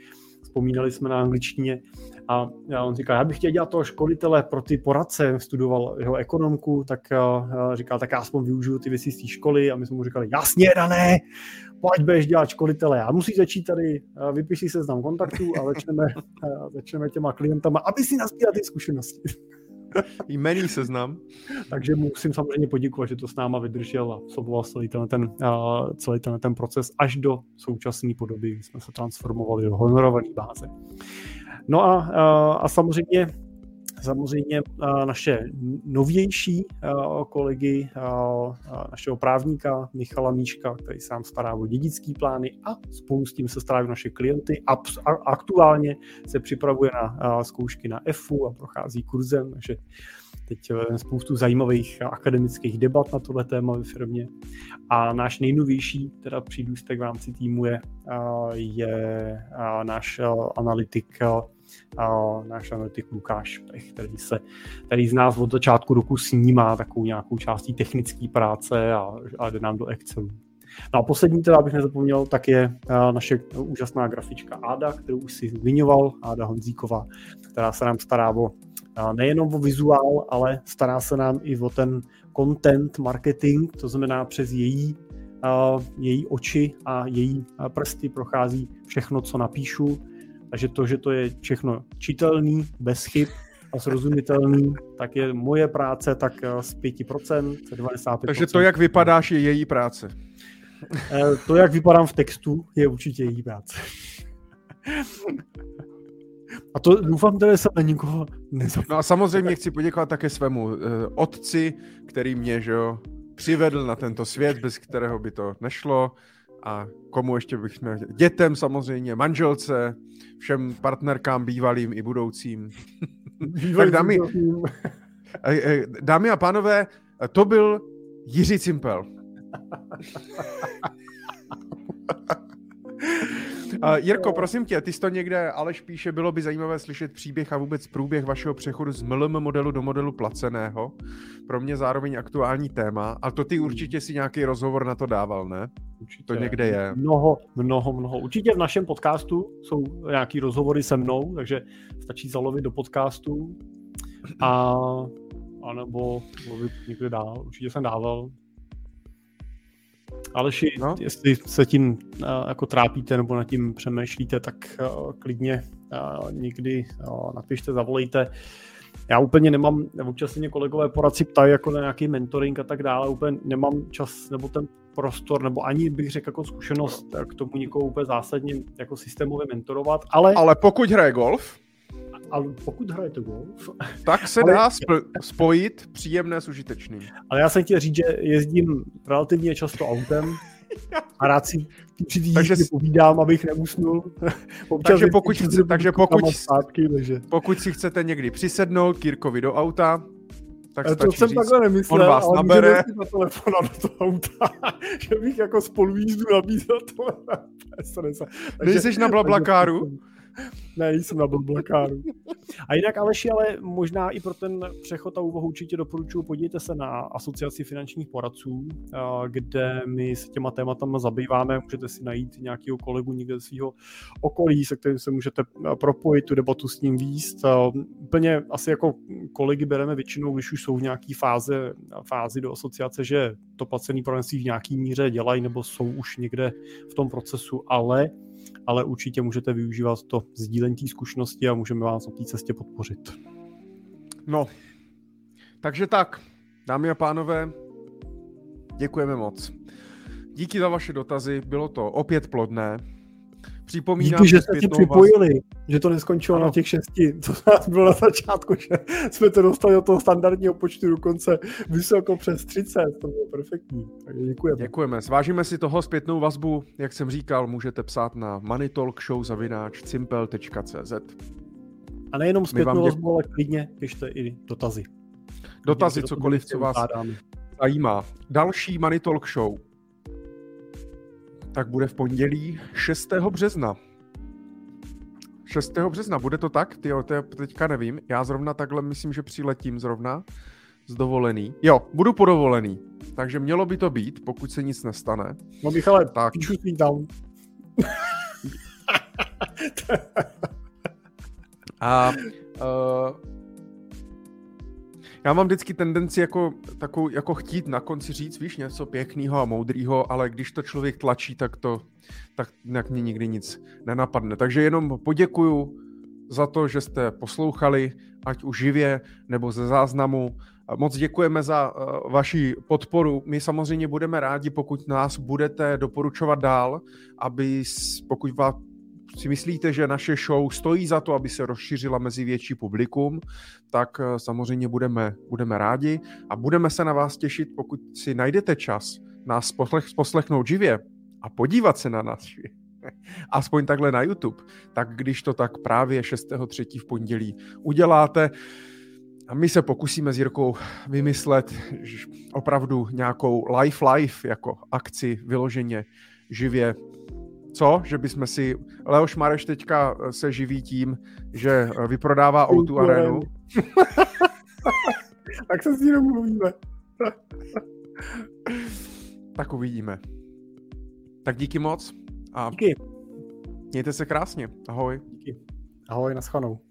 vzpomínali jsme na angličtině a on říkal, já bych chtěl dělat toho školitele pro ty poradce, studoval jeho ekonomku, tak říkal, tak já aspoň využiju ty věci z té školy a my jsme mu říkali, jasně, Dané, pojď budeš dělat školitele a musíš začít tady, vypiš si seznam kontaktů a začneme, začneme těma klientama, aby si nazbíral ty zkušenosti. Jmený seznam. Takže musím samozřejmě poděkovat, že to s náma vydržel a absolvoval celý ten, ten, celý ten, ten proces až do současné podoby, kdy jsme se transformovali do honorované báze. No a, a samozřejmě, samozřejmě naše novější kolegy, našeho právníka Michala Míška, který sám stará o dědický plány a spolu s tím se starají naše klienty a aktuálně se připravuje na zkoušky na E F U a prochází kurzem, takže teď vedeme spoustu zajímavých akademických debat na tohle téma ve firmě. A náš nejnovější teda přírůstek v rámci týmu je, je náš analytik a náš analytik Lukáš, který, se, který z nás od začátku roku snímá takovou nějakou částí technické práce a, a jde nám do Excelu. No a poslední, teda abych nezapomněl, tak je naše úžasná grafička Áda, kterou už si zmiňoval, Áda Honzíková, která se nám stará o nejenom o vizuál, ale stará se nám i o ten content marketing, to znamená přes její, její oči a její prsty prochází všechno, co napíšu. Takže to, že to je všechno čitelný, bez chyb a srozumitelný, tak je moje práce tak z pět procent, z devadesát pět procent. Takže to, jak vypadáš, je její práce. To, jak vypadám v textu, je určitě její práce. A to doufám, že jsem na nikoho nezapomněl. No a samozřejmě chci poděkovat také svému uh, otci, který mě, že jo, přivedl na tento svět, bez kterého by to nešlo. A komu ještě bych měl? Dětem samozřejmě, manželce, všem partnerkám bývalým i budoucím. Tak dámy, dámy a pánové, to byl Jiří Cimpel. Uh, Jirko, prosím tě, ty jsi to někde, Aleš píše, bylo by zajímavé slyšet příběh a vůbec průběh vašeho přechodu z M L M modelu do modelu placeného. Pro mě zároveň aktuální téma. A to ty určitě si nějaký rozhovor na to dával, ne? Určitě. To někde je. Mnoho, mnoho, mnoho. Určitě v našem podcastu jsou nějaký rozhovory se mnou, takže stačí zalovit do podcastu a anebo mluvit někde dál. Určitě jsem dával. Aleši, no? Jestli se tím uh, jako trápíte nebo nad tím přemýšlíte, tak uh, klidně uh, někdy uh, napište, zavolejte. Já úplně nemám, občas se mě kolegové poradci ptají jako na nějaký mentoring a tak dále, úplně nemám čas nebo ten prostor, nebo ani bych řekl jako zkušenost k tomu někoho úplně zásadně jako systémově mentorovat, ale... Ale pokud hraje golf... Ale pokud hrajete golf... Tak se ale... dá sp- spojit příjemné s užitečným. Ale já jsem chtěl říct, že jezdím relativně často autem a rád si při té takže... povídám, abych neusnul. takže pokud, chce, takže pokud, zpátky, takže... pokud si chcete někdy přisednout k Jirkovi do auta, tak to stačí jsem říct, takhle nemyslel, on vás ale nabere. Na telefona do toho auta, že bych jako spolujízdu nabízel tohle. Nejseš na BlaBlaCaru? Ne, jsem na BlaBlaCaru. A jinak, Aleši, ale možná i pro ten přechod a úvahu určitě doporučuji, podívejte se na Asociaci finančních poradců, kde my se těma tématama zabýváme, můžete si najít nějakého kolegu někde ze svého okolí, se kterým se můžete propojit, tu debatu s ním vést. Úplně asi jako kolegy bereme většinou, když už jsou v nějaké fáze, fázi do asociace, že to placené poradenství v nějaký míře dělají nebo jsou už někde v tom procesu, ale ale určitě můžete využívat to sdílení té zkušenosti a můžeme vás na té cestě podpořit. No, takže tak, dámy a pánové, děkujeme moc. Díky za vaše dotazy, bylo to opět plodné. Připomínám, díky, že jste ti připojili, vás... že to neskončilo ano. Na těch šesti, co nás bylo na začátku, že jsme to dostali do toho standardního počtu dokonce vysoko přes třicet, to bylo perfektní, takže děkujeme. Děkujeme, zvážíme si toho zpětnou vazbu, jak jsem říkal, můžete psát na moneytalkshow zavináč cimpel tečka cé zet. A nejenom zpětnou vazbu, ale klidně pište i dotazy. Dotazy, cokoliv, co vás zajímá. Další Money Talk Show tak bude v pondělí šestého března. šestého března, bude to tak? Tyjo, to teďka nevím. Já zrovna takhle myslím, že přiletím zrovna z dovolený. Jo, budu podovolený. Takže mělo by to být, pokud se nic nestane. No Michale, tak píšu svým tam. A uh, já mám vždycky tendenci jako, takovou, jako chtít na konci říct, víš, něco pěkného a moudrýho, ale když to člověk tlačí, tak to tak nějak mě nikdy nic nenapadne. Takže jenom poděkuju za to, že jste poslouchali, ať už živě nebo ze záznamu. Moc děkujeme za uh, vaši podporu. My samozřejmě budeme rádi, pokud nás budete doporučovat dál, aby pokud vás si myslíte, že naše show stojí za to, aby se rozšířila mezi větší publikum, tak uh, samozřejmě budeme, budeme rádi a budeme se na vás těšit, pokud si najdete čas nás poslech, poslechnout živě a podívat se na nás živě. Aspoň takhle na YouTube, tak když to tak právě šestého třetího v pondělí uděláte, a my se pokusíme s Jirkou vymyslet opravdu nějakou live live jako akci vyloženě živě. Co? Že bychom si... Leoš Mareš teďka se živí tím, že vyprodává ó dva Arenu. Tak se s ní domluvíme. Tak uvidíme. Tak díky moc. A díky. Mějte se krásně. Ahoj. Díky. Ahoj, naschledanou.